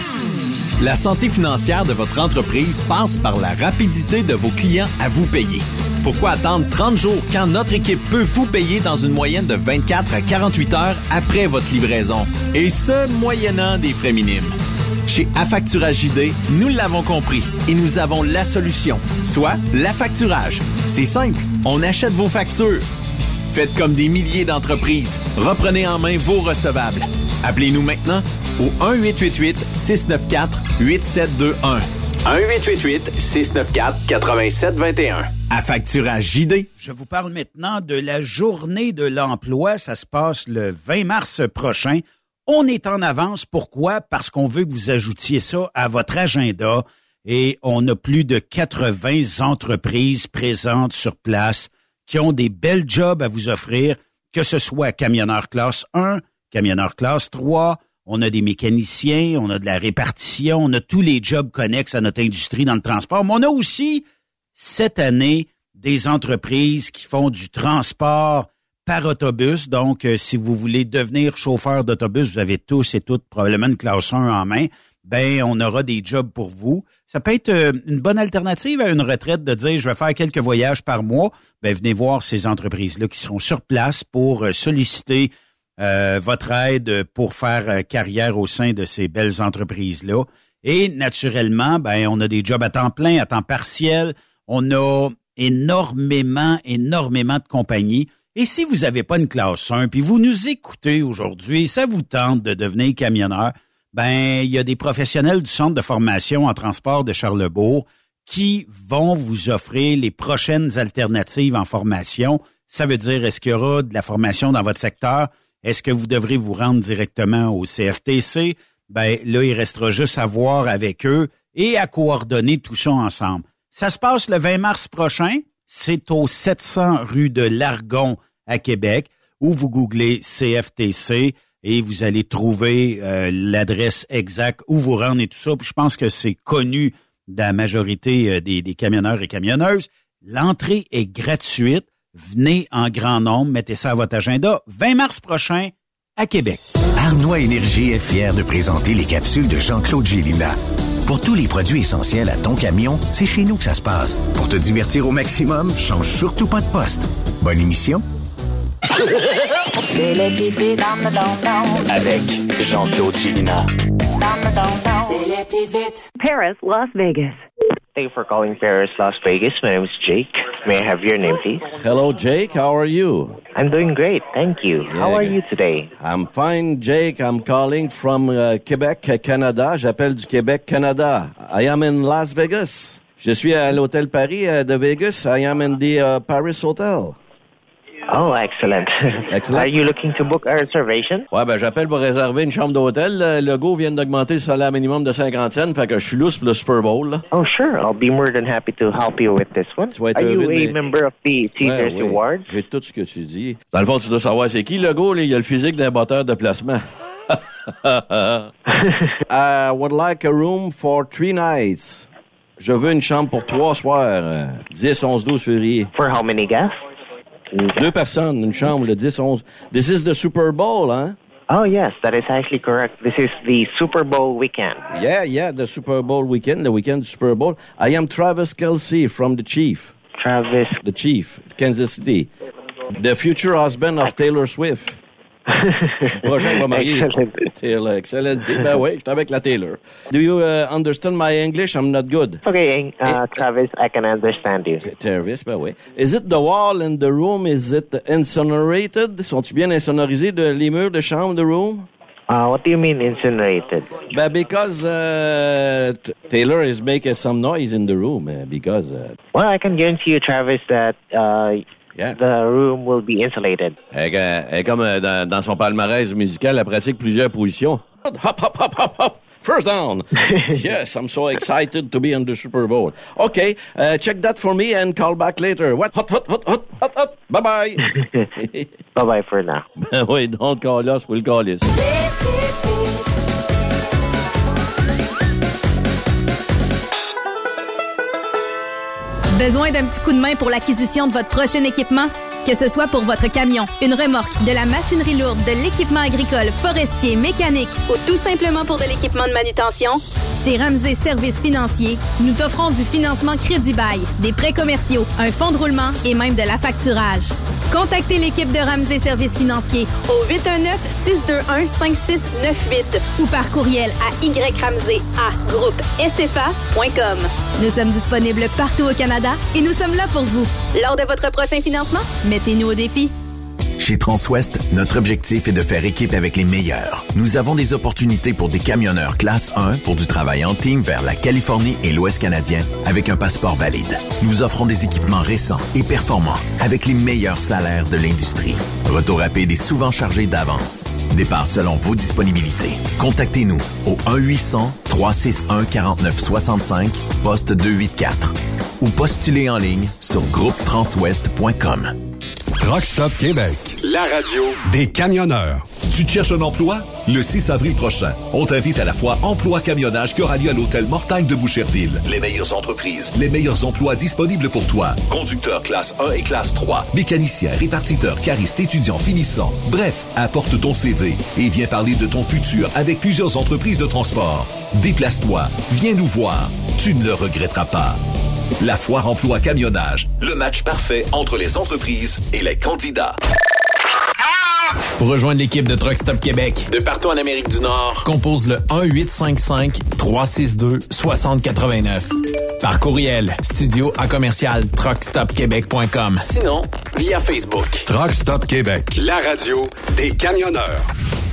La santé financière de votre entreprise passe par la rapidité de vos clients à vous payer. Pourquoi attendre trente jours quand notre équipe peut vous payer dans une moyenne de vingt-quatre à quarante-huit heures après votre livraison? Et ce, moyennant des frais minimes. Chez Affacturage J D, nous l'avons compris et nous avons la solution, soit l'affacturage. C'est simple, on achète vos factures. Faites comme des milliers d'entreprises, reprenez en main vos recevables. Appelez-nous maintenant au un huit huit huit, six neuf quatre, huit sept deux un. un huit huit huit, six neuf quatre, huit sept deux un. Affacturage J D. Je vous parle maintenant de la journée de l'emploi. Ça se passe le vingt mars prochain. On est en avance. Pourquoi? Parce qu'on veut que vous ajoutiez ça à votre agenda. Et on a plus de quatre-vingts entreprises présentes sur place qui ont des belles jobs à vous offrir, que ce soit camionneur classe un, camionneur classe trois, on a des mécaniciens, on a de la répartition, on a tous les jobs connexes à notre industrie dans le transport. Mais on a aussi, cette année, des entreprises qui font du transport par autobus. Donc, euh, si vous voulez devenir chauffeur d'autobus, vous avez tous et toutes probablement une classe un en main, ben on aura des jobs pour vous. Ça peut être euh, une bonne alternative à une retraite de dire, je vais faire quelques voyages par mois. Ben venez voir ces entreprises-là qui seront sur place pour euh, solliciter euh, votre aide pour faire euh, carrière au sein de ces belles entreprises-là. Et naturellement, ben on a des jobs à temps plein, à temps partiel. On a énormément, énormément de compagnies. Et si vous n'avez pas une classe un, puis vous nous écoutez aujourd'hui, ça vous tente de devenir camionneur, ben il y a des professionnels du centre de formation en transport de Charlebourg qui vont vous offrir les prochaines alternatives en formation. Ça veut dire, est-ce qu'il y aura de la formation dans votre secteur? Est-ce que vous devrez vous rendre directement au C F T C? Ben là, il restera juste à voir avec eux et à coordonner tout ça ensemble. Ça se passe le vingt mars prochain. C'est au sept cents rue de Largon à Québec, où vous googlez C F T C et vous allez trouver euh, l'adresse exacte où vous rendre et tout ça. Puis je pense que c'est connu de la majorité euh, des, des camionneurs et camionneuses. L'entrée est gratuite. Venez en grand nombre. Mettez ça à votre agenda. vingt mars prochain à Québec. Arnois Énergie est fier de présenter les capsules de Jean-Claude Gélina. Pour tous les produits essentiels à ton camion, c'est chez nous que ça se passe. Pour te divertir au maximum, change surtout pas de poste. Bonne émission. C'est les petites vites dans le don-don. Avec Jean-Claude Gélina. Dans le don-don. C'est les petites vites. Paris, Las Vegas. Thank you for calling Paris, Las Vegas. My name is Jake. May I have your name, please? Hello, Jake. How are you? I'm doing great. Thank you. Yeah, How are you today? I'm fine, Jake. I'm calling from uh, Québec, Canada. J'appelle du Québec, Canada. I am in Las Vegas. Je suis à l'Hôtel Paris uh, de Vegas. I am in the uh, Paris Hotel. Oh, excellent. Excellent. Are you looking to book a reservation? Ouais, ben j'appelle pour réserver une chambre d'hôtel. Le go vient d'augmenter le salaire minimum de cinquante cents, fait que je suis lousse pour le Super Bowl. Là. Oh, sure. I'll be more than happy to help you with this one. Tu vas être Are you heureux, a mais... member of the Caesars ouais, Awards? Oui. J'ai tout ce que tu dis. Dans le fond, tu dois savoir c'est qui le go, là? Il a le physique d'un batteur de placement. I would like a room for three nights. Je veux une chambre pour trois soirs. dix, onze, douze février. For how many guests? Deux personnes, une chambre, le dix, onze. This is the Super Bowl, hein? Oh, yes, that is actually correct. This is the Super Bowl weekend. Yeah, yeah, the Super Bowl weekend, the weekend Super Bowl. I am Travis Kelce from the Chief. Travis. The Chief, Kansas City. The future husband of Taylor Swift. Prochain va marier. Taylor, excellent. Ben oui, je suis avec la Taylor. Do you uh, understand my English? I'm not good. Okay, uh, Travis, I can understand you. Travis, ben oui. Is it the wall in the room? Is it incinerated? Sont-ils bien insonorisés, de, les murs de chambre, the room? Uh, what do you mean incinerated? Ben, because uh, t- Taylor is making some noise in the room. Uh, because... Uh, well, I can guarantee you, Travis, that uh, Yeah. The room will be insulated. Elle, elle est comme euh, dans, dans son palmarès musical, elle pratique plusieurs positions. Hop, hop, hop, hop, hop. First down. Yes, I'm so excited to be on the Super Bowl. Okay, uh, check that for me and call back later. What? Hot, hot, hot, hot, hot, hot. Bye-bye. Bye-bye for now. Ben oui, don't call us, we'll call us. Besoin d'un petit coup de main pour l'acquisition de votre prochain équipement? Que ce soit pour votre camion, une remorque, de la machinerie lourde, de l'équipement agricole, forestier, mécanique ou tout simplement pour de l'équipement de manutention, chez Ramsey Services Financiers, nous t'offrons du financement crédit-bail, des prêts commerciaux, un fonds de roulement et même de l'affacturage. Contactez l'équipe de Ramsey Services Financiers au huit un neuf, six deux un, cinq six neuf huit ou par courriel à yramsey à groupe s f a point com. Nous sommes disponibles partout au Canada et nous sommes là pour vous. Lors de votre prochain financement, mettez-nous au défi. Chez Transwest, notre objectif est de faire équipe avec les meilleurs. Nous avons des opportunités pour des camionneurs classe un pour du travail en team vers la Californie et l'Ouest canadien avec un passeport valide. Nous offrons des équipements récents et performants avec les meilleurs salaires de l'industrie. Retour rapide et souvent chargé d'avance. Départ selon vos disponibilités. Contactez-nous au un huit cents, trois six un, quarante-neuf soixante-cinq, poste deux cent quatre-vingt-quatre ou postulez en ligne sur groupe transwest point com. Truck Stop Québec. La radio des camionneurs. Tu te cherches un emploi? Le six avril prochain, on t'invite à la foire Emploi Camionnage qui aura lieu à l'hôtel Mortagne de Boucherville. Les meilleures entreprises, les meilleurs emplois disponibles pour toi. Conducteur classe un et classe trois, mécanicien, répartiteur, cariste, étudiant, finissant. Bref, apporte ton C V et viens parler de ton futur avec plusieurs entreprises de transport. Déplace-toi, viens nous voir. Tu ne le regretteras pas. La foire Emploi Camionnage, le match parfait entre les entreprises et les candidats. Pour rejoindre l'équipe de Truck Stop Québec, de partout en Amérique du Nord, compose le un huit cinq cinq, trois six deux, six zéro huit neuf. Par courriel, studio à commercial truck stop québec point com. Sinon, via Facebook. Truck Stop Québec. La radio des camionneurs.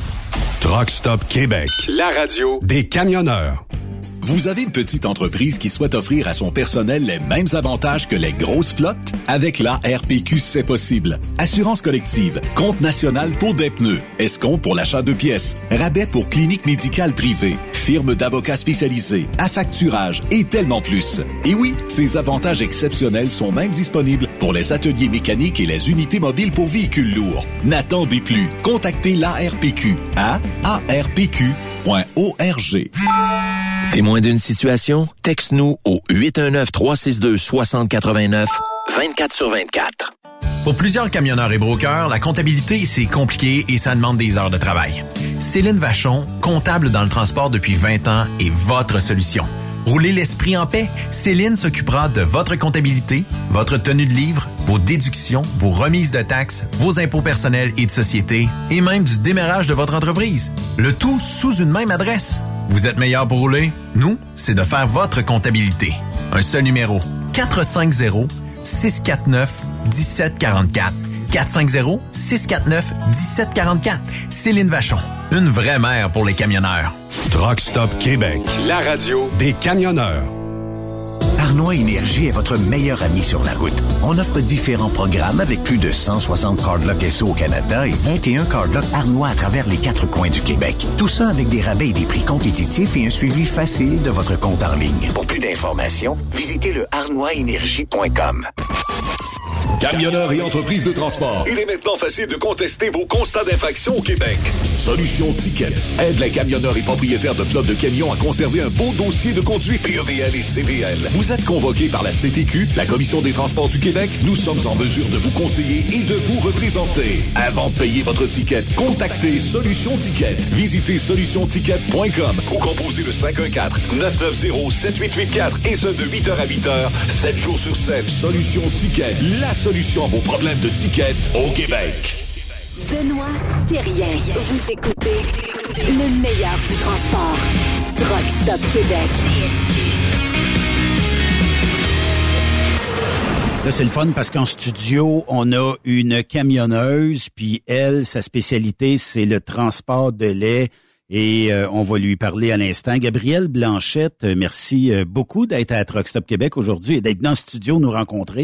Truck Stop Québec. La radio des camionneurs. Vous avez une petite entreprise qui souhaite offrir à son personnel les mêmes avantages que les grosses flottes? Avec l'A R P Q, c'est possible. Assurance collective, compte national pour des pneus, escompte pour l'achat de pièces, rabais pour clinique médicale privée, firme d'avocats spécialisés, affacturage et tellement plus. Et oui, ces avantages exceptionnels sont même disponibles pour les ateliers mécaniques et les unités mobiles pour véhicules lourds. N'attendez plus. Contactez l'A R P Q à a r p q point org. Témoin d'une situation? Texte-nous au huit un neuf, trois six deux, six zéro huit neuf, vingt-quatre sur vingt-quatre. Pour plusieurs camionneurs et brokers, la comptabilité, c'est compliqué et ça demande des heures de travail. Céline Vachon, comptable dans le transport depuis vingt ans, est votre solution. Roulez l'esprit en paix. Céline s'occupera de votre comptabilité, votre tenue de livre, vos déductions, vos remises de taxes, vos impôts personnels et de société, et même du démarrage de votre entreprise. Le tout sous une même adresse. Vous êtes meilleur pour rouler? Nous, c'est de faire votre comptabilité. Un seul numéro. quatre cinq zéro, six quatre neuf, un sept quatre quatre. quatre cinq zéro, six quatre neuf, un sept quatre quatre. Céline Vachon. Une vraie mère pour les camionneurs. Truck Stop Québec. La radio des camionneurs. Arnois Énergie est votre meilleur ami sur la route. On offre différents programmes avec plus de cent soixante cardlocks S O au Canada et vingt et un cardlocks Arnois à travers les quatre coins du Québec. Tout ça avec des rabais et des prix compétitifs et un suivi facile de votre compte en ligne. Pour plus d'informations, visitez le arnois énergie point com. Camionneurs et entreprises de transport, il est maintenant facile de contester vos constats d'infraction au Québec. Solution Ticket aide les camionneurs et propriétaires de flottes de camions à conserver un beau dossier de conduite P E V L et C V L. Vous êtes convoqué par la C T Q, la Commission des transports du Québec. Nous sommes en mesure de vous conseiller et de vous représenter. Avant de payer votre ticket, contactez Solution Ticket. Visitez solution ticket point com ou composez le cinq un quatre, neuf neuf zéro, sept huit huit quatre et ce de huit heures à huit heures, sept jours sur sept. Solution Ticket, la solution à vos problèmes de ticket au Québec. Benoît Thérien, vous écoutez le meilleur du transport. Truck Stop Québec. Là, c'est le fun parce qu'en studio, on a une camionneuse, puis elle, sa spécialité, c'est le transport de lait. Et euh, on va lui parler à l'instant. Gabrielle Blanchette, merci beaucoup d'être à Truck Stop Québec aujourd'hui et d'être dans le studio nous rencontrer.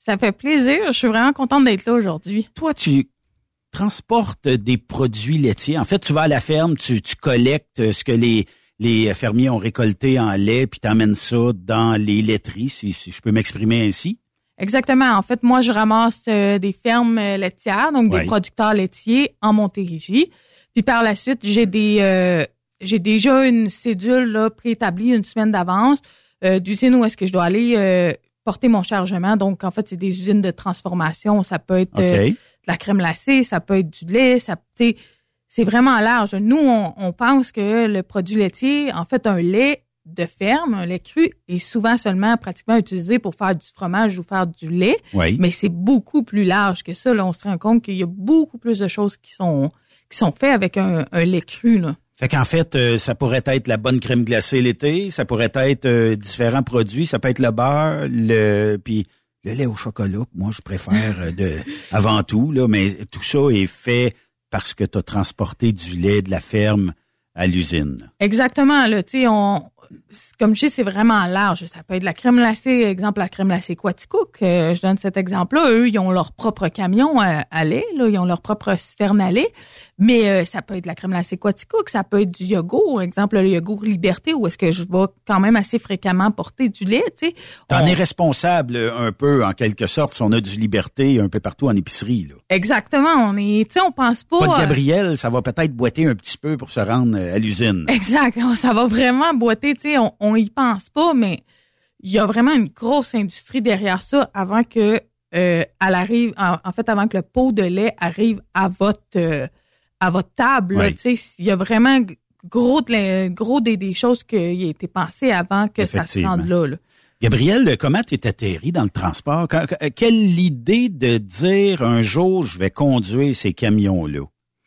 Ça fait plaisir. Je suis vraiment contente d'être là aujourd'hui. Toi, tu transportes des produits laitiers. En fait, tu vas à la ferme, tu, tu collectes ce que les, les fermiers ont récolté en lait, puis tu amènes ça dans les laiteries, si, si je peux m'exprimer ainsi. Exactement. En fait, moi, je ramasse euh, des fermes laitières, donc ouais. des producteurs laitiers en Montérégie. Puis par la suite, j'ai des euh, j'ai déjà une cédule là, préétablie une semaine d'avance euh, d'usine où est-ce que je dois aller euh, porter mon chargement. Donc, en fait, c'est des usines de transformation. Ça peut être okay. euh, de la crème glacée, ça peut être du lait, ça peut c'est vraiment large. Nous, on, on pense que le produit laitier, en fait, un lait de ferme, un lait cru, est souvent seulement pratiquement utilisé pour faire du fromage ou faire du lait. Oui. Mais c'est beaucoup plus large que ça. Là, on se rend compte qu'il y a beaucoup plus de choses qui sont qui sont faites avec un, un lait cru. Là. Fait qu'en fait, euh, ça pourrait être la bonne crème glacée l'été, ça pourrait être euh, différents produits, ça peut être le beurre, le puis le lait au chocolat, que moi je préfère de avant tout, là, mais tout ça est fait parce que tu as transporté du lait de la ferme à l'usine. Exactement, là, tu sais, on comme je dis, c'est vraiment large. Ça peut être la crème glacée, exemple la crème glacée Quaticook. Euh, je donne cet exemple-là. Eux, ils ont leur propre camion à, à lait, là, ils ont leur propre citerne à lait. Mais euh, ça peut être la crème glacée Quaticook, ça peut être du yogourt, exemple le yogourt Liberté, où est-ce que je vais quand même assez fréquemment porter du lait, tu sais. T'en on... es responsable un peu, en quelque sorte, si on a du Liberté un peu partout en épicerie, là. Exactement. On est, tu sais, on pense pas. Pas de Gabriel, ça va peut-être boiter un petit peu pour se rendre à l'usine. Exact. Ça va vraiment boiter, tu sais, on, on y pense pas, mais il y a vraiment une grosse industrie derrière ça avant que euh, elle arrive, en, en fait, avant que le pot de lait arrive à votre euh, à votre table. Oui. Tu sais, il y a vraiment gros de, gros des, des choses qui ont été pensées avant que ça se rende là, là. Gabriel, comment t'es atterri dans le transport? Quelle idée de dire un jour je vais conduire ces camions-là?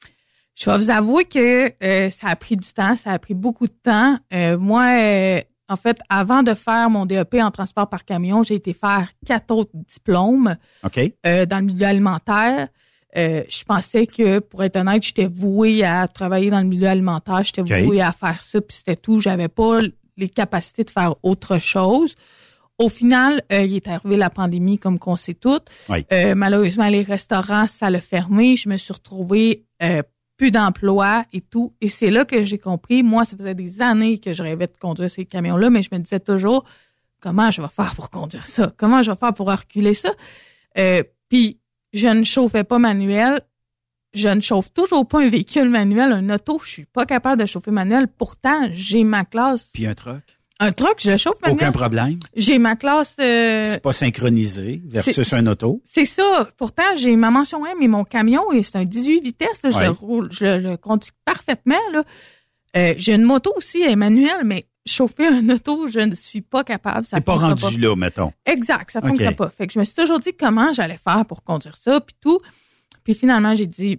Je vais vous avouer que euh, ça a pris du temps, ça a pris beaucoup de temps. Euh, moi, euh, en fait, avant de faire mon D E P en transport par camion, j'ai été faire quatre autres diplômes okay. euh, dans le milieu alimentaire. Euh, je pensais que, pour être honnête, j'étais vouée à travailler dans le milieu alimentaire, j'étais okay. vouée à faire ça, puis c'était tout. J'avais pas les capacités de faire autre chose. Au final, euh, il est arrivé la pandémie, comme qu'on sait toutes. Oui. Euh, malheureusement, les restaurants, ça l'a fermé. Je me suis retrouvée euh, plus d'emploi et tout. Et c'est là que j'ai compris. Moi, ça faisait des années que je rêvais de conduire ces camions-là, mais je me disais toujours, comment je vais faire pour conduire ça? Comment je vais faire pour reculer ça? Euh, puis, je ne chauffais pas manuel. Je ne chauffe toujours pas un véhicule manuel, un auto. Je suis pas capable de chauffer manuel. Pourtant, j'ai ma classe. Puis un truck? Un truck, je le chauffe manuel. Aucun problème. J'ai ma classe... Euh, c'est pas synchronisé versus un auto. C'est ça. Pourtant, j'ai ma mention M et mon camion, et c'est un dix-huit vitesses. Là, ouais. Je le roule, je le conduis parfaitement. Là. Euh, j'ai une moto aussi, elle est manuelle, mais chauffer un auto, je ne suis pas capable. Ça T'es pas rendu pas. là, mettons. Exact, ça fonctionne okay. pas. Fait que je me suis toujours dit comment j'allais faire pour conduire ça, puis tout. Puis finalement, j'ai dit,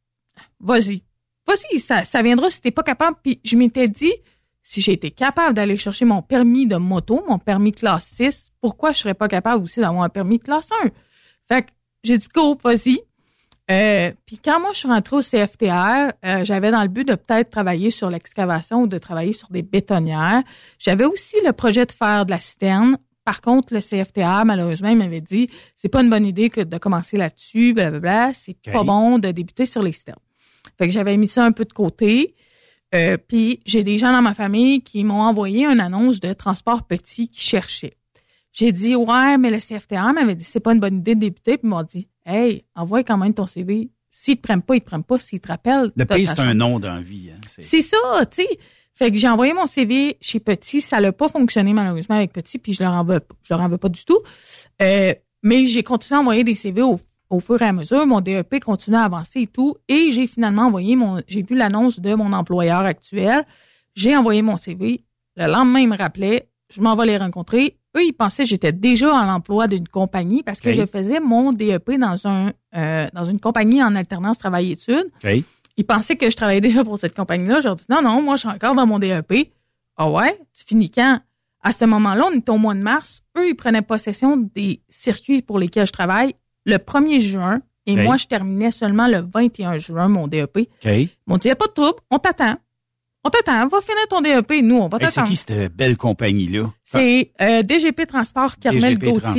vas-y. Vas-y, ça, ça viendra si t'es pas capable. Puis je m'étais dit... Si j'ai été capable d'aller chercher mon permis de moto, mon permis classe six, pourquoi je serais pas capable aussi d'avoir un permis de classe un? Fait que j'ai dit go, vas-y. Euh, puis quand moi je suis rentrée au C F T R, euh, j'avais dans le but de peut-être travailler sur l'excavation ou de travailler sur des bétonnières. J'avais aussi le projet de faire de la citerne. Par contre, le C F T R, malheureusement, il m'avait dit c'est pas une bonne idée que de commencer là-dessus, blablabla. C'est okay. pas bon de débuter sur les citernes. Fait que j'avais mis ça un peu de côté. Euh, puis j'ai des gens dans ma famille qui m'ont envoyé une annonce de transport petit qui cherchaient. J'ai dit ouais, mais le C F T R m'avait dit c'est pas une bonne idée de débuter, puis ils m'ont dit hey, envoie quand même ton C V. S'ils te prennent pas, ils te prennent pas. S'ils te rappellent, le pays c'est un nom d'envie. Hein, c'est... c'est ça, tu sais. Fait que j'ai envoyé mon C V chez Petit, ça l'a pas fonctionné malheureusement avec Petit, puis je leur en veux, je leur en veux pas du tout. Euh, mais j'ai continué à envoyer des C V au Au fur et à mesure, mon D E P continue à avancer et tout. Et j'ai finalement envoyé mon... J'ai vu l'annonce de mon employeur actuel. J'ai envoyé mon C V. Le lendemain, il me rappelait. Je m'en vais les rencontrer. Eux, ils pensaient que j'étais déjà en emploi d'une compagnie parce que okay. je faisais mon D E P dans un euh, dans une compagnie en alternance travail-études. Okay. Ils pensaient que je travaillais déjà pour cette compagnie-là. Je leur dis non, non, moi, je suis encore dans mon D E P. Ah ouais? Tu finis quand? À ce moment-là, on était au mois de mars. Eux, ils prenaient possession des circuits pour lesquels je travaille le premier juin, et okay. moi, je terminais seulement le vingt et un juin, mon D E P. Okay. Ils m'ont dit, il n'y a pas de trouble, on t'attend. On t'attend, va finir ton D E P, nous, on va t'attendre. C'est qui cette belle compagnie-là? C'est euh, D G P Transport, Carmel Gauthier.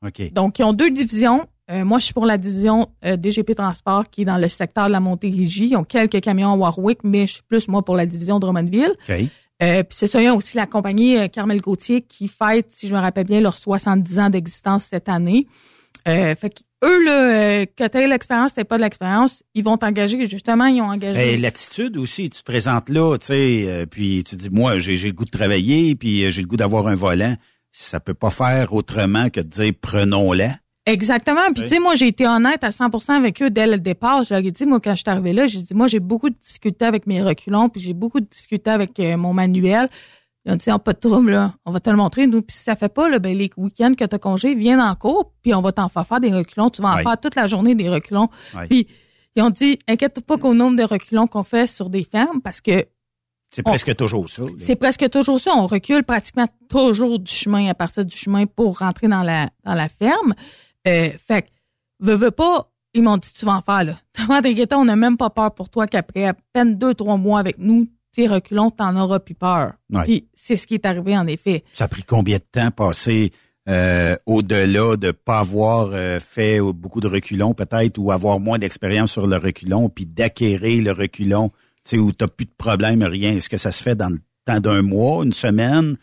OK. Donc, ils ont deux divisions. Euh, moi, je suis pour la division euh, D G P Transport qui est dans le secteur de la Montérégie. Ils ont quelques camions à Warwick, mais je suis plus, moi, pour la division Drummondville. OK. Euh, puis c'est ça, il y a aussi la compagnie euh, Carmel Gauthier qui fête, si je me rappelle bien, leurs soixante-dix ans d'existence cette année. Euh, fait qu'eux, là, euh, que tu aies l'expérience, t'aies pas de l'expérience, ils vont t'engager. Justement, ils ont engagé. Et l'attitude aussi, tu te présentes là, tu sais, euh, puis tu dis, moi, j'ai, j'ai le goût de travailler, puis euh, j'ai le goût d'avoir un volant. Ça peut pas faire autrement que de dire, prenons-la. Exactement. Puis, tu sais, moi, j'ai été honnête à cent pour cent avec eux dès le départ. Je leur ai dit, moi, quand je suis arrivée là, j'ai dit, moi, j'ai beaucoup de difficultés avec mes reculons, puis j'ai beaucoup de difficultés avec euh, mon manuel. Ils ont dit, oh, pas de trouble, là. On va te le montrer, nous. Puis si ça fait pas, là, ben, les week-ends que tu as congé, viens en cours, puis on va t'en faire faire des reculons. Tu vas en ouais. faire toute la journée des reculons. Ouais. Puis, ils ont dit, inquiète-toi pas qu'au nombre de reculons qu'on fait sur des fermes, parce que c'est presque on, toujours ça. Là. C'est presque toujours ça. On recule pratiquement toujours du chemin à partir du chemin pour rentrer dans la, dans la ferme. Euh, fait que, veux, veux pas, ils m'ont dit, tu vas en faire, là. T'inquiète, on n'a même pas peur pour toi qu'après à peine deux, trois mois avec nous, tes reculons, t'en auras plus peur. Ouais. Puis, c'est ce qui est arrivé, en effet. Ça a pris combien de temps passer euh, au-delà de pas avoir euh, fait beaucoup de reculons, peut-être, ou avoir moins d'expérience sur le reculon, puis d'acquérir le reculon, tu sais, où t'as plus de problème, rien. Est-ce que ça se fait dans le temps d'un mois, une semaine?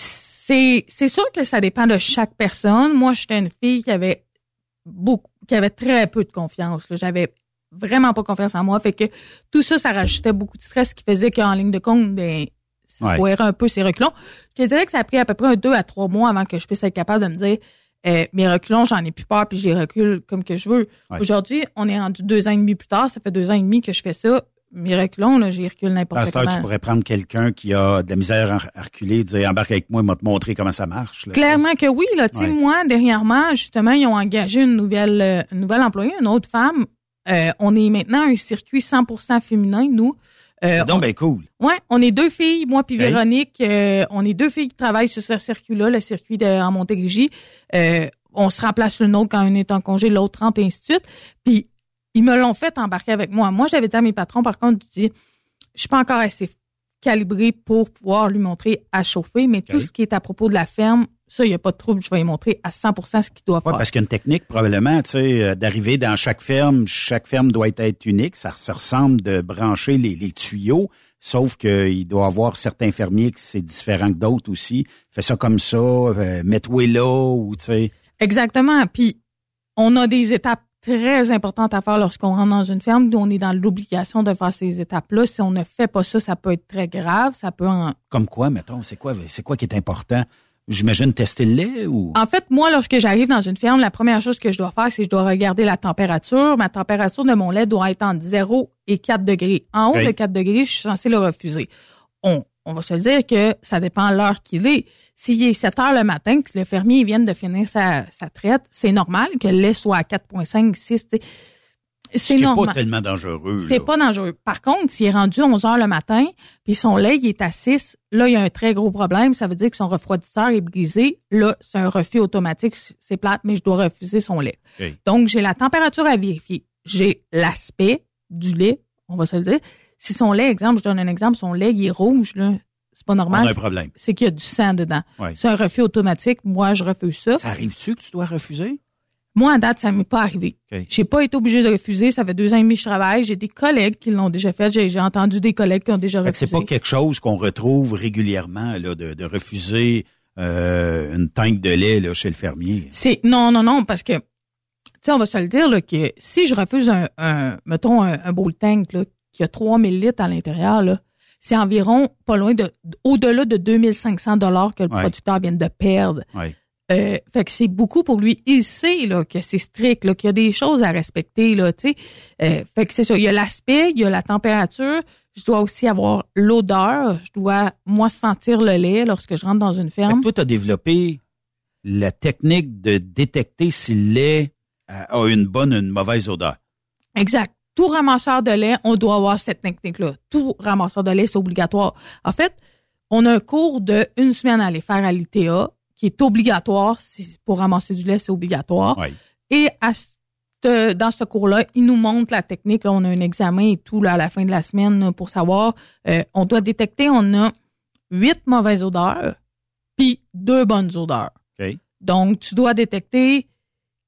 C'est, c'est sûr que ça dépend de chaque personne. Moi, j'étais une fille qui avait beaucoup, qui avait très peu de confiance, là. J'avais vraiment pas confiance en moi. Fait que tout ça, ça rajoutait beaucoup de stress qui faisait qu'en ligne de compte, ben, ça ouais. foirait un peu ces reculons. Je te dirais que ça a pris à peu près un deux à trois mois avant que je puisse être capable de me dire, euh, mes reculons, j'en ai plus peur puis je les recule comme que je veux. Ouais. Aujourd'hui, on est rendu deux ans et demi plus tard. Ça fait deux ans et demi que je fais ça. Mes reculons, là, j'y recule n'importe comment. À tu pourrais prendre quelqu'un qui a de la misère à reculer, dire, embarque avec moi, il m'a te montrer comment ça marche. Là, clairement t'sais. Que oui, là, tu sais, ouais. moi, dernièrement, justement, ils ont engagé une nouvelle, une nouvelle employée, une autre femme. Euh, on est maintenant un circuit cent pour cent féminin, nous. Euh, c'est donc bien cool. Ouais, on est deux filles, moi puis okay. Véronique. Euh, on est deux filles qui travaillent sur ce circuit-là, le circuit de, en Montérégie. Euh, on se remplace le nôtre quand un est en congé, l'autre rentre, et ainsi de suite. Puis, ils me l'ont fait embarquer avec moi. Moi, j'avais dit à mes patrons, par contre, je dis, je suis pas encore assez calibrée pour pouvoir lui montrer à chauffer, mais okay. tout ce qui est à propos de la ferme, ça, il n'y a pas de trouble, je vais lui montrer à cent pour cent ce qu'il doit ouais, faire. Parce qu'il y a une technique, probablement, tu sais, d'arriver dans chaque ferme, chaque ferme doit être unique, ça se ressemble de brancher les, les tuyaux, sauf qu'il doit y avoir certains fermiers que c'est différent que d'autres aussi. Fais ça comme ça, euh, mets-toi là, ou tu sais. Exactement, puis on a des étapes très importante à faire lorsqu'on rentre dans une ferme, où on est dans l'obligation de faire ces étapes-là. Si on ne fait pas ça, ça peut être très grave. Ça peut en... Comme quoi, mettons, c'est quoi, c'est quoi qui est important? J'imagine tester le lait ou? En fait, moi, lorsque j'arrive dans une ferme, la première chose que je dois faire, c'est que je dois regarder la température. Ma température de mon lait doit être entre zéro et quatre degrés. En haut okay. de quatre degrés, je suis censée le refuser. On, on va se dire que ça dépend de l'heure qu'il est. S'il est sept heures le matin, que le fermier vient de finir sa, sa traite, c'est normal que le lait soit à quatre virgule cinq, six, t'sais. C'est normal. C'est pas tellement dangereux. C'est là. Pas dangereux. Par contre, s'il est rendu onze heures le matin, puis son lait il est à six, là, il y a un très gros problème. Ça veut dire que son refroidisseur est brisé. Là, c'est un refus automatique. C'est plate, mais je dois refuser son lait. Okay. Donc, j'ai la température à vérifier. J'ai l'aspect du lait, on va se le dire. Si son lait, exemple, je donne un exemple, son lait, il est rouge, là. C'est pas normal. On a un problème. C'est qu'il y a du sang dedans. Ouais. C'est un refus automatique. Moi, je refuse ça. Ça arrive-tu que tu dois refuser? Moi, à date, ça m'est pas arrivé. Okay. J'ai pas été obligée de refuser. Ça fait deux ans et demi que je travaille. J'ai des collègues qui l'ont déjà fait. J'ai, j'ai entendu des collègues qui ont déjà fait refusé. C'est pas quelque chose qu'on retrouve régulièrement, là, de, de refuser euh, une tank de lait là, chez le fermier. C'est non, non, non, parce que, tu sais, on va se le dire là, que si je refuse un, un mettons, un, un bowl tank là, qui a trois mille litres à l'intérieur, là, c'est environ pas loin de, au-delà de deux mille cinq cents dollars que le ouais. producteur vient de perdre. Ouais. Euh, fait que c'est beaucoup pour lui. Il sait là que c'est strict, là, qu'il y a des choses à respecter, là, tu sais. Euh, fait que c'est ça. Il y a l'aspect, il y a la température. Je dois aussi avoir l'odeur. Je dois, moi, sentir le lait lorsque je rentre dans une ferme. Fait que toi, tu as développé la technique de détecter si le lait a une bonne ou une mauvaise odeur. Exact. Tout ramasseur de lait, on doit avoir cette technique-là. Tout ramasseur de lait, c'est obligatoire. En fait, on a un cours de une semaine à aller faire à l'I T A qui est obligatoire. Si, pour ramasser du lait, c'est obligatoire. Oui. Et à ce, dans ce cours-là, ils nous montrent la technique. Là, on a un examen et tout là, à la fin de la semaine là, pour savoir. Euh, on doit détecter, on a huit mauvaises odeurs puis deux bonnes odeurs. Okay. Donc, tu dois détecter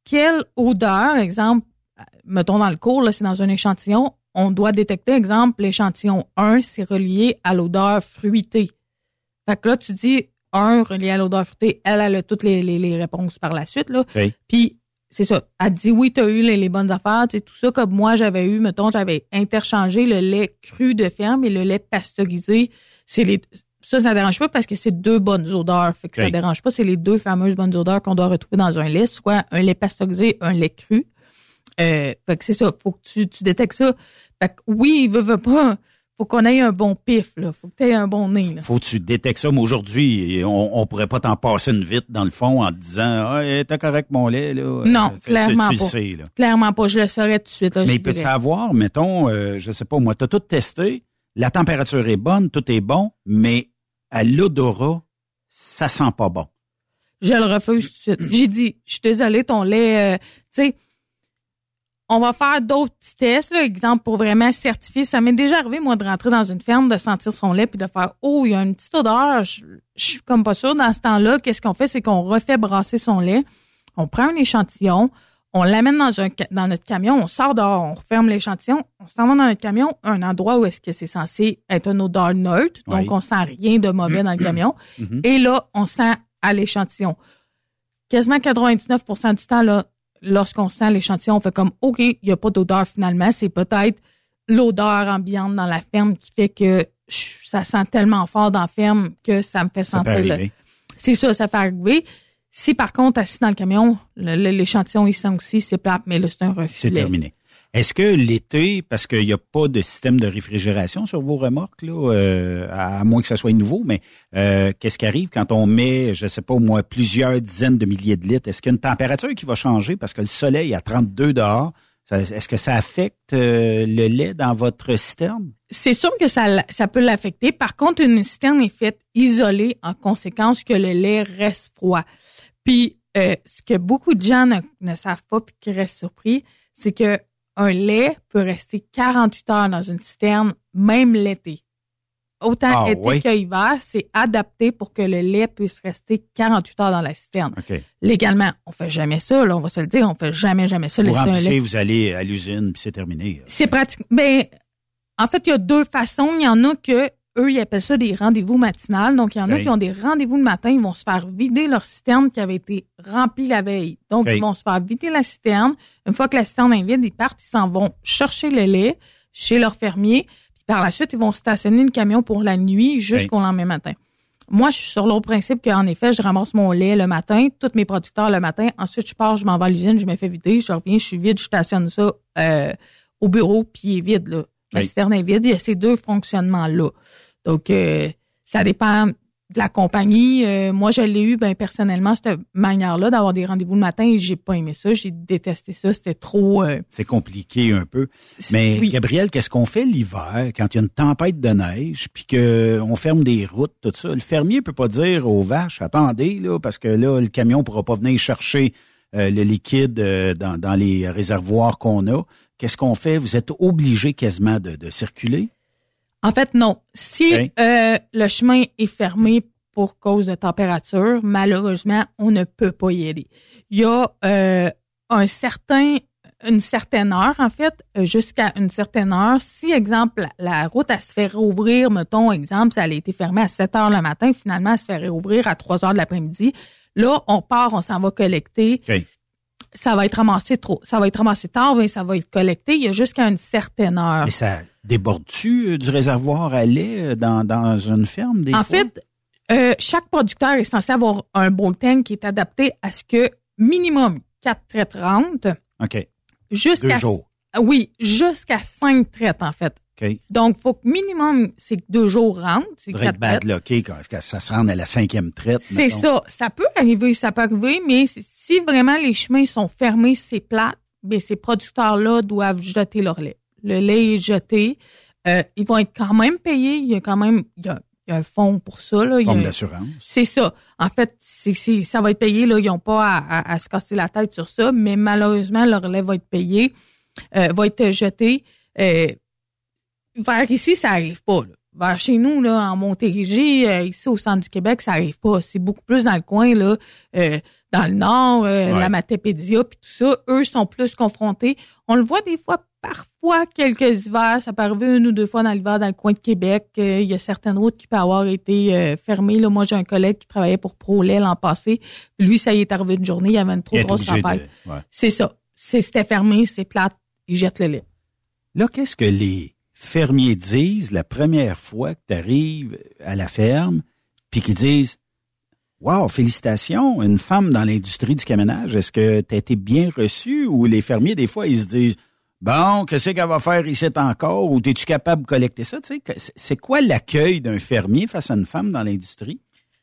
quelle odeur, exemple, mettons dans le cours, là, c'est dans un échantillon, on doit détecter, exemple, l'échantillon un, c'est relié à l'odeur fruitée. Fait que là, tu dis un relié à l'odeur fruitée, elle, elle a toutes les, les, les réponses par la suite, là. Okay. Puis, c'est ça. Elle dit oui, tu as eu les, les bonnes affaires, tu sais, tout ça, comme moi, j'avais eu, mettons, j'avais interchangé le lait cru de ferme et le lait pasteurisé. C'est les, ça, ça dérange pas parce que c'est deux bonnes odeurs. Fait que okay. Ça dérange pas. C'est les deux fameuses bonnes odeurs qu'on doit retrouver dans un lait, soit un lait pasteurisé, un lait cru. Euh, fait que c'est ça. Faut que tu, tu détectes ça. Fait que oui, il veut, veut pas. Faut qu'on ait un bon pif, là. Faut que tu aies un bon nez, là. Faut que tu détectes ça, mais aujourd'hui, on, on pourrait pas t'en passer une vite dans le fond en te disant, ah, t'es correct mon lait, là. Non, tu, clairement tu, tu pas. Le sais, là. Clairement pas. Je le saurais tout de suite, là. Mais il peut savoir, mettons, euh, je sais pas, moi, t'as tout testé, la température est bonne, tout est bon, mais à l'odorat, ça sent pas bon. Je le refuse tout de suite. J'ai dit, je suis désolée, ton lait, euh, tu sais, on va faire d'autres petits tests, là, exemple, pour vraiment certifier. Ça m'est déjà arrivé, moi, de rentrer dans une ferme, de sentir son lait puis de faire « Oh, il y a une petite odeur. » Je, je suis comme pas sûre. Dans ce temps-là, qu'est-ce qu'on fait? C'est qu'on refait brasser son lait. On prend un échantillon, on l'amène dans un dans notre camion, on sort dehors, on referme l'échantillon, on s'en va dans notre camion, un endroit où est-ce que c'est censé être une odeur neutre, donc oui. On sent rien de mauvais dans le camion. Mm-hmm. Et là, on sent à l'échantillon. Quasiment quatre-vingt-dix-neuf pour cent du temps, là, lorsqu'on sent l'échantillon, on fait comme, OK, il n'y a pas d'odeur finalement. C'est peut-être l'odeur ambiante dans la ferme qui fait que ça sent tellement fort dans la ferme que ça me fait ça sentir. Le... C'est ça, ça fait arriver. Si par contre, assis dans le camion, le, le, l'échantillon, il sent aussi, c'est plate, mais là, c'est un refus. C'est terminé. Est-ce que l'été, parce qu'il n'y a pas de système de réfrigération sur vos remorques, là, euh, à moins que ça soit nouveau, mais euh, qu'est-ce qui arrive quand on met, je sais pas moi, plusieurs dizaines de milliers de litres? Est-ce qu'il y a une température qui va changer parce que le soleil est à trente-deux dehors? Ça, est-ce que ça affecte euh, le lait dans votre citerne? C'est sûr que ça, ça peut l'affecter. Par contre, une citerne est faite isolée en conséquence que le lait reste froid. Puis, euh, ce que beaucoup de gens ne, ne savent pas puis qui restent surpris, c'est que un lait peut rester quarante-huit heures dans une citerne, même l'été. Autant ah, été oui? qu'hiver, c'est adapté pour que le lait puisse rester quarante-huit heures dans la citerne. Okay. Légalement, on fait jamais ça, là, on va se le dire, on fait jamais, jamais ça. Vous remplissez, vous allez à l'usine, puis c'est terminé. C'est pratique. Ben, en fait, il y a deux façons. Il y en a que eux, ils appellent ça des rendez-vous matinales. Donc, il y en a oui. qui ont des rendez-vous le matin. Ils vont se faire vider leur citerne qui avait été remplie la veille. Donc, oui. ils vont se faire vider la citerne. Une fois que la citerne est vide, ils partent, ils s'en vont chercher le lait chez leur fermier. Puis par la suite, ils vont stationner le camion pour la nuit jusqu'au oui. lendemain matin. Moi, je suis sur l'autre principe qu'en effet, je ramasse mon lait le matin, tous mes producteurs le matin. Ensuite, je pars, je m'en vais à l'usine, je me fais vider, je reviens, je suis vide, je stationne ça euh, au bureau, puis il est vide, là. La oui. citerne est vide. Il y a ces deux fonctionnements-là. Donc, euh, ça dépend de la compagnie. Euh, moi, je l'ai eu, ben personnellement, cette manière-là d'avoir des rendez-vous le matin et j'ai pas aimé ça. J'ai détesté ça. C'était trop... Euh... C'est compliqué un peu. Mais oui. Gabriel, qu'est-ce qu'on fait l'hiver quand il y a une tempête de neige puis qu'on ferme des routes, tout ça? Le fermier peut pas dire aux vaches, attendez, là, parce que là, le camion pourra pas venir chercher euh, le liquide euh, dans, dans les réservoirs qu'on a. Qu'est-ce qu'on fait? Vous êtes obligé quasiment de, de circuler? En fait, non. Si okay. euh, le chemin est fermé pour cause de température, malheureusement, on ne peut pas y aller. Il y a euh, un certain, une certaine heure, en fait, jusqu'à une certaine heure. Si, exemple, la, la route, elle se fait rouvrir, mettons, exemple, ça a été fermé à sept heures le matin, finalement, elle se fait rouvrir à trois heures de l'après-midi. Là, on part, on s'en va collecter. Okay. Ça va être ramassé trop. Ça va être ramassé tard, mais ça va être collecté. Il y a jusqu'à une certaine heure. Mais ça déborde-tu du réservoir à lait dans, dans une ferme, des en fois? En fait, euh, chaque producteur est censé avoir un bowl tank qui est adapté à ce que minimum quatre traites rentrent. OK. Jusqu'à, Deux jours. Oui, jusqu'à cinq traites, en fait. OK. Donc, il faut que minimum, c'est que deux jours rentrent. C'est quatre bad lucky quand ça se rend à la cinquième traite. C'est mettons. ça. Ça peut arriver, ça peut arriver, mais si vraiment les chemins sont fermés, c'est plate, bien, ces producteurs-là doivent jeter leur lait. Le lait est jeté. Euh, ils vont être quand même payés. Il y a quand même il y a, il y a un fonds pour ça. Là. Fonds d'assurance. C'est ça. En fait, c'est, c'est, ça va être payé. Là. Ils n'ont pas à, à, à se casser la tête sur ça, mais malheureusement, leur lait va être payé, euh, va être jeté. Euh, vers ici, ça n'arrive pas. Là. Vers chez nous, là, en Montérégie, euh, ici au centre du Québec, ça n'arrive pas. C'est beaucoup plus dans le coin, là, euh, dans le Nord, euh, ouais. la Matapédia, puis tout ça, eux sont plus confrontés. On le voit des fois, parfois, quelques hivers. Ça peut arriver une ou deux fois dans l'hiver dans le coin de Québec. Euh, il y a certaines routes qui peuvent avoir été euh, fermées. Là, moi, j'ai un collègue qui travaillait pour ProLait l'an passé. Lui, ça y est arrivé une journée. Il y avait une trop il grosse tempête. De... Ouais. C'est ça. C'est, c'était fermé, c'est plate. Ils jettent le lait. Là, qu'est-ce que les fermiers disent la première fois que tu arrives à la ferme puis qu'ils disent « Wow, félicitations, une femme dans l'industrie du camionnage, est-ce que tu as été bien reçue? » Ou les fermiers, des fois, ils se disent « Bon, qu'est-ce qu'elle va faire ici encore? Ou es-tu capable de collecter ça? » Tu sais, c'est quoi l'accueil d'un fermier face à une femme dans l'industrie?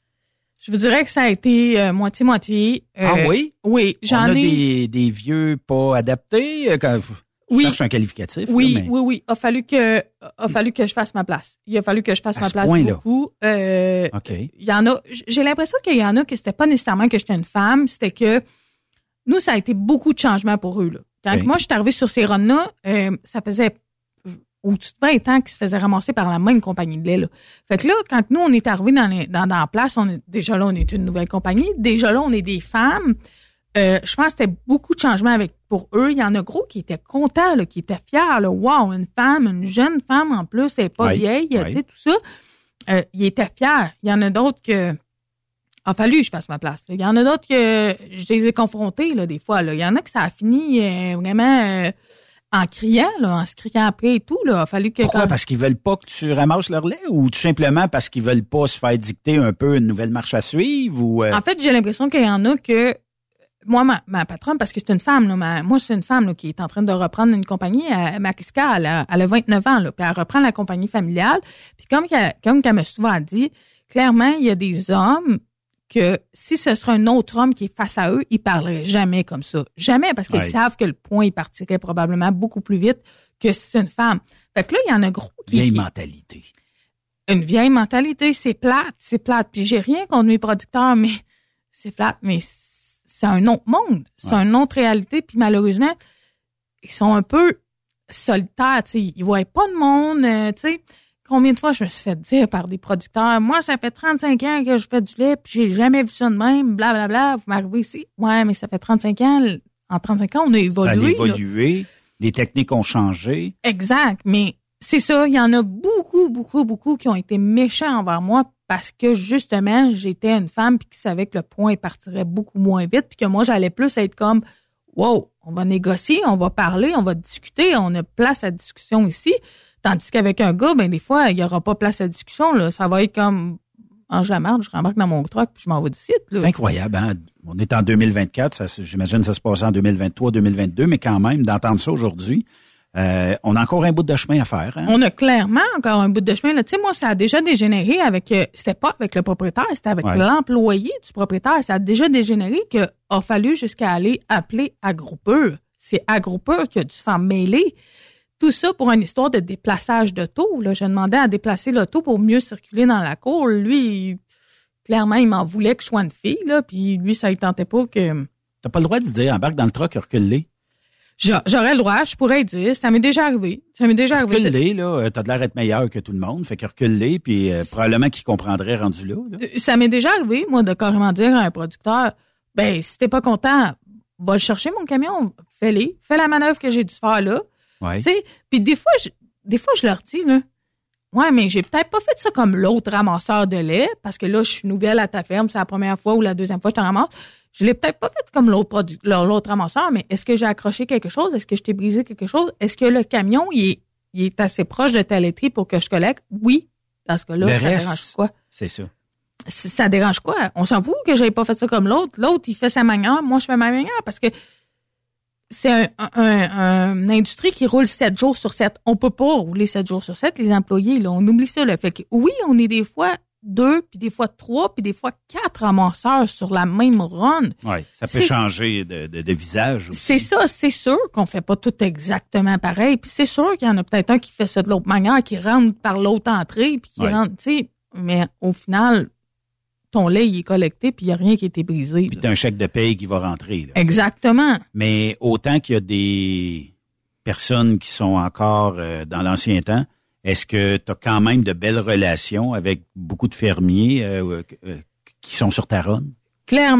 Je vous dirais que ça a été euh, moitié-moitié. Euh, ah oui? Oui, j'en On a ai... des, des vieux pas adaptés quand... Oui. Je cherche un qualificatif. Oui, là, mais... oui, oui. A fallu que, a fallu que je fasse ma place. Il a fallu que je fasse à ma place point-là. beaucoup. Euh, OK. Il y en a, j'ai l'impression qu'il y en a que c'était pas nécessairement que j'étais une femme, c'était que nous, ça a été beaucoup de changements pour eux, là. Quand Okay. moi, je suis arrivée sur ces runs-là, euh, ça faisait au-dessus de vingt ans qu'ils se faisaient ramasser par la même compagnie de lait, là. Fait que là, quand nous, on est arrivés dans, les, dans, dans la place, on est, déjà là, on est une nouvelle compagnie. Déjà là, on est des femmes. Euh, je pense que c'était beaucoup de changements avec pour eux. Il y en a gros qui étaient contents, là, qui étaient fiers. Là. Wow, une femme, une jeune femme en plus, elle n'est pas oui, vieille, oui. tu sais, tout ça. Euh, ils étaient fiers. Il y en a d'autres que a fallu que je fasse ma place. Là. Il y en a d'autres que je les ai confrontés là, des fois. Là. Il y en a que ça a fini euh, vraiment euh, en criant, là, en se criant après et tout. Là. Il a fallu que Pourquoi? quand... Parce qu'ils veulent pas que tu ramasses leur lait ou tout simplement parce qu'ils veulent pas se faire dicter un peu une nouvelle marche à suivre? Ou euh... En fait, j'ai l'impression qu'il y en a que moi, ma, ma patronne, parce que c'est une femme, là, ma, moi, c'est une femme là, qui est en train de reprendre une compagnie. À Makiska, elle a, elle a vingt-neuf ans, là, puis elle reprend la compagnie familiale. Puis comme qu'elle, comme qu'elle m'a souvent dit, clairement, il y a des hommes que si ce serait un autre homme qui est face à eux, ils parleraient jamais comme ça. Jamais, parce qu'ils ouais. savent que le point, il partirait probablement beaucoup plus vite que si c'est une femme. Fait que là, il y en a gros qui... Vieille qui, mentalité. Une vieille mentalité, c'est plate, c'est plate. Puis j'ai rien contre mes producteurs, mais c'est plate, mais c'est un autre monde, c'est ouais. une autre réalité. Puis malheureusement, ils sont un peu solitaires, tu sais, ils voient pas de monde, euh, tu sais. Combien de fois je me suis fait dire par des producteurs, moi, ça fait trente-cinq ans que je fais du lait, puis j'ai jamais vu ça de même, blablabla, bla, bla, vous m'arrivez ici. Ouais, mais ça fait trente-cinq ans, en trente-cinq ans, on a évolué. Ça a évolué, les techniques ont changé. Exact, mais c'est ça, il y en a beaucoup, beaucoup, beaucoup qui ont été méchants envers moi parce que, justement, j'étais une femme puis qui savait que le point partirait beaucoup moins vite puis que moi, j'allais plus être comme, wow, on va négocier, on va parler, on va discuter, on a place à discussion ici. Tandis qu'avec un gars, ben des fois, il n'y aura pas place à discussion. Là. Ça va être comme en jamarde, je rembarque dans mon truck puis je m'en vais d'ici. C'est incroyable. Hein? On est en deux mille vingt-quatre, ça, j'imagine que ça se passe en deux mille vingt-trois, deux mille vingt-deux, mais quand même, d'entendre ça aujourd'hui, euh, on a encore un bout de chemin à faire. Hein? On a clairement encore un bout de chemin. Tu sais, moi, ça a déjà dégénéré avec... Euh, c'était pas avec le propriétaire, c'était avec ouais. l'employé du propriétaire. Ça a déjà dégénéré qu'il a fallu jusqu'à aller appeler Agropur. C'est Agropur qui a dû s'en mêler. Tout ça pour une histoire de déplaçage d'auto. Là, je demandais à déplacer l'auto pour mieux circuler dans la cour. Lui, il, clairement, il m'en voulait que je sois une fille, là, puis lui, ça ne tentait pas que... T'as pas le droit de dire, embarque dans le truck, recule-les. J'aurais le droit, je pourrais dire. Ça m'est déjà arrivé. Ça m'est déjà arrivé. Recule-les, là. T'as de l'air d'être meilleur que tout le monde. Fait que recule-les, puis euh, probablement qu'il comprendrait rendu là, là. Ça m'est déjà arrivé, moi, de carrément dire à un producteur, ben, si t'es pas content, va le chercher, mon camion. Fais-les. Fais la manœuvre que j'ai dû faire là. Ouais. Tu sais, puis des fois, je, des fois, je leur dis, là, ouais, mais j'ai peut-être pas fait ça comme l'autre ramasseur de lait, parce que là, je suis nouvelle à ta ferme, c'est la première fois ou la deuxième fois que je te ramasse. Je l'ai peut-être pas fait comme l'autre produ- l'autre ramasseur, mais est-ce que j'ai accroché quelque chose? Est-ce que je t'ai brisé quelque chose? Est-ce que le camion, il est, il est assez proche de ta laiterie pour que je collecte? Oui. Dans ce cas-là, le ça reste, dérange quoi? C'est ça. C- ça dérange quoi? On s'en fout que j'avais pas fait ça comme l'autre. L'autre, il fait sa manière, moi, je fais ma manière, parce que c'est un, un, un, une industrie qui roule sept jours sur sept. On peut pas rouler sept jours sur sept, les employés, là. On oublie ça, là. Fait que, oui, on est des fois deux, puis des fois trois, puis des fois quatre ramasseurs sur la même run. Oui, ça peut c'est, changer de, de, de visage aussi. C'est ça, c'est sûr qu'on fait pas tout exactement pareil. Puis c'est sûr qu'il y en a peut-être un qui fait ça de l'autre manière, qui rentre par l'autre entrée, puis qui ouais. rentre, tu sais. Mais au final, ton lait, il est collecté, puis il n'y a rien qui a été brisé. Puis tu as un chèque de paye qui va rentrer. Là, exactement. T'sais. Mais autant qu'il y a des personnes qui sont encore euh, dans l'ancien temps, est-ce que tu as quand même de belles relations avec beaucoup de fermiers euh, euh, qui sont sur ta run? Clairement.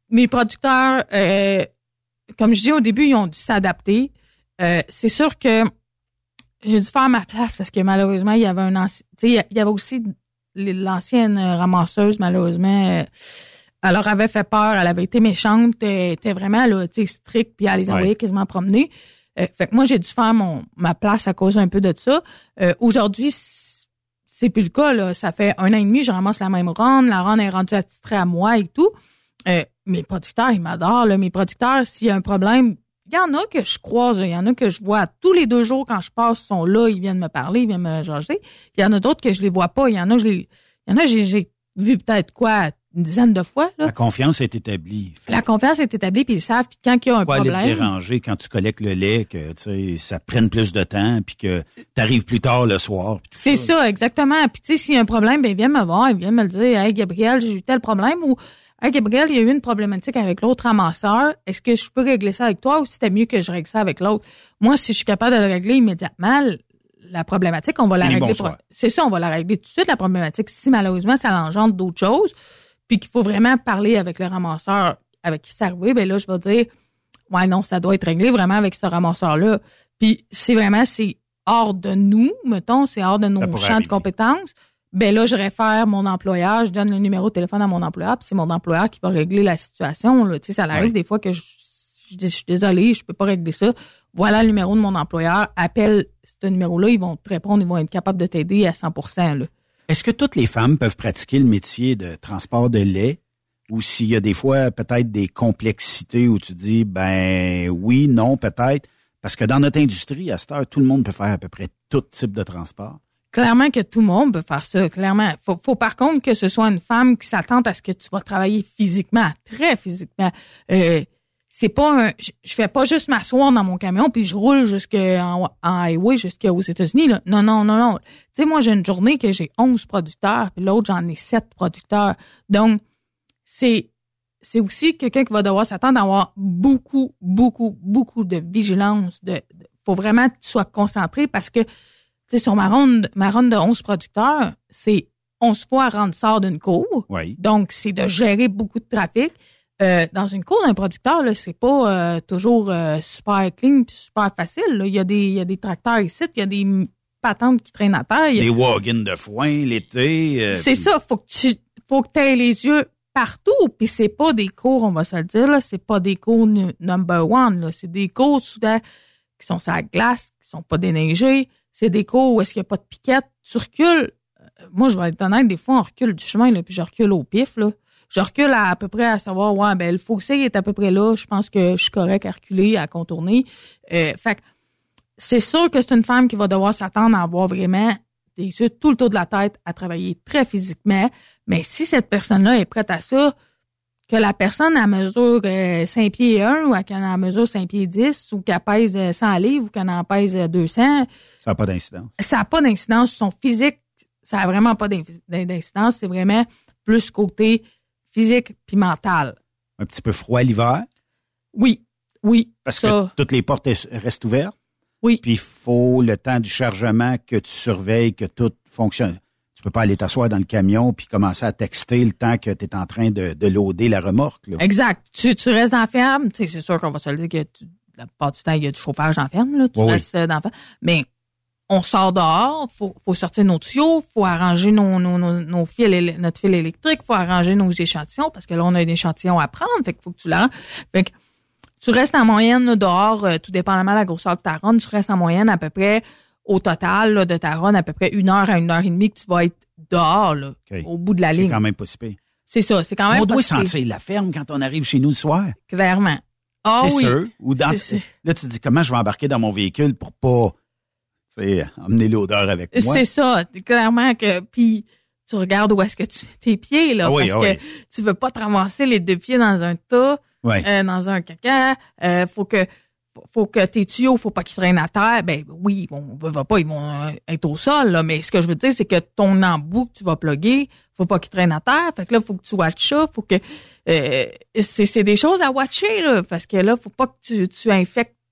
mes producteurs, euh, comme je dis au début, ils ont dû s'adapter. Euh, c'est sûr que j'ai dû faire ma place parce que malheureusement, il y avait un ancien, tu sais, il y avait aussi l'ancienne ramasseuse, malheureusement. Euh, elle leur avait fait peur, elle avait été méchante, elle était vraiment là, tu sais, stricte, puis elle les envoyait ouais. quasiment promener. Euh, fait que moi, j'ai dû faire mon ma place à cause un peu de ça. Euh, aujourd'hui, c'est plus le cas, là. Ça fait un an et demi, je ramasse la même ronde. La ronde est rendue attitrée à moi et tout. Euh, mes producteurs, ils m'adorent, là. Mes producteurs, s'il y a un problème, il y en a que je croise, il y en a que je vois tous les deux jours quand je passe, ils sont là, ils viennent me parler, ils viennent me jaser. Il y en a d'autres que je les vois pas. Il y en a, je les, il y en a, j'ai, j'ai vu peut-être quoi, une dizaine de fois, là. La confiance est établie. La confiance est établie, puis ils savent, puis quand il y a un Pourquoi problème. aller te déranger quand tu collectes le lait, que, tu sais, ça prenne plus de temps, puis que t'arrives plus tard le soir. C'est ça. ça, exactement. Puis, tu sais, s'il y a un problème, ben, ils viennent me voir, ils viennent me le dire, hey, Gabriel, j'ai eu tel problème, ou, hey, Gabriel, il y a eu une problématique avec l'autre ramasseur. Est-ce que je peux régler ça avec toi ou c'était mieux que je règle ça avec l'autre? Moi, si je suis capable de le régler immédiatement, la problématique, on va la régler. Pour... C'est ça, on va la régler tout de suite, la problématique. Si malheureusement, ça l'engendre d'autres choses, puis qu'il faut vraiment parler avec le ramasseur avec qui c'est arrivé, ben là, je vais dire, ouais, non, ça doit être réglé vraiment avec ce ramasseur-là. Puis c'est vraiment, c'est hors de nous, mettons, c'est hors de nos champs arriver. de compétences. Ben là, je réfère mon employeur, je donne le numéro de téléphone à mon employeur, puis c'est mon employeur qui va régler la situation. Là. Tu sais, ça arrive ouais. des fois que je, je dis, je suis désolée, je peux pas régler ça. Voilà le numéro de mon employeur, appelle ce numéro-là, ils vont te répondre, ils vont être capables de t'aider à cent pour cent. Là. Est-ce que toutes les femmes peuvent pratiquer le métier de transport de lait ou s'il y a des fois peut-être des complexités où tu dis, ben oui, non, peut-être, parce que dans notre industrie, à cette heure, tout le monde peut faire à peu près tout type de transport. Clairement que tout le monde peut faire ça, clairement. Faut, faut par contre que ce soit une femme qui s'attende à ce que tu vas travailler physiquement, très physiquement. Euh, c'est pas un, je, je fais pas juste m'asseoir dans mon camion puis je roule jusqu'en en highway jusqu'aux États-Unis là. Non non non non. Tu sais moi j'ai une journée que j'ai onze producteurs puis l'autre j'en ai sept producteurs. Donc c'est c'est aussi quelqu'un qui va devoir s'attendre à avoir beaucoup beaucoup beaucoup de vigilance, de, de faut vraiment que tu sois concentré parce que tu sais sur ma ronde ma ronde de onze producteurs, c'est onze fois rendre sort d'une cour. Oui. Donc c'est de gérer beaucoup de trafic. Euh, dans une cour d'un producteur, là, c'est pas euh, toujours euh, super clean puis super facile. Là. Il y a des, il y a des tracteurs ici, il y a des patentes qui traînent à terre. Des wagons de foin l'été. Euh, c'est puis... ça, faut que tu, faut que t'aies les yeux partout. Puis c'est pas des cours, on va se le dire là, c'est pas des cours n- number one. Là, c'est des cours souvent qui sont sur la glace, qui sont pas déneigés. C'est des cours où est-ce qu'il y a pas de piquette. Tu recules. Euh, moi, je vais être honnête, des fois on recule du chemin là, puis je recule au pif là. Je recule à, à peu près à savoir, ouais, ben le fossé est à peu près là. Je pense que je suis correct à reculer, à contourner. Euh, fait que c'est sûr que c'est une femme qui va devoir s'attendre à avoir vraiment des yeux tout le tour de la tête, à travailler très physiquement. Mais si cette personne-là est prête à ça, que la personne à mesure euh, cinq pieds un ou qu'elle en mesure cinq pieds dix ou qu'elle pèse cent livres ou qu'elle en pèse deux cents. Ça n'a pas d'incidence. Ça n'a pas d'incidence sur son physique. Ça n'a vraiment pas d'incidence. C'est vraiment plus côté physique puis mental. Un petit peu froid l'hiver? Oui, oui. Parce ça. que toutes les portes restent ouvertes? Oui. Puis il faut le temps du chargement que tu surveilles, que tout fonctionne. Tu peux pas aller t'asseoir dans le camion puis commencer à texter le temps que tu es en train de, de loader la remorque. Là. Exact. Tu, tu restes en ferme. Tu sais, c'est sûr qu'on va se le dire que tu, la plupart du temps, il y a du chauffage en ferme. Là. Tu oui, restes oui. dans ferme. Mais on sort dehors, faut, faut sortir nos tuyaux, faut arranger nos, nos, nos, nos fils, notre fil électrique, faut arranger nos échantillons, parce que là, on a des échantillons à prendre, fait qu'il faut que tu l'as. Fait que tu restes en moyenne, là, dehors, euh, tout dépendamment de la grosseur de ta ronde, tu restes en moyenne à peu près, au total, là, de ta ronde, à peu près une heure à une heure et demie que tu vas être dehors, là, okay. au bout de la c'est ligne. C'est quand même pas si pire. C'est ça, c'est quand même on pas doit si pire. sentir la ferme quand on arrive chez nous le soir. Clairement. Ah c'est oui. sûr. Ou dans, c'est, là, tu te dis, comment je vais embarquer dans mon véhicule pour pas... C'est emmener l'odeur avec moi. C'est ça, clairement que puis tu regardes où est-ce que tu mets tes pieds là, ah oui, parce ah oui. que tu veux pas te ramasser les deux pieds dans un tas, oui. euh, dans un caca. Euh, faut que faut que tes tuyaux, faut pas qu'ils traînent à terre. Ben oui, on va pas, ils vont être au sol là, mais ce que je veux dire c'est que ton embout que tu vas plugger, faut pas qu'il traîne à terre. Fait que là, faut que tu watches ça, faut que euh, c'est c'est des choses à watcher là, parce que là, faut pas que tu tu infectes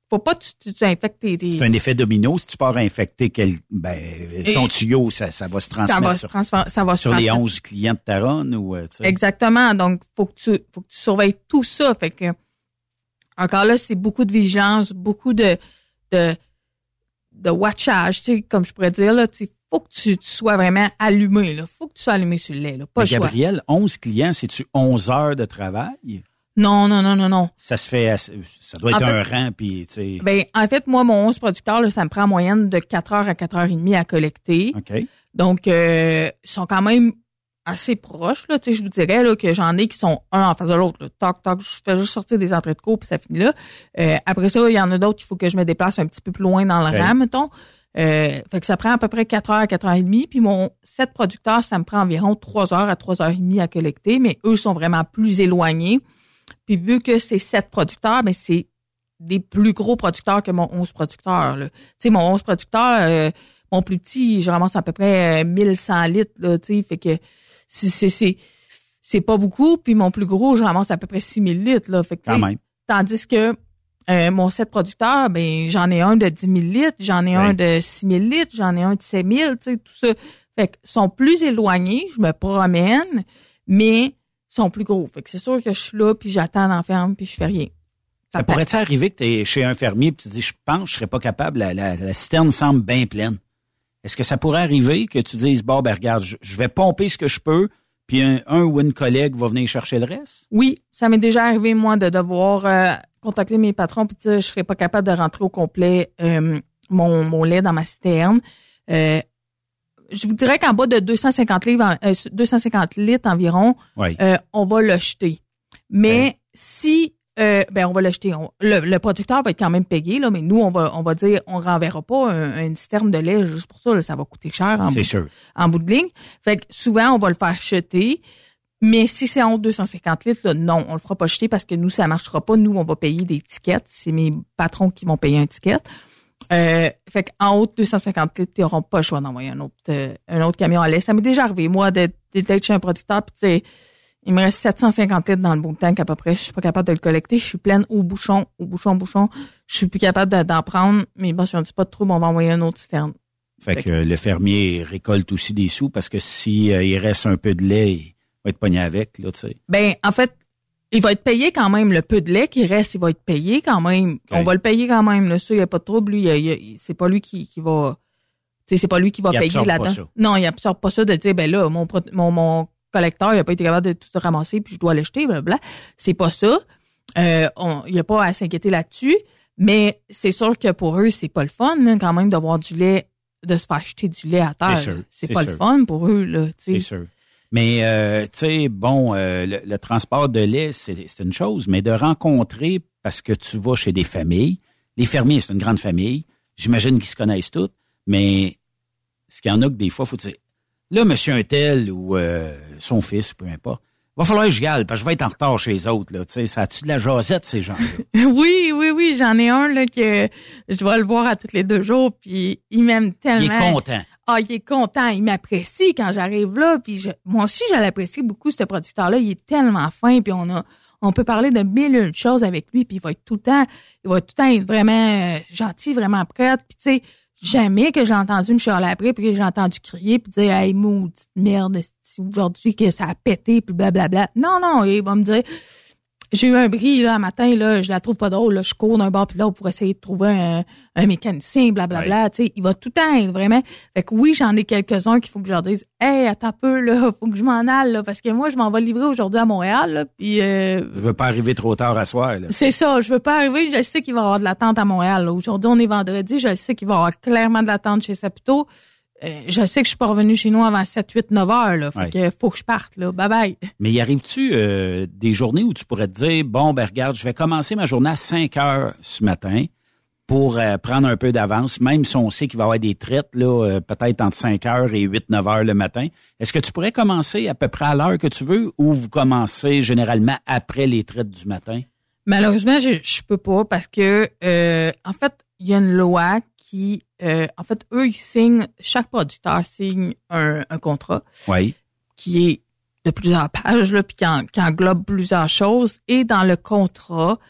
faut pas que tu, tu infectes tes, tes... C'est un effet domino. Si tu pars infecter quel, ben, ton tuyau, ça, ça va se transmettre. Ça va sur, se transfer- ça va sur se les onze clients de ta run ou, tu sais. Exactement. Donc, faut que tu, faut que tu surveilles tout ça. Fait que, encore là, c'est beaucoup de vigilance, beaucoup de, de, de watchage, tu sais, comme je pourrais dire, là, tu sais, faut que tu, tu sois vraiment allumé, là. Faut que tu sois allumé sur le lait, là. Pas Mais Gabriel, onze clients, c'est-tu onze heures de travail? Non, non, non, non, non. Ça se fait, ça doit être en un fait, rang, puis tu sais. Ben, en fait, moi, mon onze producteurs, là, ça me prend en moyenne de quatre heures à quatre heures trente à collecter. OK. Donc, euh, ils sont quand même assez proches, là. Tu sais, je vous dirais, là, que j'en ai qui sont un en face de l'autre, là. Toc, toc, je fais juste sortir des entrées de cours, puis ça finit là. Euh, après ça, il y en a d'autres, il faut que je me déplace un petit peu plus loin dans le okay. rang, mettons. Euh, fait que ça prend à peu près quatre heures à quatre heures trente, puis mon sept producteurs, ça me prend environ trois heures à trois heures trente à collecter, mais eux sont vraiment plus éloignés. Puis vu que c'est sept producteurs, ben c'est des plus gros producteurs que mon onze producteurs. Tu sais, mon onze producteurs, euh, mon plus petit, je ramasse à peu près mille cent litres, là, tu sais, fait que c'est, c'est, c'est, c'est pas beaucoup. Puis mon plus gros, je ramasse à peu près six mille litres, là. Fait que, quand même. Tandis que euh, mon sept producteurs, ben j'en ai un de dix mille litres, j'en ai ouais. un de six mille litres, j'en ai un de sept mille, tu sais, tout ça. Fait que sont plus éloignés, je me promène, mais sont plus gros. Fait que c'est sûr que je suis là, puis j'attends dans la ferme, puis je fais rien. Ça Papa. pourrait-tu arriver que tu es chez un fermier, puis tu te dis, je pense, je serais pas capable, la, la, la citerne semble bien pleine. Est-ce que ça pourrait arriver que tu dises, bon, ben regarde, je, je vais pomper ce que je peux, puis un, un ou une collègue va venir chercher le reste? Oui, ça m'est déjà arrivé, moi, de devoir euh, contacter mes patrons, puis dire, je serais pas capable de rentrer au complet euh, mon, mon lait dans ma citerne. Euh, Je vous dirais qu'en bas de deux cent cinquante livres, euh, deux cent cinquante litres environ, oui. euh, on va le jeter. Mais oui. si, euh, ben on va le jeter. On, le, le producteur va être quand même payé, là, mais nous on va, on va dire, on renverra pas un, une citerne de lait juste pour ça. Là, ça va coûter cher en, c'est bout, sûr. en bout de ligne. Fait que souvent on va le faire jeter. Mais si c'est en haut de deux cent cinquante litres, là, non, on le fera pas jeter parce que nous ça marchera pas. Nous on va payer des tickets. C'est mes patrons qui vont payer un ticket. Euh, fait qu'en haut de deux cent cinquante litres, ils n'auront pas le choix d'envoyer un autre, euh, un autre camion à lait. Ça m'est déjà arrivé, moi, d'être, d'être chez un producteur, puis tu sais, il me reste sept cent cinquante litres dans le bout tank à peu près. Je suis pas capable de le collecter. Je suis pleine au bouchon, au bouchon, au bouchon. Je suis plus capable de, d'en prendre. Mais bon, si on dit pas de trouble, on va envoyer un autre citerne. Fait, fait que, que le fermier récolte aussi des sous parce que si euh, il reste un peu de lait, il va être pogné avec, là, tu sais. Ben, en fait, il va être payé quand même. Le peu de lait qui reste, il va être payé quand même. Okay. On va le payer quand même. Là. Ça, il n'y a pas de trouble. Lui, il, il, c'est pas lui qui, qui va... T'sais, c'est pas lui qui va il payer là-dedans. Non, il absorbe pas ça de dire, ben là, mon, mon, mon collecteur, il a pas été capable de tout ramasser puis je dois l'acheter, blablabla. C'est pas ça. Euh, on, il n'y a pas à s'inquiéter là-dessus. Mais c'est sûr que pour eux, c'est pas le fun, là, quand même, d'avoir du lait, de se faire acheter du lait à terre. C'est sûr. C'est, c'est pas sûr. le fun pour eux, là. T'sais. C'est sûr. Mais, euh, tu sais, bon, euh, le, le transport de lait, c'est, c'est une chose, mais de rencontrer, parce que tu vas chez des familles, les fermiers, c'est une grande famille, j'imagine qu'ils se connaissent tous, mais ce qu'il y en a que des fois, il faut dire, là, monsieur un tel ou euh, son fils, peu importe, va falloir que je gale, parce que je vais être en retard chez les autres, là, tu sais, ça a-tu de la jasette, ces gens-là? Oui, oui, oui, j'en ai un, là, que je vais le voir à tous les deux jours, puis il m'aime tellement. Il est content. Ah, il est content, il m'apprécie quand j'arrive là, puis je, moi aussi, je l'apprécie beaucoup, ce producteur-là, il est tellement fin, puis on a, on peut parler de mille et une choses avec lui, puis il va être tout le temps, il va tout le temps être vraiment gentil, vraiment prêt, puis tu sais, jamais que j'ai entendu me chialer après, puis que j'ai entendu crier, puis dire, hey, maudite merde, aujourd'hui que ça a pété, puis blablabla. Non, non, il va me dire, j'ai eu un bris, là, un matin, là, je la trouve pas drôle, là, je cours d'un bord puis l'autre pour essayer de trouver un, un mécanicien, blablabla, ouais. Tu sais, il va tout le temps être vraiment, fait que oui, j'en ai quelques-uns qu'il faut que je leur dise, hey, attends un peu, là, faut que je m'en aille, là, parce que moi, je m'en vais livrer aujourd'hui à Montréal, là, puis euh, je veux pas arriver trop tard à soir, là. C'est ça, je veux pas arriver, je sais qu'il va y avoir de l'attente à Montréal, là. Aujourd'hui, on est vendredi, je sais qu'il va y avoir clairement de l'attente chez Saputo. Euh, je sais que je suis pas revenu chez nous avant sept, huit, neuf heures, là. Fait ouais. que faut que je parte, là. Bye bye. Mais y arrive-tu euh, des journées où tu pourrais te dire, bon, ben regarde, je vais commencer ma journée à cinq heures ce matin pour euh, prendre un peu d'avance, même si on sait qu'il va y avoir des traites, là, euh, peut-être entre cinq heures et huit, neuf heures le matin. Est-ce que tu pourrais commencer à peu près à l'heure que tu veux ou vous commencez généralement après les traites du matin? Malheureusement, je, je peux pas parce que, euh, en fait, il y a une loi qui, euh, en fait, eux, ils signent, chaque producteur signe un, un contrat oui. qui est de plusieurs pages, là, puis qui, en, qui englobe plusieurs choses. Et dans le contrat,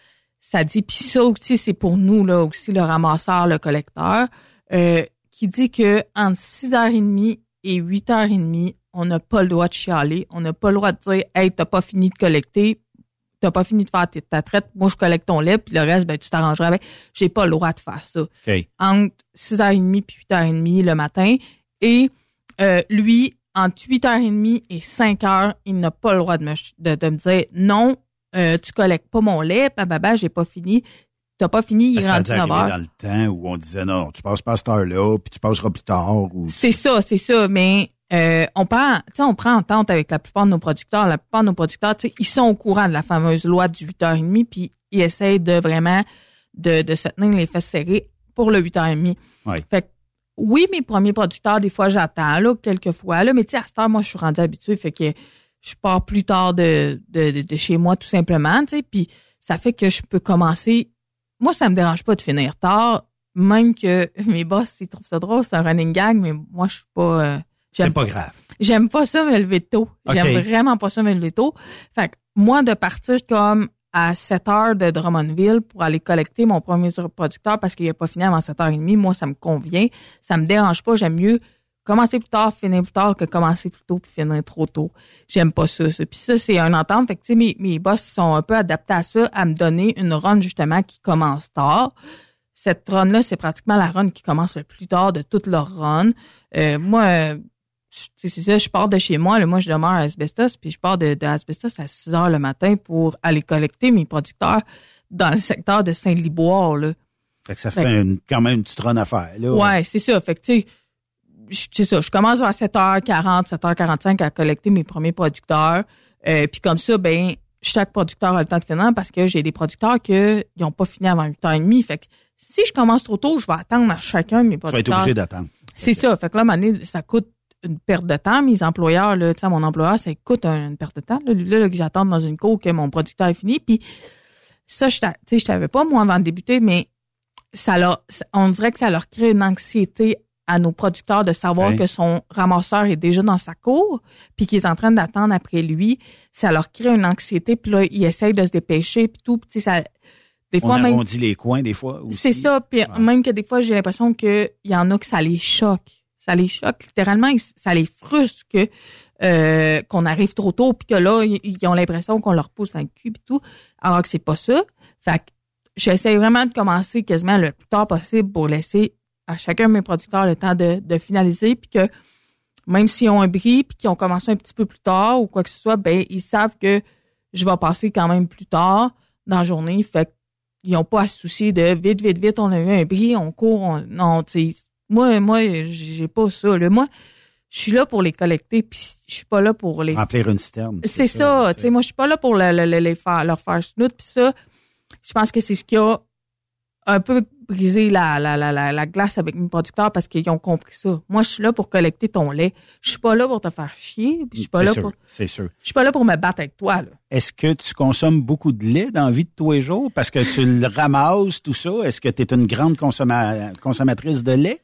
ça dit, puis ça aussi, c'est pour nous, là, aussi, le ramasseur, le collecteur, euh, qui dit que entre six heures trente et huit heures trente, on n'a pas le droit de chialer. On n'a pas le droit de dire, hey, t'as pas fini de collecter, t'as pas fini de faire ta traite, moi, je collecte ton lait, puis le reste, ben, tu t'arrangeras avec. J'ai pas le droit de faire ça. Okay. Entre six heures trente puis huit heures trente le matin. Et, euh, lui, entre huit heures trente et cinq heures, il n'a pas le droit de me, de, de me dire, non, Euh, tu collectes pas mon lait, bababa, j'ai pas fini. T'as pas fini, il est rendu neuf heures. Dans le temps où on disait non, tu passes pas à cette heure-là, puis tu passeras plus tard. Ou... C'est ça, c'est ça. Mais euh, on prend, tu sais, on prend entente avec la plupart de nos producteurs. La plupart de nos producteurs, tu sais, ils sont au courant de la fameuse loi du huit heures trente, puis ils essayent de vraiment de, de se tenir les fesses serrées pour le huit heures trente. Oui. Fait que, oui, mes premiers producteurs, des fois, j'attends, là, quelques fois, là, mais tu sais, à cette heure, moi, je suis rendue habituée, fait que je pars plus tard de, de, de, de chez moi, tout simplement, tu sais, puis ça fait que je peux commencer. Moi, ça me dérange pas de finir tard, même que mes boss, ils trouvent ça drôle, c'est un running gag, mais moi, je suis pas... Euh, c'est pas grave. J'aime pas ça me lever tôt. Okay. J'aime vraiment pas ça me lever tôt. Fait que moi, de partir comme à sept heures de Drummondville pour aller collecter mon premier producteur parce qu'il a pas fini avant sept heures trente, moi, ça me convient. Ça me dérange pas. J'aime mieux commencer plus tard, finir plus tard que commencer plus tôt puis finir trop tôt. J'aime pas ça. ça. Puis ça, c'est un entente. Fait que, tu sais, mes, mes boss sont un peu adaptés à ça, à me donner une run, justement, qui commence tard. Cette run-là, c'est pratiquement la run qui commence le plus tard de toute leur run. Euh, moi, euh, c'est ça, je pars de chez moi. Là, moi, je demeure à Asbestos, puis je pars de, de Asbestos à six heures le matin pour aller collecter mes producteurs dans le secteur de Saint-Liboire. Là. Fait que ça fait, fait une, quand même une petite run à faire. Là. Ouais, c'est ça. Fait que, tu sais, c'est ça, je commence à sept heures quarante, sept heures quarante-cinq à collecter mes premiers producteurs. Euh, puis comme ça, ben chaque producteur a le temps de finir parce que j'ai des producteurs qui n'ont pas fini avant huit heures trente. Fait que si je commence trop tôt, je vais attendre à chacun de mes producteurs. Tu vas être obligé d'attendre. C'est okay. ça. Fait que là, à un moment donné, ça coûte une perte de temps. Mes employeurs, là, tu sais, mon employeur, ça coûte une perte de temps. Là, là, là que j'attende dans une cour que mon producteur est fini. Puis ça, je ne savais pas, moi, avant de débuter, mais ça leur, on dirait que ça leur crée une anxiété à nos producteurs de savoir oui. que son ramasseur est déjà dans sa cour puis qu'il est en train d'attendre après lui. Ça leur crée une anxiété, puis là, ils essayent de se dépêcher, puis tout. Puis ça, des on fois, arrondit même, les coins, des fois, aussi. C'est ça, puis ouais. même que des fois, j'ai l'impression qu'il y en a que ça les choque. Ça les choque, littéralement, ça les frustre que euh, qu'on arrive trop tôt, puis que là, ils ont l'impression qu'on leur pousse dans le cul, puis tout, alors que c'est pas ça. Fait que j'essaie vraiment de commencer quasiment le plus tard possible pour laisser à chacun de mes producteurs le temps de, de finaliser, puis que même s'ils ont un bris, puis qu'ils ont commencé un petit peu plus tard ou quoi que ce soit, ben ils savent que je vais passer quand même plus tard dans la journée. Fait qu'ils n'ont pas à se soucier de vite, vite, vite, on a eu un bris, on court. On, non, tu sais, moi, moi, j'ai pas ça. Là. Moi, je suis là pour les collecter, puis je suis pas là pour les... Remplir une citerne. C'est, c'est ça, tu sais, moi, je suis pas là pour le, le, le, les faire, leur faire snoot, puis ça, je pense que c'est ce qui a un peu briser la, la, la, la, la glace avec mes producteurs parce qu'ils ont compris ça. Moi, je suis là pour collecter ton lait. Je suis pas là pour te faire chier. Je suis pas c'est là sûr, pour. C'est sûr. Je suis pas là pour me battre avec toi, là. Est-ce que tu consommes beaucoup de lait dans la vie de tous les jours? Parce que tu le ramasses, tout ça. Est-ce que tu es une grande consomma- consommatrice de lait?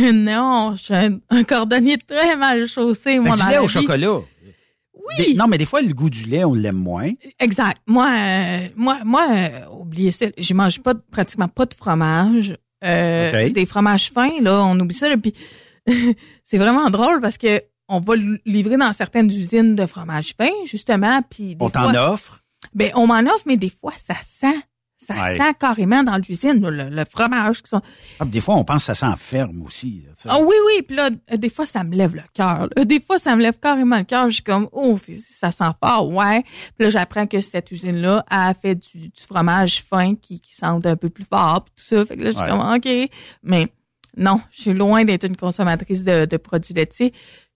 Non, je suis un, un cordonnier très mal chaussé, moi, ben, dans du lait la au vie. chocolat. Oui. Des, non, mais des fois, le goût du lait, on l'aime moins. Exact. Moi, euh, moi, moi, euh, oubliez ça. Je mange pas, pratiquement pas de fromage. Euh, okay. Des fromages fins, là, on oublie ça. Là, puis c'est vraiment drôle parce que on va livrer dans certaines usines de fromage fin, justement. Puis on fois, t'en offre? Ben, on m'en offre, mais des fois, ça sent. Ça ouais. sent carrément dans l'usine, le, le fromage. Qui sont... ah, des fois, on pense que ça sent ferme aussi. Là, ah oui, oui. Puis là, des fois, ça me lève le cœur. Des fois, ça me lève carrément le cœur. Je suis comme, oh, ça sent fort, ouais. Puis là, j'apprends que cette usine-là a fait du, du fromage fin qui, qui sent un peu plus fort, puis tout ça. Fait que là, je suis ouais. comme, OK. Mais non, je suis loin d'être une consommatrice de, de produits laitiers.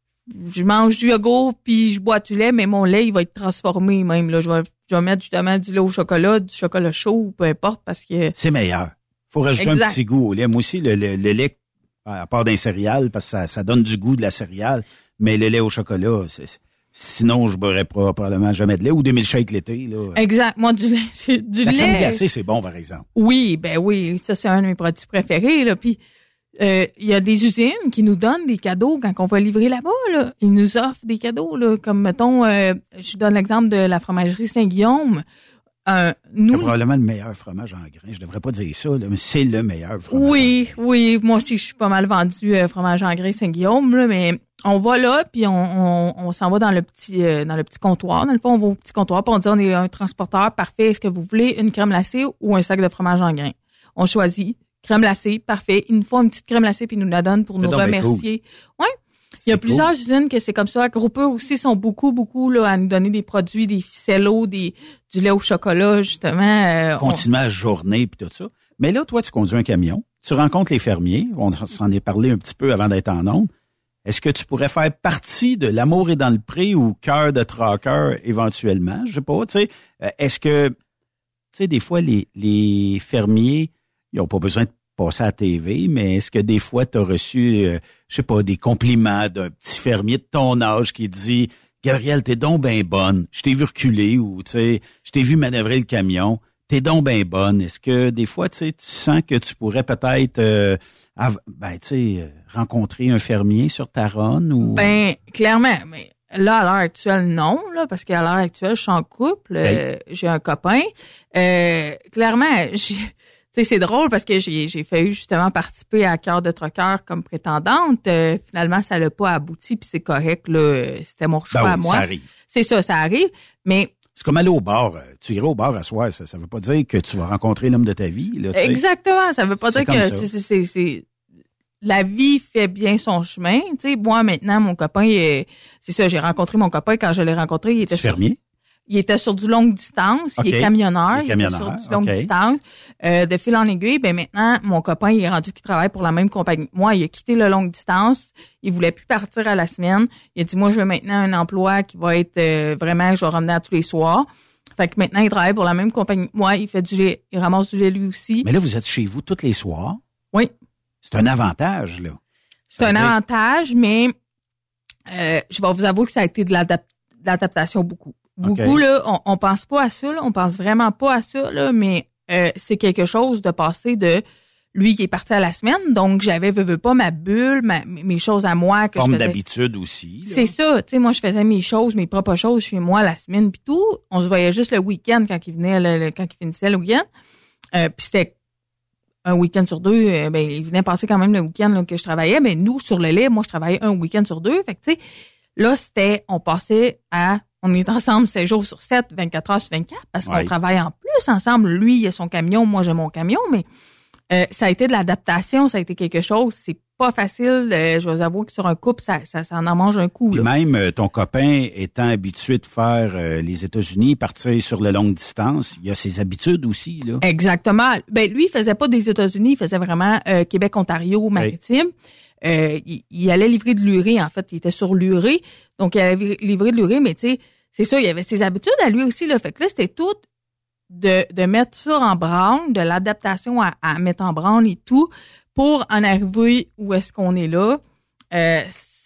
Je mange du yogourt, puis je bois du lait, mais mon lait, il va être transformé même. Là. Je vais, je vais mettre justement du lait au chocolat, du chocolat chaud, peu importe, parce que... C'est meilleur. Faut rajouter exact. Un petit goût au lait. Moi aussi, le, le, le lait, à part d'un céréal, parce que ça, ça donne du goût de la céréale, mais le lait au chocolat, c'est, sinon, je boirais probablement jamais de lait ou des milkshakes l'été. Là. Exact. Moi, du lait... Du la lait... crème glacée, c'est bon, par exemple. Oui, ben oui. Ça, c'est un de mes produits préférés, là. Puis... il euh, y a des usines qui nous donnent des cadeaux quand on va livrer là-bas. Là. Ils nous offrent des cadeaux, là, comme mettons, euh, je donne l'exemple de la fromagerie Saint-Guillaume. Euh, nous, c'est probablement le meilleur fromage en grains. Je devrais pas dire ça, là, mais c'est le meilleur fromage. Oui, oui. Moi aussi, je suis pas mal vendu euh, fromage en grains Saint-Guillaume, là, mais on va là, puis on, on, on s'en va dans le petit euh, dans le petit comptoir. Dans le fond, on va au petit comptoir, puis on dit on est un transporteur parfait. Est-ce que vous voulez une crème glacée ou un sac de fromage en grains? On choisit crème glacée, parfait. Ils nous font une petite crème glacée puis ils nous la donnent pour c'est nous remercier. Cool. Ouais. Il y a c'est plusieurs cool. usines que c'est comme ça. Groupeux aussi sont beaucoup, beaucoup là, à nous donner des produits, des ficellos, des du lait au chocolat, justement. Euh, Continuer on... à journée puis tout ça. Mais là, toi, tu conduis un camion, tu rencontres les fermiers, on s'en est parlé un petit peu avant d'être en ondes. Est-ce que tu pourrais faire partie de L'amour est dans le pré ou Cœur de Traqueur éventuellement? Je sais pas, tu sais. Est-ce que, tu sais, des fois, les, les fermiers, ils n'ont pas besoin de passer à la T V, mais est-ce que des fois, tu as reçu, euh, je sais pas, des compliments d'un petit fermier de ton âge qui dit « Gabrielle, t'es donc ben bonne. Je t'ai vu reculer ou, tu sais, je t'ai vu manœuvrer le camion. T'es donc ben bonne. » Est-ce que des fois, tu sais, tu sens que tu pourrais peut-être, euh, av- ben, tu sais, rencontrer un fermier sur ta run ou... Ben, clairement, mais... Là, à l'heure actuelle, non, là, parce qu'à l'heure actuelle, je suis en couple, hey. euh, j'ai un copain. Euh, clairement, j'ai, tu sais, c'est drôle parce que j'ai, j'ai failli justement participer à Cœur de Traqueur comme prétendante. Euh, finalement, ça l'a pas abouti, puis c'est correct, là, c'était mon choix ben oui, à moi. Ça arrive. C'est ça, ça arrive, mais... C'est comme aller au bar. Tu irais au bar à soir, ça, ça veut pas dire que tu vas rencontrer l'homme de ta vie, là. Exactement, ça veut pas c'est dire que c'est, c'est, c'est, c'est la vie fait bien son chemin. Tu sais, moi, maintenant, mon copain, il, c'est ça, j'ai rencontré mon copain. Quand je l'ai rencontré, il était sur, fermier? Il était sur du longue distance. Okay. Il est camionneur. Il, il est camionneur. Était sur du longue okay. distance. Euh, de fil en aiguille, ben maintenant, mon copain, il est rendu qu'il travaille pour la même compagnie que moi. Il a quitté le longue distance. Il voulait plus partir à la semaine. Il a dit, moi, je veux maintenant un emploi qui va être euh, vraiment, je vais ramener à tous les soirs. Fait que maintenant, il travaille pour la même compagnie que moi. Il fait du lait. Il ramasse du lait lui aussi. Mais là, vous êtes chez vous tous les soirs? Oui. C'est un avantage, là. C'est un dire... avantage, mais euh, je vais vous avouer que ça a été de, l'adap- de l'adaptation beaucoup. Okay. Beaucoup, là, on, on pense pas à ça, là, on pense vraiment pas à ça, là, mais euh, c'est quelque chose de passer de lui qui est parti à la semaine, donc j'avais, veux, veux pas, ma bulle, ma, mes choses à moi. Que Forme je faisais. D'habitude aussi. Là. C'est ça, tu sais, moi je faisais mes choses, mes propres choses chez moi la semaine puis tout. On se voyait juste le week-end quand il venait, le, le, quand il finissait le week-end. Euh, puis c'était un week-end sur deux, euh, ben il venait passer quand même le week-end là, que je travaillais, mais nous, sur le lait, moi, je travaillais un week-end sur deux. Fait que, tu sais, là, c'était, on passait à, on est ensemble sept jours sur sept, vingt-quatre heures sur vingt-quatre, parce ouais. qu'on travaille en plus ensemble. Lui, il a son camion, moi, j'ai mon camion, mais euh, ça a été de l'adaptation, ça a été quelque chose, c'est pas facile. Euh, je vous avoue que sur un couple, ça, ça, ça en mange un coup. Puis là. Même euh, ton copain étant habitué de faire euh, les États-Unis, partir sur la longue distance, il a ses habitudes aussi, là. Exactement. Ben lui, il faisait pas des États-Unis, il faisait vraiment euh, Québec-Ontario maritime. Oui. Euh, il, il allait livrer de l'urée, en fait, il était sur l'urée, donc il allait livrer de l'urée, mais tu sais, c'est ça, il avait ses habitudes à lui aussi, là. Fait que là, c'était tout de, de mettre ça en branle, de l'adaptation à, à mettre en branle et tout, pour en arriver où est-ce qu'on est là. Euh,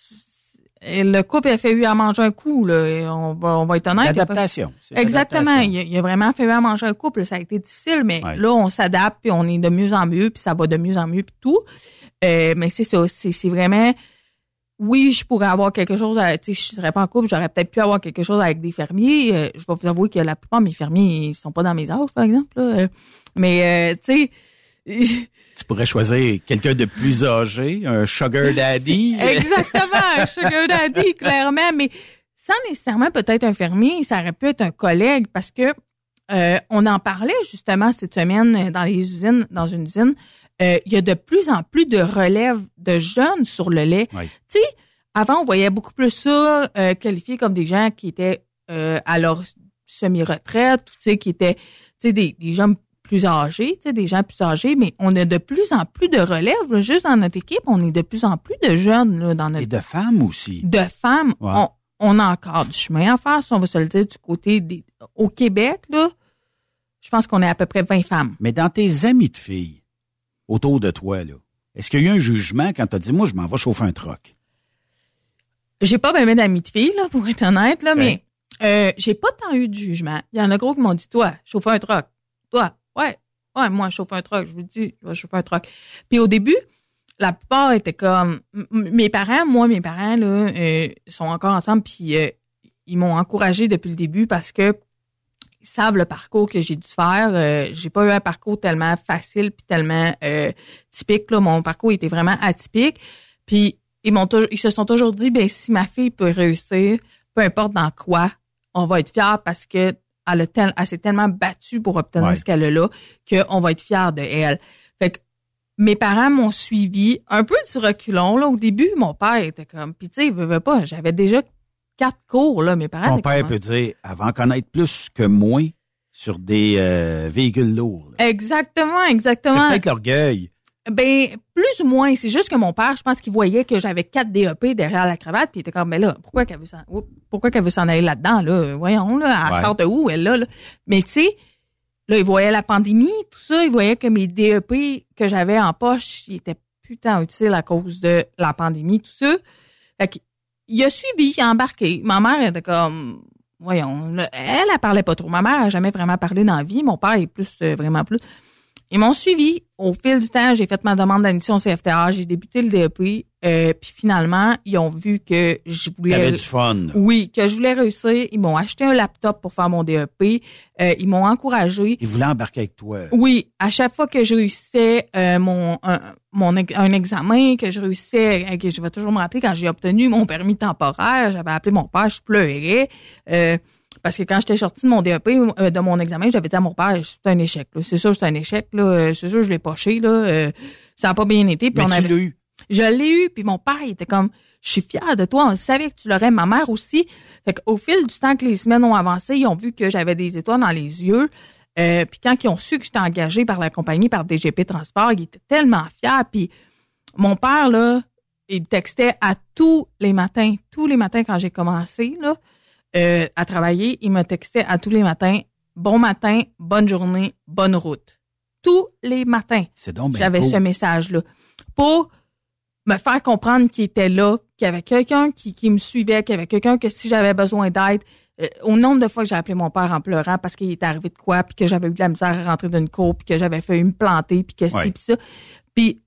le couple a fait eu à manger un coup, là. On va, on va être honnête. L'adaptation. C'est Exactement. L'adaptation. Il, a, il a vraiment fait eu à manger un couple. Ça a été difficile, mais ouais. là, on s'adapte, puis on est de mieux en mieux, puis ça va de mieux en mieux, puis tout. Euh, mais c'est ça. C'est, c'est vraiment... Oui, je pourrais avoir quelque chose... À, tu sais, je serais pas en couple, j'aurais peut-être pu avoir quelque chose avec des fermiers. Euh, je vais vous avouer que la plupart de mes fermiers, ils sont pas dans mes âges, par exemple. Là. Mais, euh, tu sais... Tu pourrais choisir quelqu'un de plus âgé, un sugar daddy. Exactement, un sugar daddy, clairement. Mais sans nécessairement peut-être un fermier, ça aurait pu être un collègue parce que euh, on en parlait justement cette semaine dans les usines, dans une usine. Euh, il y a de plus en plus de relève de jeunes sur le lait. Oui. Tu sais, avant, on voyait beaucoup plus ça euh, qualifié comme des gens qui étaient euh, à leur semi-retraite, tu sais, qui étaient, tu sais, des, des gens plus âgés, tu sais, des gens plus âgés, mais on a de plus en plus de relève, là, juste dans notre équipe, on est de plus en plus de jeunes, là, dans notre... Et de femmes aussi. De femmes. Ouais. On, on a encore du chemin à faire, si on va se le dire, du côté des... Au Québec, là, je pense qu'on est à peu près vingt femmes. Mais dans tes amis de filles, autour de toi, là, est-ce qu'il y a eu un jugement quand t'as dit, moi, je m'en vais chauffer un troc? J'ai pas bien d'amis de filles, là, pour être honnête, là, ouais. mais euh, j'ai pas tant eu de jugement. Il y en a gros qui m'ont dit, toi, chauffer un troc. Toi, ouais, ouais, moi, je chauffe un truck, je vous dis, je vais chauffer un truck. Puis au début, la plupart étaient comme, m- mes parents, moi, mes parents, là, euh, sont encore ensemble, puis euh, ils m'ont encouragé depuis le début parce que ils savent le parcours que j'ai dû faire. Euh, j'ai pas eu un parcours tellement facile puis tellement euh, typique. Là. Mon parcours était vraiment atypique. Puis ils m'ont toujours, ils se sont toujours dit, ben si ma fille peut réussir, peu importe dans quoi, on va être fiers parce que elle, a tel, elle s'est tellement battue pour obtenir ouais. ce qu'elle a là qu'on va être fiers de elle. Fait que mes parents m'ont suivi un peu du reculon. Là. Au début, mon père était comme... Puis tu sais, il veut, veut pas. J'avais déjà quatre cours, là. Mes parents... Mon père comme... peut dire, avant de connaître plus que moi sur des euh, véhicules lourds. Là. Exactement, exactement. C'est peut-être l'orgueil. Ben, plus ou moins. C'est juste que mon père, je pense qu'il voyait que j'avais quatre D E P derrière la cravate, puis il était comme, mais là, pourquoi qu'elle veut s'en, pourquoi qu'elle veut s'en aller là-dedans, là? Voyons, là, elle ouais. sort de où, elle, là, là? Mais tu sais, là, il voyait la pandémie, tout ça, il voyait que mes D E P que j'avais en poche, ils étaient putain utiles à cause de la pandémie, tout ça. Fait qu'il il a suivi, il a embarqué. Ma mère était comme, voyons, là, elle, elle parlait pas trop. Ma mère a jamais vraiment parlé dans la vie. Mon père est plus, euh, vraiment plus. Ils m'ont suivi. Au fil du temps, j'ai fait ma demande d'admission au C F T A, j'ai débuté le D E P, euh, puis finalement, ils ont vu que je voulais... T'avais du fun. Oui, que je voulais réussir. Ils m'ont acheté un laptop pour faire mon D E P. Euh, ils m'ont encouragé. Ils voulaient embarquer avec toi. Oui, à chaque fois que je réussissais euh, mon, un, mon un examen, que je réussissais, que je vais toujours me rappeler, quand j'ai obtenu mon permis temporaire, j'avais appelé mon père, je pleurais. Euh, Parce que quand j'étais sortie de mon D E P, euh, de mon examen, j'avais dit à mon père, c'est un échec. Là. C'est sûr que c'est un échec. Là. C'est sûr que je l'ai poché. Là. Euh, ça n'a pas bien été. Puis Mais on tu avait... l'as eu. Je l'ai eu. Puis mon père, il était comme, je suis fière de toi. On savait que tu l'aurais. Ma mère aussi. Fait qu'au fil du temps que les semaines ont avancé, ils ont vu que j'avais des étoiles dans les yeux. Euh, puis quand ils ont su que j'étais engagée par la compagnie, par D G P Transport, ils étaient tellement fiers. Puis mon père, là, il me textait à tous les matins. Tous les matins quand j'ai commencé, là. Euh, à travailler, il me textait à tous les matins, bon matin, bonne journée, bonne route. Tous les matins. C'est donc bien J'avais cool. ce message-là. Pour me faire comprendre qu'il était là, qu'il y avait quelqu'un qui, qui me suivait, qu'il y avait quelqu'un que si j'avais besoin d'aide, euh, au nombre de fois que j'ai appelé mon père en pleurant parce qu'il était arrivé de quoi, puis que j'avais eu de la misère à rentrer d'une cour, puis que j'avais failli me planter, puis que ouais. ci, puis ça. Puis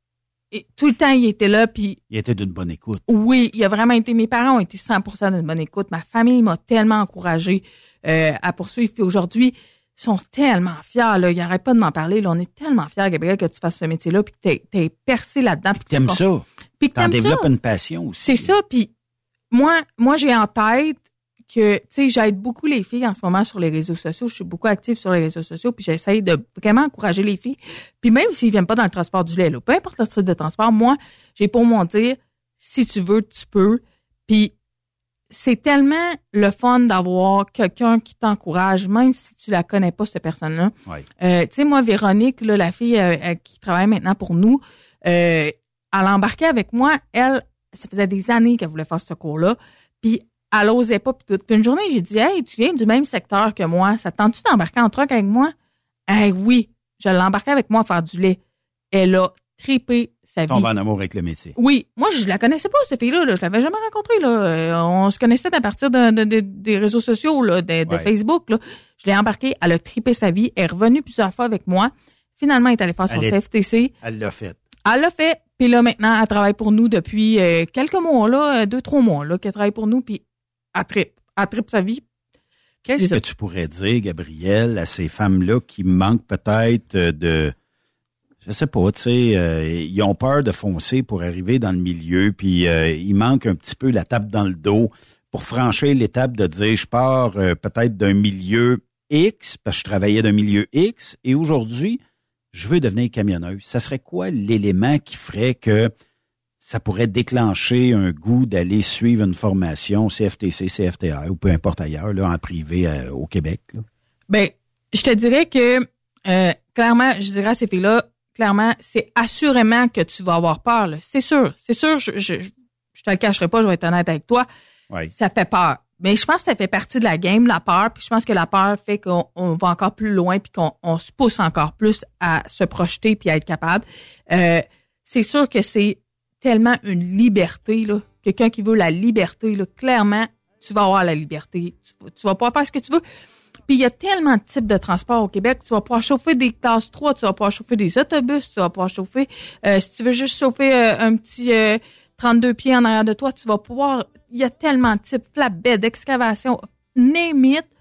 et tout le temps, il était là, puis... Il était d'une bonne écoute. Oui, il a vraiment été... Mes parents ont été cent pour cent d'une bonne écoute. Ma famille m'a tellement encouragée euh, à poursuivre. Puis aujourd'hui, ils sont tellement fiers. Là. Ils n'arrêtent pas de m'en parler. Là. On est tellement fiers, Gabriel, que tu fasses ce métier-là, puis que t'es, t'es percé là-dedans. Puis que t'aimes ça. Puis que t'en t'aimes développes ça. une passion aussi. C'est ça. Puis moi, moi, j'ai en tête que, tu sais, j'aide beaucoup les filles en ce moment sur les réseaux sociaux. Je suis beaucoup active sur les réseaux sociaux, puis j'essaye de vraiment encourager les filles. Puis même s'ils viennent pas dans le transport du lait, là, peu importe le style de transport, moi, j'ai pour mon dire, si tu veux, tu peux. Puis c'est tellement le fun d'avoir quelqu'un qui t'encourage, même si tu la connais pas, cette personne-là. Ouais. Euh, tu sais, moi, Véronique, là, la fille euh, qui travaille maintenant pour nous, euh, elle embarquait avec moi. Elle, ça faisait des années qu'elle voulait faire ce cours-là. Puis elle osait pas. Puis, puis une journée, j'ai dit, hey, tu viens du même secteur que moi. Ça te tente-tu d'embarquer en truck avec moi? Eh oui, je l'embarquais avec moi à faire du lait. Elle a trippé sa vie. Tombe en amour avec le métier. Oui. Moi, je la connaissais pas, cette fille-là. Là. Je l'avais jamais rencontrée. Là. Euh, on se connaissait à partir de, de, de, des réseaux sociaux, là, de, de ouais. Facebook. Là. Je l'ai embarquée. Elle a trippé sa vie. Elle est revenue plusieurs fois avec moi. Finalement, elle est allée faire son elle est, C F T C. Elle l'a fait. Elle l'a fait. Puis là, maintenant, elle travaille pour nous depuis euh, quelques mois, là, deux, trois mois, là, qu'elle travaille pour nous. Puis elle trippe. Elle trippe sa vie. Qu'est-ce que tu pourrais dire, Gabriel, à ces femmes-là qui manquent peut-être de... Je sais pas, tu sais, euh, ils ont peur de foncer pour arriver dans le milieu, puis euh, il manque un petit peu la tape dans le dos pour franchir l'étape de dire, je pars euh, peut-être d'un milieu X, parce que je travaillais d'un milieu X, et aujourd'hui, je veux devenir camionneuse. Ça serait quoi l'élément qui ferait que ça pourrait déclencher un goût d'aller suivre une formation C F T C, C F T A ou peu importe ailleurs, là, en privé euh, au Québec? Là? Ben, je te dirais que, euh, clairement, je dirais à ces filles-là, clairement, c'est assurément que tu vas avoir peur. Là. C'est sûr, c'est sûr, je, je, je te le cacherai pas, je vais être honnête avec toi. Oui. Ça fait peur. Mais je pense que ça fait partie de la game, la peur. Puis je pense que la peur fait qu'on on va encore plus loin puis qu'on on se pousse encore plus à se projeter puis à être capable. Euh, c'est sûr que c'est tellement une liberté, là. Quelqu'un qui veut la liberté, là, clairement, tu vas avoir la liberté. Tu, tu vas pouvoir faire ce que tu veux. Puis il y a tellement de types de transports au Québec. Tu vas pouvoir chauffer des classes trois, tu vas pouvoir chauffer des autobus, tu vas pouvoir chauffer... Euh, si tu veux juste chauffer euh, un petit euh, trente-deux pieds en arrière de toi, tu vas pouvoir... Il y a tellement de types, flatbed, excavation, name it,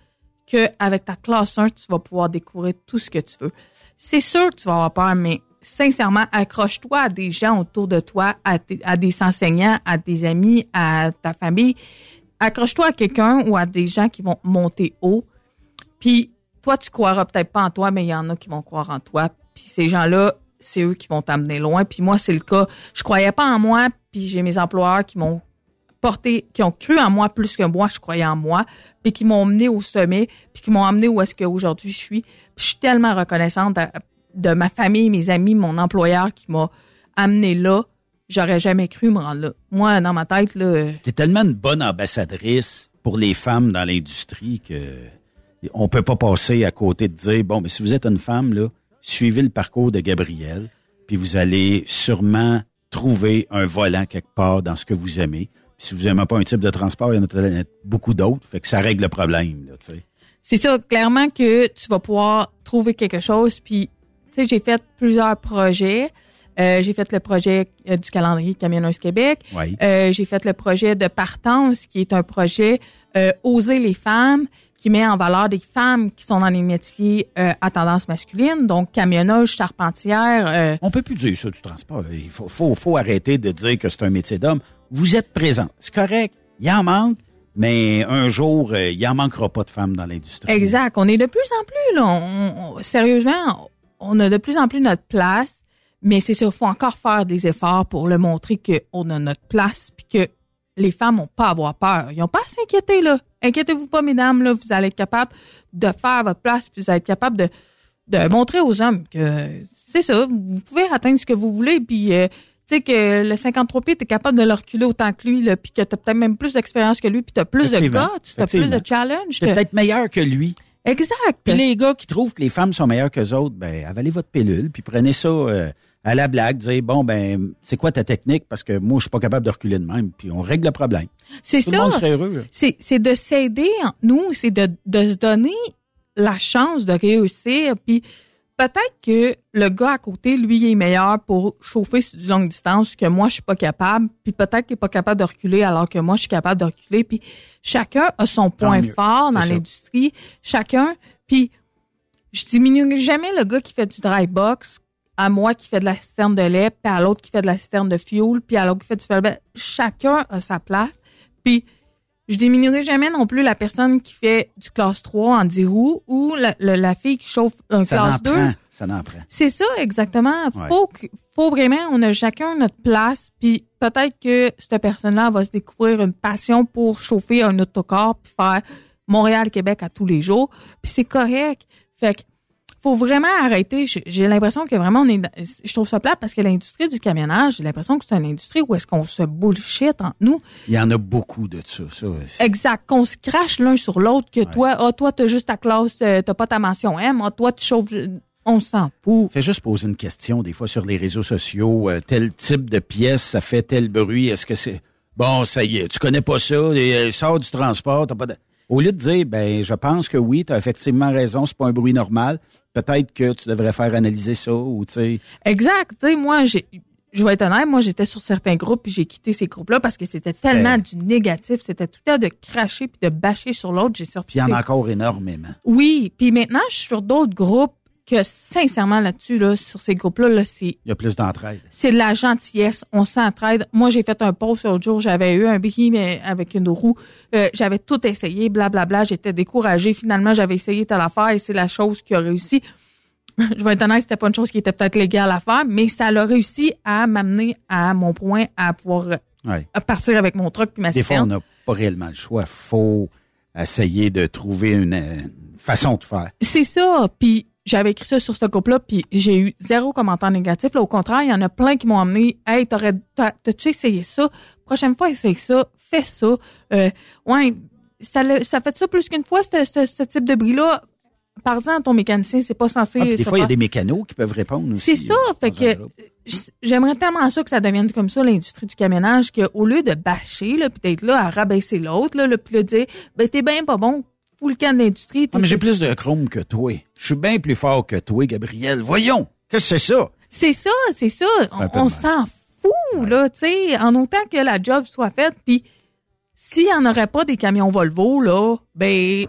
qu'avec ta classe un, tu vas pouvoir découvrir tout ce que tu veux. C'est sûr que tu vas avoir peur, mais sincèrement, accroche-toi à des gens autour de toi, à, t- à des enseignants, à des amis, à ta famille. Accroche-toi à quelqu'un ou à des gens qui vont monter haut. Puis toi, tu croiras peut-être pas en toi, mais il y en a qui vont croire en toi. Puis ces gens-là, c'est eux qui vont t'amener loin. Puis moi, c'est le cas. Je croyais pas en moi, puis j'ai mes employeurs qui m'ont porté, qui ont cru en moi plus que moi, je croyais en moi, puis qui m'ont mené au sommet, puis qui m'ont amené où est-ce qu'aujourd'hui je suis. Puis je suis tellement reconnaissante de, de ma famille, mes amis, mon employeur qui m'a amené là. J'aurais jamais cru me rendre là. Moi, dans ma tête, là... T'es tellement une bonne ambassadrice pour les femmes dans l'industrie que on peut pas passer à côté de dire, bon, mais si vous êtes une femme, là, suivez le parcours de Gabrielle, puis vous allez sûrement trouver un volant quelque part dans ce que vous aimez. Puis si vous n'aimez pas un type de transport, il y en a beaucoup d'autres, fait que ça règle le problème, là, tu sais. C'est ça, clairement que tu vas pouvoir trouver quelque chose, puis, tu sais, j'ai fait plusieurs projets. Euh, j'ai fait le projet euh, du calendrier Camionneuse Québec. Oui. Euh, j'ai fait le projet de Partance, qui est un projet euh, Oser les femmes, qui met en valeur des femmes qui sont dans les métiers euh, à tendance masculine, donc camionneuse, charpentière. Euh... On peut plus dire ça du transport. Là. Il faut, faut, faut arrêter de dire que c'est un métier d'homme. Vous êtes présent. C'est correct. Il en manque, mais un jour, euh, il en manquera pas de femmes dans l'industrie. Exact. On est de plus en plus, là. On, on, sérieusement, on a de plus en plus notre place. Mais c'est sûr, il faut encore faire des efforts pour le montrer qu'on a notre place puis que les femmes n'ont pas à avoir peur. Ils n'ont pas à s'inquiéter, là. Inquiétez-vous pas, mesdames, là. Vous allez être capable de faire votre place puis vous allez être capable de, de montrer aux hommes que c'est ça, vous pouvez atteindre ce que vous voulez puis, euh, tu sais, que le cinquante-trois pieds, t'es capable de le reculer autant que lui, là, puis que t'as peut-être même plus d'expérience que lui puis t'as plus de gars, t'as plus de challenge. T'es peut-être meilleur que lui. Exact. Puis les gars qui trouvent que les femmes sont meilleures qu'eux autres, ben, avalez votre pilule puis prenez ça... Euh, à la blague, dire, bon, ben, c'est quoi ta technique? Parce que moi, je suis pas capable de reculer de même. Puis on règle le problème. C'est Tout ça. le monde serait heureux. C'est, c'est de s'aider entre nous, c'est de, de se donner la chance de réussir. Puis peut-être que le gars à côté, lui, il est meilleur pour chauffer sur du longue distance que moi, je suis pas capable. Puis peut-être qu'il est pas capable de reculer alors que moi, je suis capable de reculer. Puis chacun a son point fort dans l'industrie. Chacun. Puis je diminue jamais le gars qui fait du dry box à moi qui fait de la citerne de lait, puis à l'autre qui fait de la citerne de fuel, puis à l'autre qui fait du fuel. Chacun a sa place. Puis je diminuerai jamais non plus la personne qui fait du classe trois en dix roues ou la, la, la fille qui chauffe un ça classe deux. Prend. Ça n'en prend. C'est ça, exactement. Ouais. Faut, que, faut vraiment, on a chacun notre place, puis peut-être que cette personne-là va se découvrir une passion pour chauffer un autocar puis faire Montréal-Québec à tous les jours. Puis c'est correct. Fait que faut vraiment arrêter. J'ai l'impression que vraiment, on est, je trouve ça plate parce que l'industrie du camionnage, j'ai l'impression que c'est une industrie où est-ce qu'on se bullshit entre nous. Il y en a beaucoup de ça. ça exact. Qu'on se crache l'un sur l'autre, que ouais. toi, ah, toi, t'as juste ta classe, t'as pas ta mention M, ah, toi, tu chauffes, on s'en fout. Fais juste poser une question, des fois, sur les réseaux sociaux. Euh, tel type de pièce, ça fait tel bruit. Est-ce que c'est... Bon, ça y est, tu connais pas ça, euh, sors du transport, t'as pas de... Au lieu de dire, ben, je pense que oui, t'as effectivement raison, c'est pas un bruit normal. Peut-être que tu devrais faire analyser ça ou tu sais. Exact. Tu sais, moi, j'ai, je vais être honnête, moi, j'étais sur certains groupes puis j'ai quitté ces groupes-là parce que c'était tellement du négatif. C'était tout le temps de cracher puis de bâcher sur l'autre. J'ai sorti. Puis il y en a encore énormément. Oui. Puis maintenant, je suis sur d'autres groupes que, sincèrement, là-dessus, là, sur ces groupes-là, là, c'est... Il y a plus d'entraide. C'est de la gentillesse. On s'entraide. Moi, j'ai fait un post l'autre jour. J'avais eu un bris, mais avec une roue. Euh, j'avais tout essayé, blablabla. Bla, bla. J'étais découragée. Finalement, j'avais essayé telle affaire et c'est la chose qui a réussi. Je vais être honnête, c'était pas une chose qui était peut-être légale à faire, mais ça a réussi à m'amener à mon point, à pouvoir ouais. à partir avec mon truck puis ma Des citerne. fois, on n'a pas réellement le choix. Faut essayer de trouver une, une façon de faire. C'est ça. Puis j'avais écrit ça sur ce groupe-là, puis j'ai eu zéro commentaire négatif. Là, au contraire, il y en a plein qui m'ont amené. Hey, t'aurais, t'as, t'as-tu essayé ça? Prochaine fois, essaye ça. Fais ça. Euh, ouais, ça, ça fait ça plus qu'une fois, ce, ce, ce type de bruit-là. Par exemple, ton mécanicien, c'est pas censé... Ah, des fois, il y a des mécanos qui peuvent répondre aussi. C'est ça. Fait que j'aimerais tellement ça que ça devienne comme ça, l'industrie du camionnage, qu'au lieu de bâcher, là, puis d'être là à rabaisser l'autre, là, puis le dire, ben, t'es bien pas bon, fous le camp de l'industrie. Ah, mais j'ai plus de chrome que toi. Je suis bien plus fort que toi, Gabriel. Voyons. Qu'est-ce que c'est ça? C'est ça, c'est ça. On, on s'en fout, ouais. là, tu sais, en autant que la job soit faite, puis s'il n'y en aurait pas des camions Volvo, là, ben...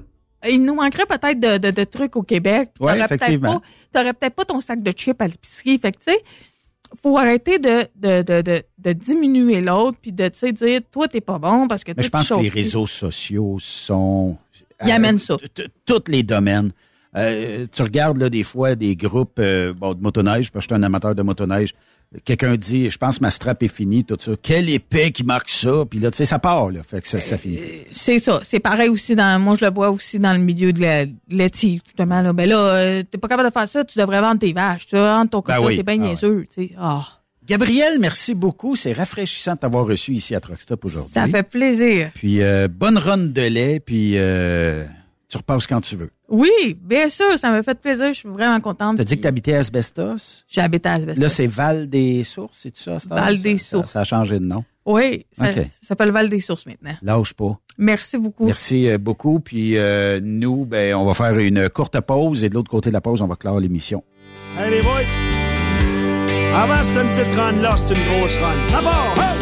il nous manquerait peut-être de, de, de trucs au Québec. Oui, t'aurais effectivement. Peut-être pas, t'aurais peut-être pas ton sac de chips à l'épicerie. Fait que, tu sais, faut arrêter de, de, de, de, de diminuer l'autre puis de, tu sais, dire, toi, t'es pas bon parce que Mais je pense que les chauffé. réseaux sociaux sont... Ils euh, amènent ça. Tous les domaines. Euh, tu regardes, là, des fois, des groupes euh, bon, de motoneige, parce que je suis un amateur de motoneige. Quelqu'un dit, je pense que ma strap est finie, tout ça. Quel épais qui marque ça. Puis là, tu sais, ça part, là. Fait que ça, ça finit. C'est ça. C'est pareil aussi dans, moi, je le vois aussi dans le milieu de la laitier, justement, là. Ben là, euh, t'es pas capable de faire ça, tu devrais vendre tes vaches. Tu vendre ton coton, ben oui. T'es bien ah niaiseux, ouais. Tu sais. Oh. Gabriel, merci beaucoup. C'est rafraîchissant de t'avoir reçu ici à Truck Stop aujourd'hui. Ça fait plaisir. Puis, euh, bonne run de lait, puis euh, tu repasses quand tu veux. Oui, bien sûr, ça m'a fait plaisir. Je suis vraiment contente. T'as dit que t'habitais à Asbestos? J'ai habité à Asbestos. Là, c'est Val-des-Sources, c'est ça? Val-des-Sources. Ça, ça a changé de nom? Oui, ça, okay. ça s'appelle Val-des-Sources maintenant. Lâche pas. Merci beaucoup. Merci euh, beaucoup. Puis euh, nous, ben, on va faire une courte pause et de l'autre côté de la pause, on va clore l'émission. Hey les boys! Avant, c'était une petite run, là, c'est une grosse run. Ça part! Hey!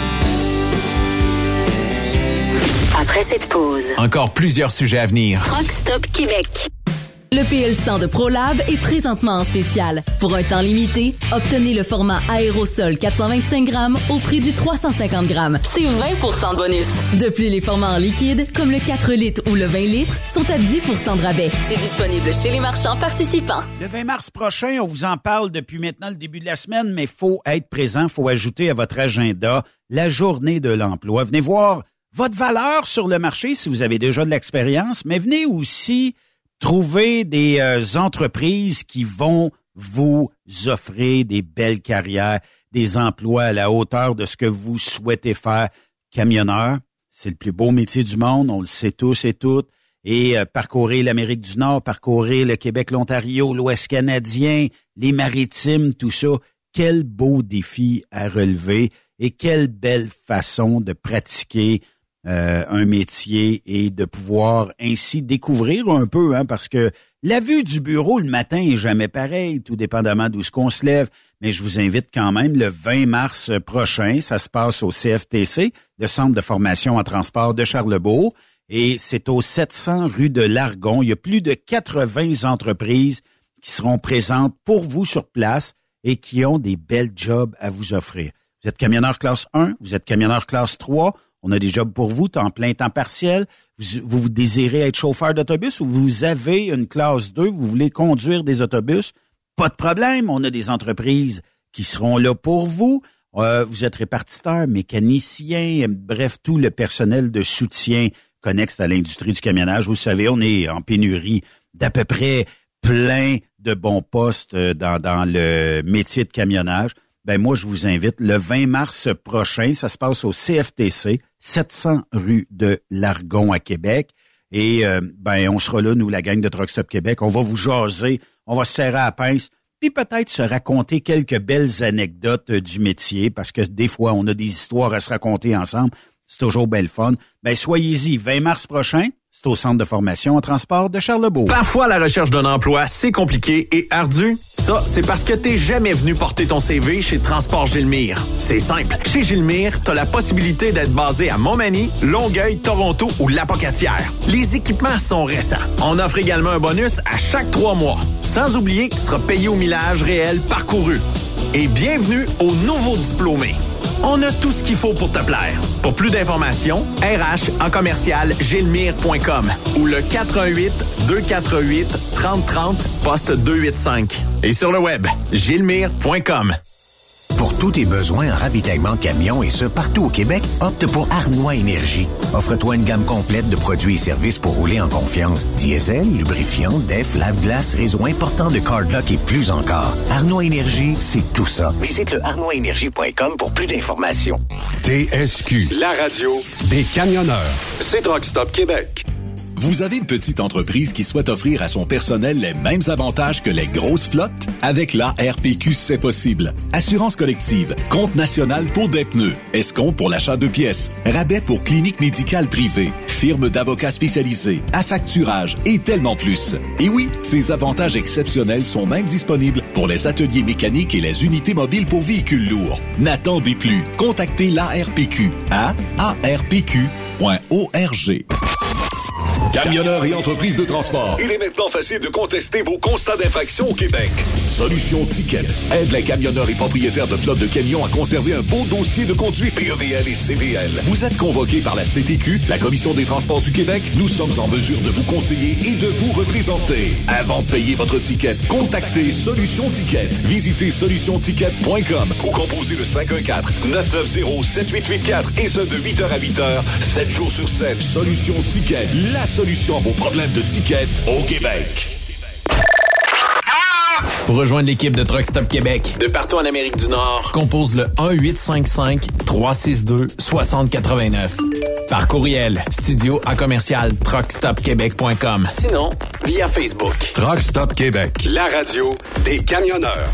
Après cette pause, encore plusieurs sujets à venir. Truck Stop Québec. Le P L cent de ProLab est présentement en spécial. Pour un temps limité, obtenez le format aérosol quatre cent vingt-cinq grammes au prix du trois cent cinquante grammes. C'est vingt pour cent de bonus. De plus, les formats en liquide, comme le quatre litres ou le vingt litres, sont à dix pour cent de rabais. C'est disponible chez les marchands participants. Le vingt mars prochain, on vous en parle depuis maintenant le début de la semaine, mais il faut être présent, il faut ajouter à votre agenda la journée de l'emploi. Venez voir votre valeur sur le marché si vous avez déjà de l'expérience, mais venez aussi trouver des euh, entreprises qui vont vous offrir des belles carrières, des emplois à la hauteur de ce que vous souhaitez faire. Camionneur, c'est le plus beau métier du monde, on le sait tous et toutes. Et euh, parcourir l'Amérique du Nord, parcourir le Québec, l'Ontario, l'Ouest canadien, les maritimes, tout ça. Quel beau défi à relever et quelle belle façon de pratiquer Euh, un métier et de pouvoir ainsi découvrir un peu, hein, parce que la vue du bureau le matin est jamais pareille, tout dépendamment d'où ce qu'on se lève. Mais je vous invite quand même le vingt mars prochain, ça se passe au C F T C, le Centre de formation en transport de Charlebourg, et c'est au sept cents rue de Largon. Il y a plus de quatre-vingts entreprises qui seront présentes pour vous sur place et qui ont des belles jobs à vous offrir. Vous êtes camionneur classe un, vous êtes camionneur classe trois, on a des jobs pour vous, temps plein, temps partiel. Vous, vous, vous désirez être chauffeur d'autobus ou vous avez une classe deux, vous voulez conduire des autobus, pas de problème. On a des entreprises qui seront là pour vous. Euh, vous êtes répartiteur, mécanicien, bref, tout le personnel de soutien connexe à l'industrie du camionnage. Vous savez, on est en pénurie d'à peu près plein de bons postes dans, dans le métier de camionnage. Ben moi, je vous invite le vingt mars prochain, ça se passe au C F T C, sept cents rue de Largon à Québec. Et euh, ben on sera là, nous, la gang de Truck Stop Québec. On va vous jaser, on va se serrer à la pince, puis peut-être se raconter quelques belles anecdotes euh, du métier, parce que des fois, on a des histoires à se raconter ensemble. C'est toujours belle fun. Ben soyez-y, vingt mars prochain. C'est au Centre de formation en transport de Charlebourg. Parfois, la recherche d'un emploi, c'est compliqué et ardu. Ça, c'est parce que t'es jamais venu porter ton C V chez Transport Gilmire. C'est simple. Chez Gilmire, t'as la possibilité d'être basé à Montmagny, Longueuil, Toronto ou Lapocatière. Les équipements sont récents. On offre également un bonus à chaque trois mois. Sans oublier que tu seras payé au millage réel parcouru. Et bienvenue aux nouveaux diplômés. On a tout ce qu'il faut pour te plaire. Pour plus d'informations, R H en commercial gilmire point com ou le quatre un huit, deux quatre huit, trente trente, poste deux cent quatre-vingt-cinq. Et sur le web, gilmire point com. Pour tous tes besoins en ravitaillement camion et ce, partout au Québec, opte pour Arnois Énergie. Offre-toi une gamme complète de produits et services pour rouler en confiance. Diesel, lubrifiant, def, lave-glace, réseau important de cardlock et plus encore. Arnois Énergie, c'est tout ça. Visite le arnois énergie point com pour plus d'informations. T S Q, la radio des camionneurs. C'est Truck Stop Québec. Vous avez une petite entreprise qui souhaite offrir à son personnel les mêmes avantages que les grosses flottes? Avec l'A R P Q, c'est possible. Assurance collective, compte national pour des pneus, escompte pour l'achat de pièces, rabais pour clinique médicale privée, firme d'avocats spécialisés, affacturage et tellement plus. Et oui, ces avantages exceptionnels sont même disponibles pour les ateliers mécaniques et les unités mobiles pour véhicules lourds. N'attendez plus. Contactez l'A R P Q à a r p q point org. Camionneurs et entreprises de transport. Il est maintenant facile de contester vos constats d'infraction au Québec. Solution Ticket aide les camionneurs et propriétaires de flottes de camions à conserver un beau dossier de conduite P E V L et C V L. Vous êtes convoqué par la C T Q, la Commission des transports du Québec. Nous sommes en mesure de vous conseiller et de vous représenter. Avant de payer votre ticket, contactez Solution Ticket. Visitez solution ticket point com ou composez le cinq un quatre, neuf neuf zéro, sept huit huit quatre et ce de huit heures à huit heures, sept jours sur sept. Solution Ticket, la solution à vos problèmes de ticket au Québec. Pour rejoindre l'équipe de Truck Stop Québec, de partout en Amérique du Nord, compose le un huit cinq cinq, trois six deux, six zéro huit neuf. Par courriel, studio à commercial truck stop québec point com. Sinon, via Facebook. Truck Stop Québec, la radio des camionneurs.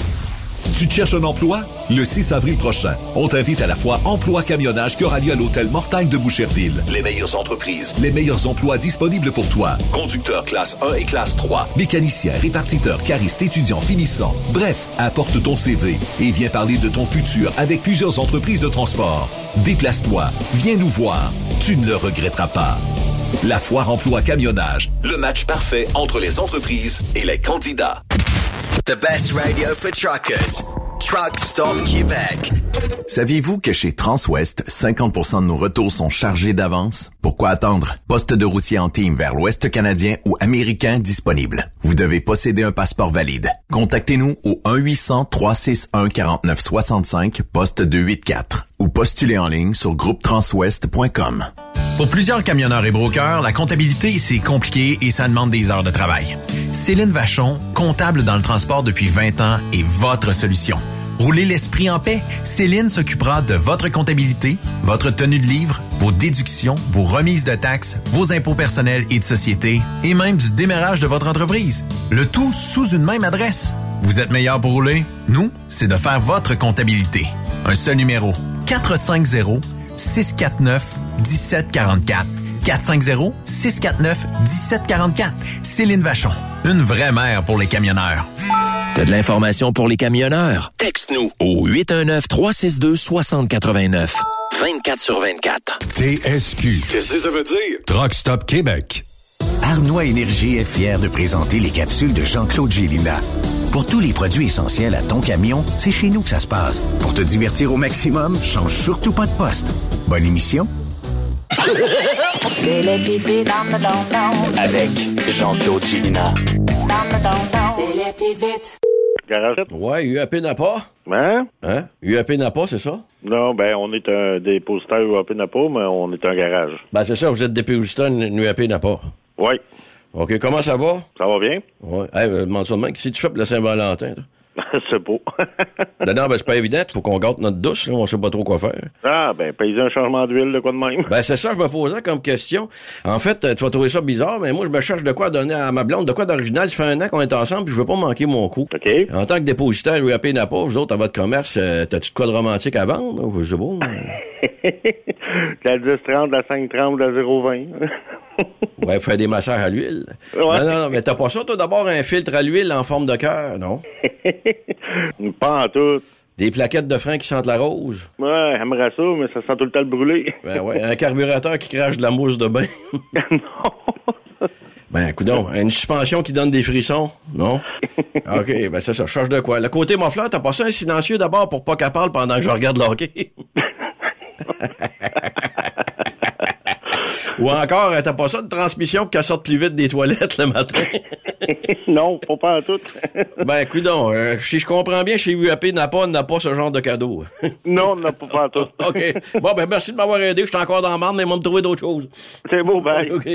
Tu cherches un emploi? Le six avril prochain, on t'invite à la fois Emploi Camionnage qui aura lieu à l'hôtel Mortagne de Boucherville. Les meilleures entreprises, les meilleurs emplois disponibles pour toi. Conducteur classe un et classe trois, mécanicien, répartiteur, cariste, étudiant, finissant. Bref, apporte ton C V et viens parler de ton futur avec plusieurs entreprises de transport. Déplace-toi, viens nous voir. Tu ne le regretteras pas. La foire Emploi Camionnage, le match parfait entre les entreprises et les candidats. The best radio for truckers. Truck Stop Québec. Saviez-vous que chez Transwest, cinquante pour cent de nos retours sont chargés d'avance? Pourquoi attendre? Poste de routier en team vers l'Ouest canadien ou américain disponible. Vous devez posséder un passeport valide. Contactez-nous au un huit cents, trois six un, quatre neuf six cinq, poste deux cent quatre-vingt-quatre ou postulez en ligne sur groupe transwest point com. Pour plusieurs camionneurs et brokers, la comptabilité, c'est compliqué et ça demande des heures de travail. Céline Vachon, comptable dans le transport depuis vingt ans, est votre solution. Roulez l'esprit en paix. Céline s'occupera de votre comptabilité, votre tenue de livre, vos déductions, vos remises de taxes, vos impôts personnels et de société, et même du démarrage de votre entreprise. Le tout sous une même adresse. Vous êtes meilleur pour rouler? Nous, c'est de faire votre comptabilité. Un seul numéro. quatre cinq zéro, six quatre neuf, un sept quatre quatre. quatre cinq zéro, six quatre neuf, un sept quatre quatre. Céline Vachon. Une vraie mère pour les camionneurs. T'as de l'information pour les camionneurs? Texte-nous au huit un neuf, trois six deux, six zéro huit neuf. vingt-quatre sur vingt-quatre. T S Q. Qu'est-ce que ça veut dire? Truck Stop Québec. Arnois Énergie est fier de présenter les capsules de Jean-Claude Gélina. Pour tous les produits essentiels à ton camion, c'est chez nous que ça se passe. Pour te divertir au maximum, change surtout pas de poste. Bonne émission. C'est les petites vites dans le don-don. Avec Jean-Claude Gélina. Dans le don-don. C'est les petites vites. Garagette? Ouais, U A P Napa. Hein? Hein? U A P Napa, c'est ça? Non, ben, on est un dépositaire U A P Napa, mais on est un garage. Ben, c'est ça, vous êtes dépositaire U A P Napa. Oui. OK, comment ça va? Ça va bien? Ouais. Hey, euh, demande ça de même. Qu'est-ce que tu fais pour le Saint-Valentin, là? C'est beau. non, non, ben, c'est pas évident. Faut qu'on gâte notre douce, là. On sait pas trop quoi faire. Ah, ben, payer un changement d'huile, de quoi de même? Ben, c'est ça, je me posais comme question. En fait, tu vas trouver ça bizarre, mais moi, je me cherche de quoi donner à ma blonde, de quoi d'original. Ça fait un an qu'on est ensemble, puis je veux pas manquer mon coup. OK. En tant que dépositaire U A P Napa, vous autres, à votre commerce, euh, t'as-tu de quoi de romantique à vendre? Je sais pas. De la dix trente, de la cinq trente, de la zéro vingt. Ouais, faire des massages à l'huile. Ouais. Non, non, non, mais t'as pas ça, toi, d'abord, un filtre à l'huile en forme de cœur, non? Pas en tout. Des plaquettes de frein qui sentent la rose. Ouais, j'aimerais ça, mais ça sent tout le temps le brûler. Ben ouais, un carburateur qui crache de la mousse de bain. Non. Ben, coudonc, une suspension qui donne des frissons, non? OK, ben c'est ça, je change de quoi? Le côté mofleur, t'as pas ça un silencieux d'abord pour pas qu'elle parle pendant que je regarde le hockey? Ou encore, t'as pas ça de transmission pour qu'elle sorte plus vite des toilettes le matin? Non, pas, pas en tout. Ben, coudonc, euh, si je comprends bien, chez U A P Napa, n'a pas ce genre de cadeau. Non, on n'a pas, pas en tout. OK. Bon, ben, merci de m'avoir aidé. Je suis encore dans la marde, mais ils vont me trouver d'autres choses. C'est beau, bye. OK.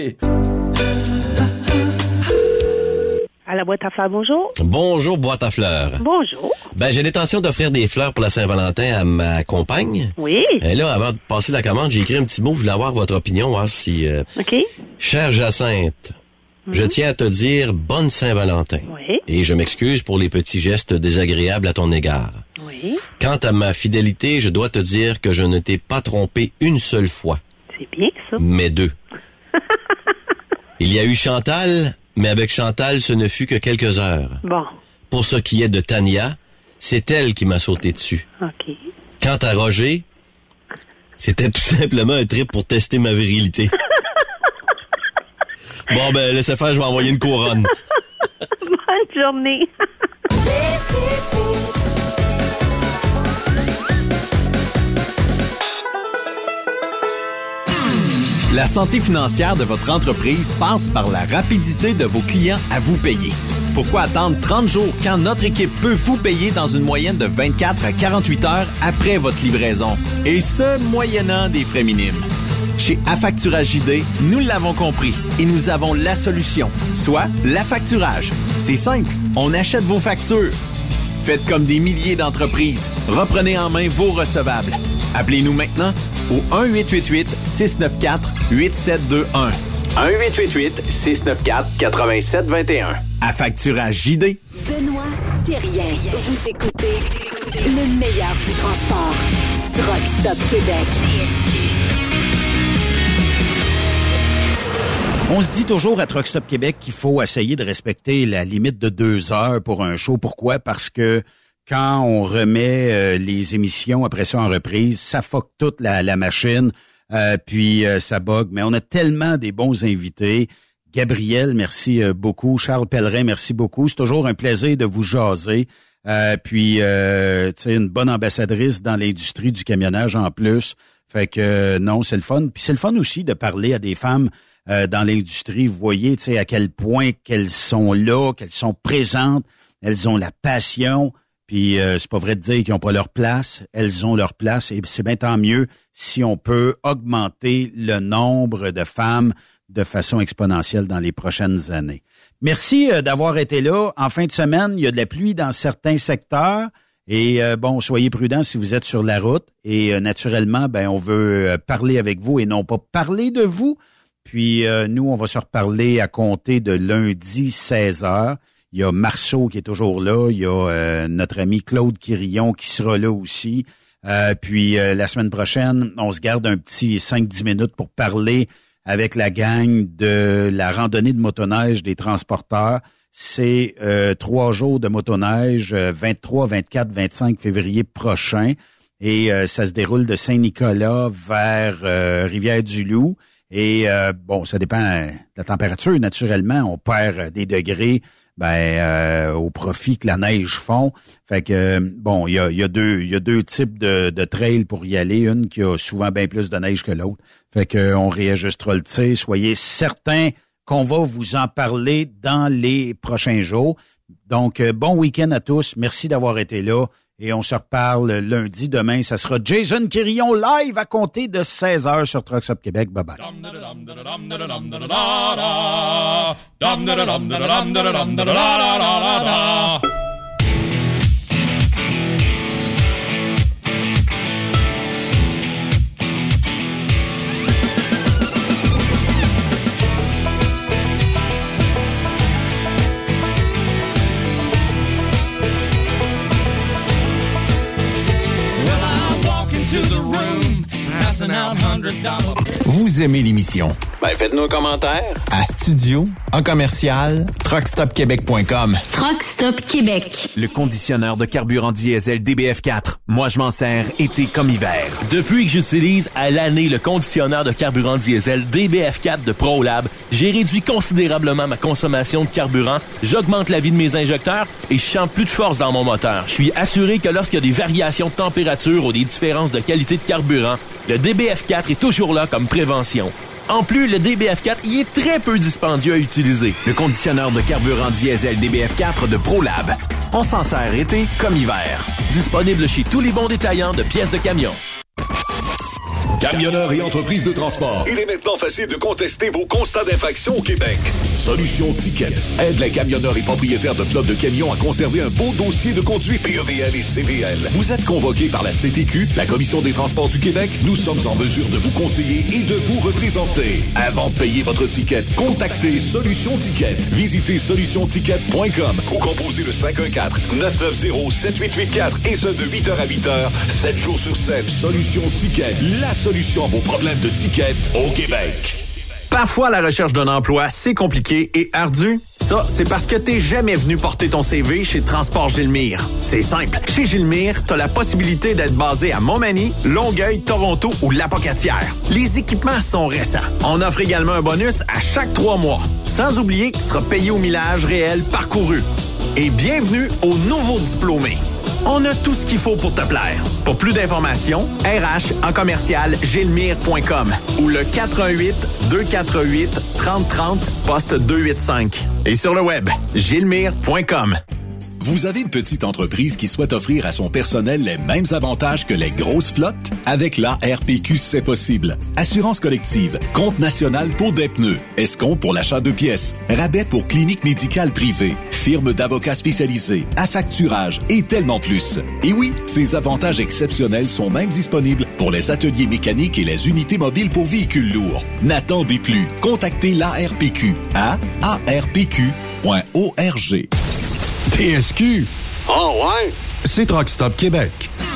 À la boîte à fleurs, bonjour. Bonjour, boîte à fleurs. Bonjour. Ben, j'ai l'intention d'offrir des fleurs pour la Saint-Valentin à ma compagne. Oui. Et là, avant de passer la commande, j'ai écrit un petit mot, je voulais avoir votre opinion, voir si... Euh... OK. Chère Jacinthe, mm-hmm. je tiens à te dire bonne Saint-Valentin. Oui. Et je m'excuse pour les petits gestes désagréables à ton égard. Oui. Quant à ma fidélité, je dois te dire que je ne t'ai pas trompé une seule fois. C'est bien, ça. Mais deux. Il y a eu Chantal... Mais avec Chantal, ce ne fut que quelques heures. Bon. Pour ce qui est de Tania, c'est elle qui m'a sauté dessus. OK. Quant à Roger, c'était tout simplement un trip pour tester ma virilité. Bon, ben, laissez faire, je vais envoyer une couronne. Bonne journée. La santé financière de votre entreprise passe par la rapidité de vos clients à vous payer. Pourquoi attendre trente jours quand notre équipe peut vous payer dans une moyenne de vingt-quatre à quarante-huit heures après votre livraison? Et ce, moyennant des frais minimes. Chez Affacturage J D, nous l'avons compris et nous avons la solution, soit l'affacturage. C'est simple, on achète vos factures. Faites comme des milliers d'entreprises. Reprenez en main vos recevables. Appelez-nous maintenant au un huit huit huit six neuf quatre huit sept deux un. un huit huit huit six neuf quatre huit sept deux un. Affacturage J D. Benoît Thérien. Vous écoutez le meilleur du transport. Truck Stop Québec. On se dit toujours à Truck Stop Québec qu'il faut essayer de respecter la limite de deux heures pour un show. Pourquoi? Parce que quand on remet euh, les émissions après ça en reprise, ça fuck toute la, la machine, euh, puis euh, ça bug. Mais on a tellement des bons invités. Gabriel, merci euh, beaucoup. Charles Pellerin, merci beaucoup. C'est toujours un plaisir de vous jaser. Euh, puis, euh, tu sais, une bonne ambassadrice dans l'industrie du camionnage en plus. Fait que euh, non, c'est le fun. Puis c'est le fun aussi de parler à des femmes euh, dans l'industrie. Vous voyez, tu sais, à quel point qu'elles sont là, qu'elles sont présentes. Elles ont la passion. Puis euh, c'est pas vrai de dire qu'ils n'ont pas leur place. Elles ont leur place. Et c'est bien tant mieux si on peut augmenter le nombre de femmes de façon exponentielle dans les prochaines années. Merci euh, d'avoir été là. En fin de semaine, il y a de la pluie dans certains secteurs. Et euh, bon, soyez prudents si vous êtes sur la route. Et euh, naturellement, ben on veut euh, parler avec vous et non pas parler de vous. Puis euh, nous, on va se reparler à compter de lundi seize heures. Il y a Marceau qui est toujours là. Il y a euh, notre ami Claude Quirillon qui sera là aussi. Euh, puis euh, la semaine prochaine, on se garde un petit cinq dix minutes pour parler avec la gang de la randonnée de motoneige des transporteurs. C'est euh, trois jours de motoneige, euh, vingt-trois, vingt-quatre, vingt-cinq février prochain. Et euh, ça se déroule de Saint-Nicolas vers euh, Rivière-du-Loup. Et euh, bon, ça dépend de la température. Naturellement, on perd des degrés ben euh, au profit que la neige fond. Fait que bon, il y a, y a deux il y a deux types de, de trails pour y aller. Une qui a souvent bien plus de neige que l'autre. Fait que on réajustera le tir. Soyez certains qu'on va vous en parler dans les prochains jours. Donc, bon week-end à tous. Merci d'avoir été là. Et on se reparle lundi. Demain, ça sera Jason Quirillon live à compter de seize heures sur Truck Stop Québec. Bye bye. Vous aimez l'émission? Ben, faites-nous un commentaire. À studio, en commercial, truck stop québec point com. Truck Stop Québec. Le conditionneur de carburant diesel D B F quatre. Moi, je m'en sers été comme hiver. Depuis que j'utilise à l'année le conditionneur de carburant diesel D B F quatre de ProLab, j'ai réduit considérablement ma consommation de carburant, j'augmente la vie de mes injecteurs et je sens plus de force dans mon moteur. Je suis assuré que lorsqu'il y a des variations de température ou des différences de qualité de carburant, le D B F quatre est toujours là comme prévention. En plus, le D B F quatre y est très peu dispendieux à utiliser. Le conditionneur de carburant diesel D B F quatre de ProLab. On s'en sert été comme hiver. Disponible chez tous les bons détaillants de pièces de camion. Camionneurs et entreprises de transport. Il est maintenant facile de contester vos constats d'infraction au Québec. Solution Ticket aide les camionneurs et propriétaires de flottes de camions à conserver un beau dossier de conduite P E V L et C V L. Vous êtes convoqué par la C T Q, la Commission des transports du Québec. Nous sommes en mesure de vous conseiller et de vous représenter. Avant de payer votre ticket, contactez Solution Ticket. Visitez solution ticket point com ou composez le cinq un quatre neuf neuf zéro sept huit huit quatre et ce de huit heures à huit heures, sept jours sur sept. Solution Ticket, la solution à vos problèmes de ticket au Québec. Parfois, la recherche d'un emploi, c'est compliqué et ardu. Ça, c'est parce que t'es jamais venu porter ton C V chez Transport Gilmire. C'est simple. Chez Gilmire, t'as la possibilité d'être basé à Montmagny, Longueuil, Toronto ou Lapocatière. Les équipements sont récents. On offre également un bonus à chaque trois mois. Sans oublier que tu seras payé au millage réel parcouru. Et bienvenue aux nouveaux diplômés. On a tout ce qu'il faut pour te plaire. Pour plus d'informations, R H en commercial gilmire point com ou le quatre un huit, deux quatre huit, trente trente, poste deux cent quatre-vingt-cinq. Et sur le web, gilmire point com. Vous avez une petite entreprise qui souhaite offrir à son personnel les mêmes avantages que les grosses flottes? Avec l'A R P Q, c'est possible. Assurance collective, compte national pour des pneus, escompte pour l'achat de pièces, rabais pour clinique médicale privée, firme d'avocats spécialisés, affacturage et tellement plus. Et oui, ces avantages exceptionnels sont même disponibles pour les ateliers mécaniques et les unités mobiles pour véhicules lourds. N'attendez plus. Contactez l'A R P Q à a r p q point org. T S Q. Oh ouais? C'est Truck Stop Québec.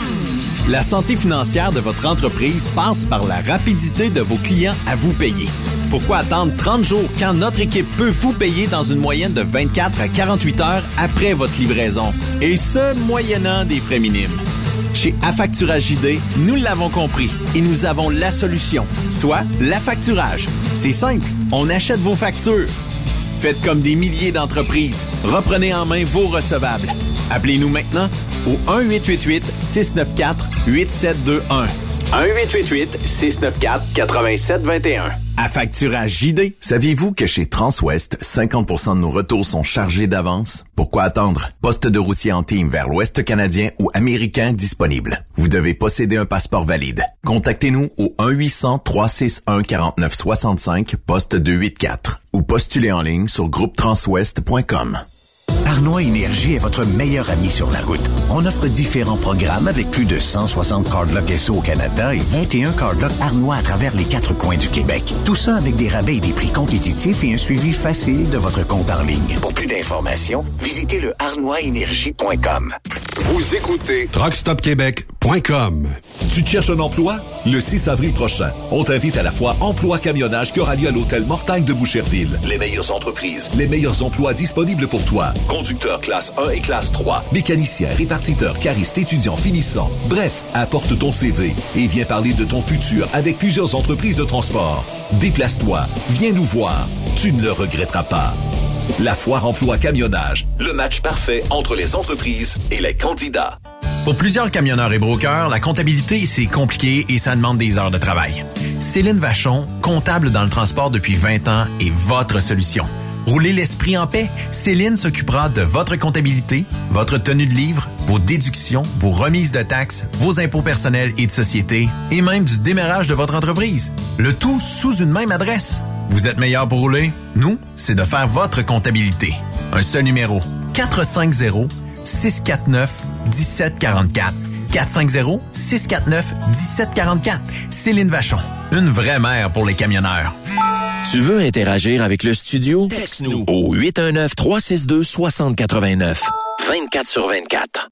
La santé financière de votre entreprise passe par la rapidité de vos clients à vous payer. Pourquoi attendre trente jours quand notre équipe peut vous payer dans une moyenne de vingt-quatre à quarante-huit heures après votre livraison? Et ce, moyennant des frais minimes. Chez Affacturage J D, nous l'avons compris et nous avons la solution, soit l'affacturage. C'est simple, on achète vos factures. Faites comme des milliers d'entreprises. Reprenez en main vos recevables. Appelez-nous maintenant au un huit huit huit, six neuf quatre, huit sept deux un. un huit huit huit, six neuf quatre, huit sept deux un. Affacturage J D. Saviez-vous que chez Transwest, cinquante pour cent de nos retours sont chargés d'avance? Pourquoi attendre? Poste de routier en team vers l'Ouest canadien ou américain disponible. Vous devez posséder un passeport valide. Contactez-nous au un huit cents, trois six un, quatre neuf six cinq, poste deux cent quatre-vingt-quatre ou postulez en ligne sur groupe transwest point com. Arnois Énergie est votre meilleur ami sur la route. On offre différents programmes avec plus de cent soixante cardlocks S O au Canada et vingt et un cardlocks Arnois à travers les quatre coins du Québec. Tout ça avec des rabais et des prix compétitifs et un suivi facile de votre compte en ligne. Pour plus d'informations, visitez le arnois énergie point com. Vous écoutez truck stop québec point com. Tu te cherches un emploi? Le six avril prochain, on t'invite à la foire Emploi Camionnage qui aura lieu à l'hôtel Mortagne de Boucherville. Les meilleures entreprises, les meilleurs emplois disponibles pour toi. Conducteur classe un et classe trois, mécanicien, répartiteur, cariste, étudiant, finissant. Bref, apporte ton C V et viens parler de ton futur avec plusieurs entreprises de transport. Déplace-toi, viens nous voir. Tu ne le regretteras pas. La foire Emploi Camionnage, le match parfait entre les entreprises et les candidats. Pour plusieurs camionneurs et brokers, la comptabilité, c'est compliqué et ça demande des heures de travail. Céline Vachon, comptable dans le transport depuis vingt ans, est votre solution. Roulez l'esprit en paix. Céline s'occupera de votre comptabilité, votre tenue de livre, vos déductions, vos remises de taxes, vos impôts personnels et de société, et même du démarrage de votre entreprise. Le tout sous une même adresse. Vous êtes meilleur pour rouler? Nous, c'est de faire votre comptabilité. Un seul numéro. quatre cinq zéro, six quatre neuf, un sept quatre quatre. quatre cinq zéro, six quatre neuf, un sept quatre quatre. Céline Vachon. Une vraie mère pour les camionneurs. Tu veux interagir avec le studio? Texte-nous au huit un neuf, trois six deux, six zéro huit neuf. vingt-quatre sur vingt-quatre.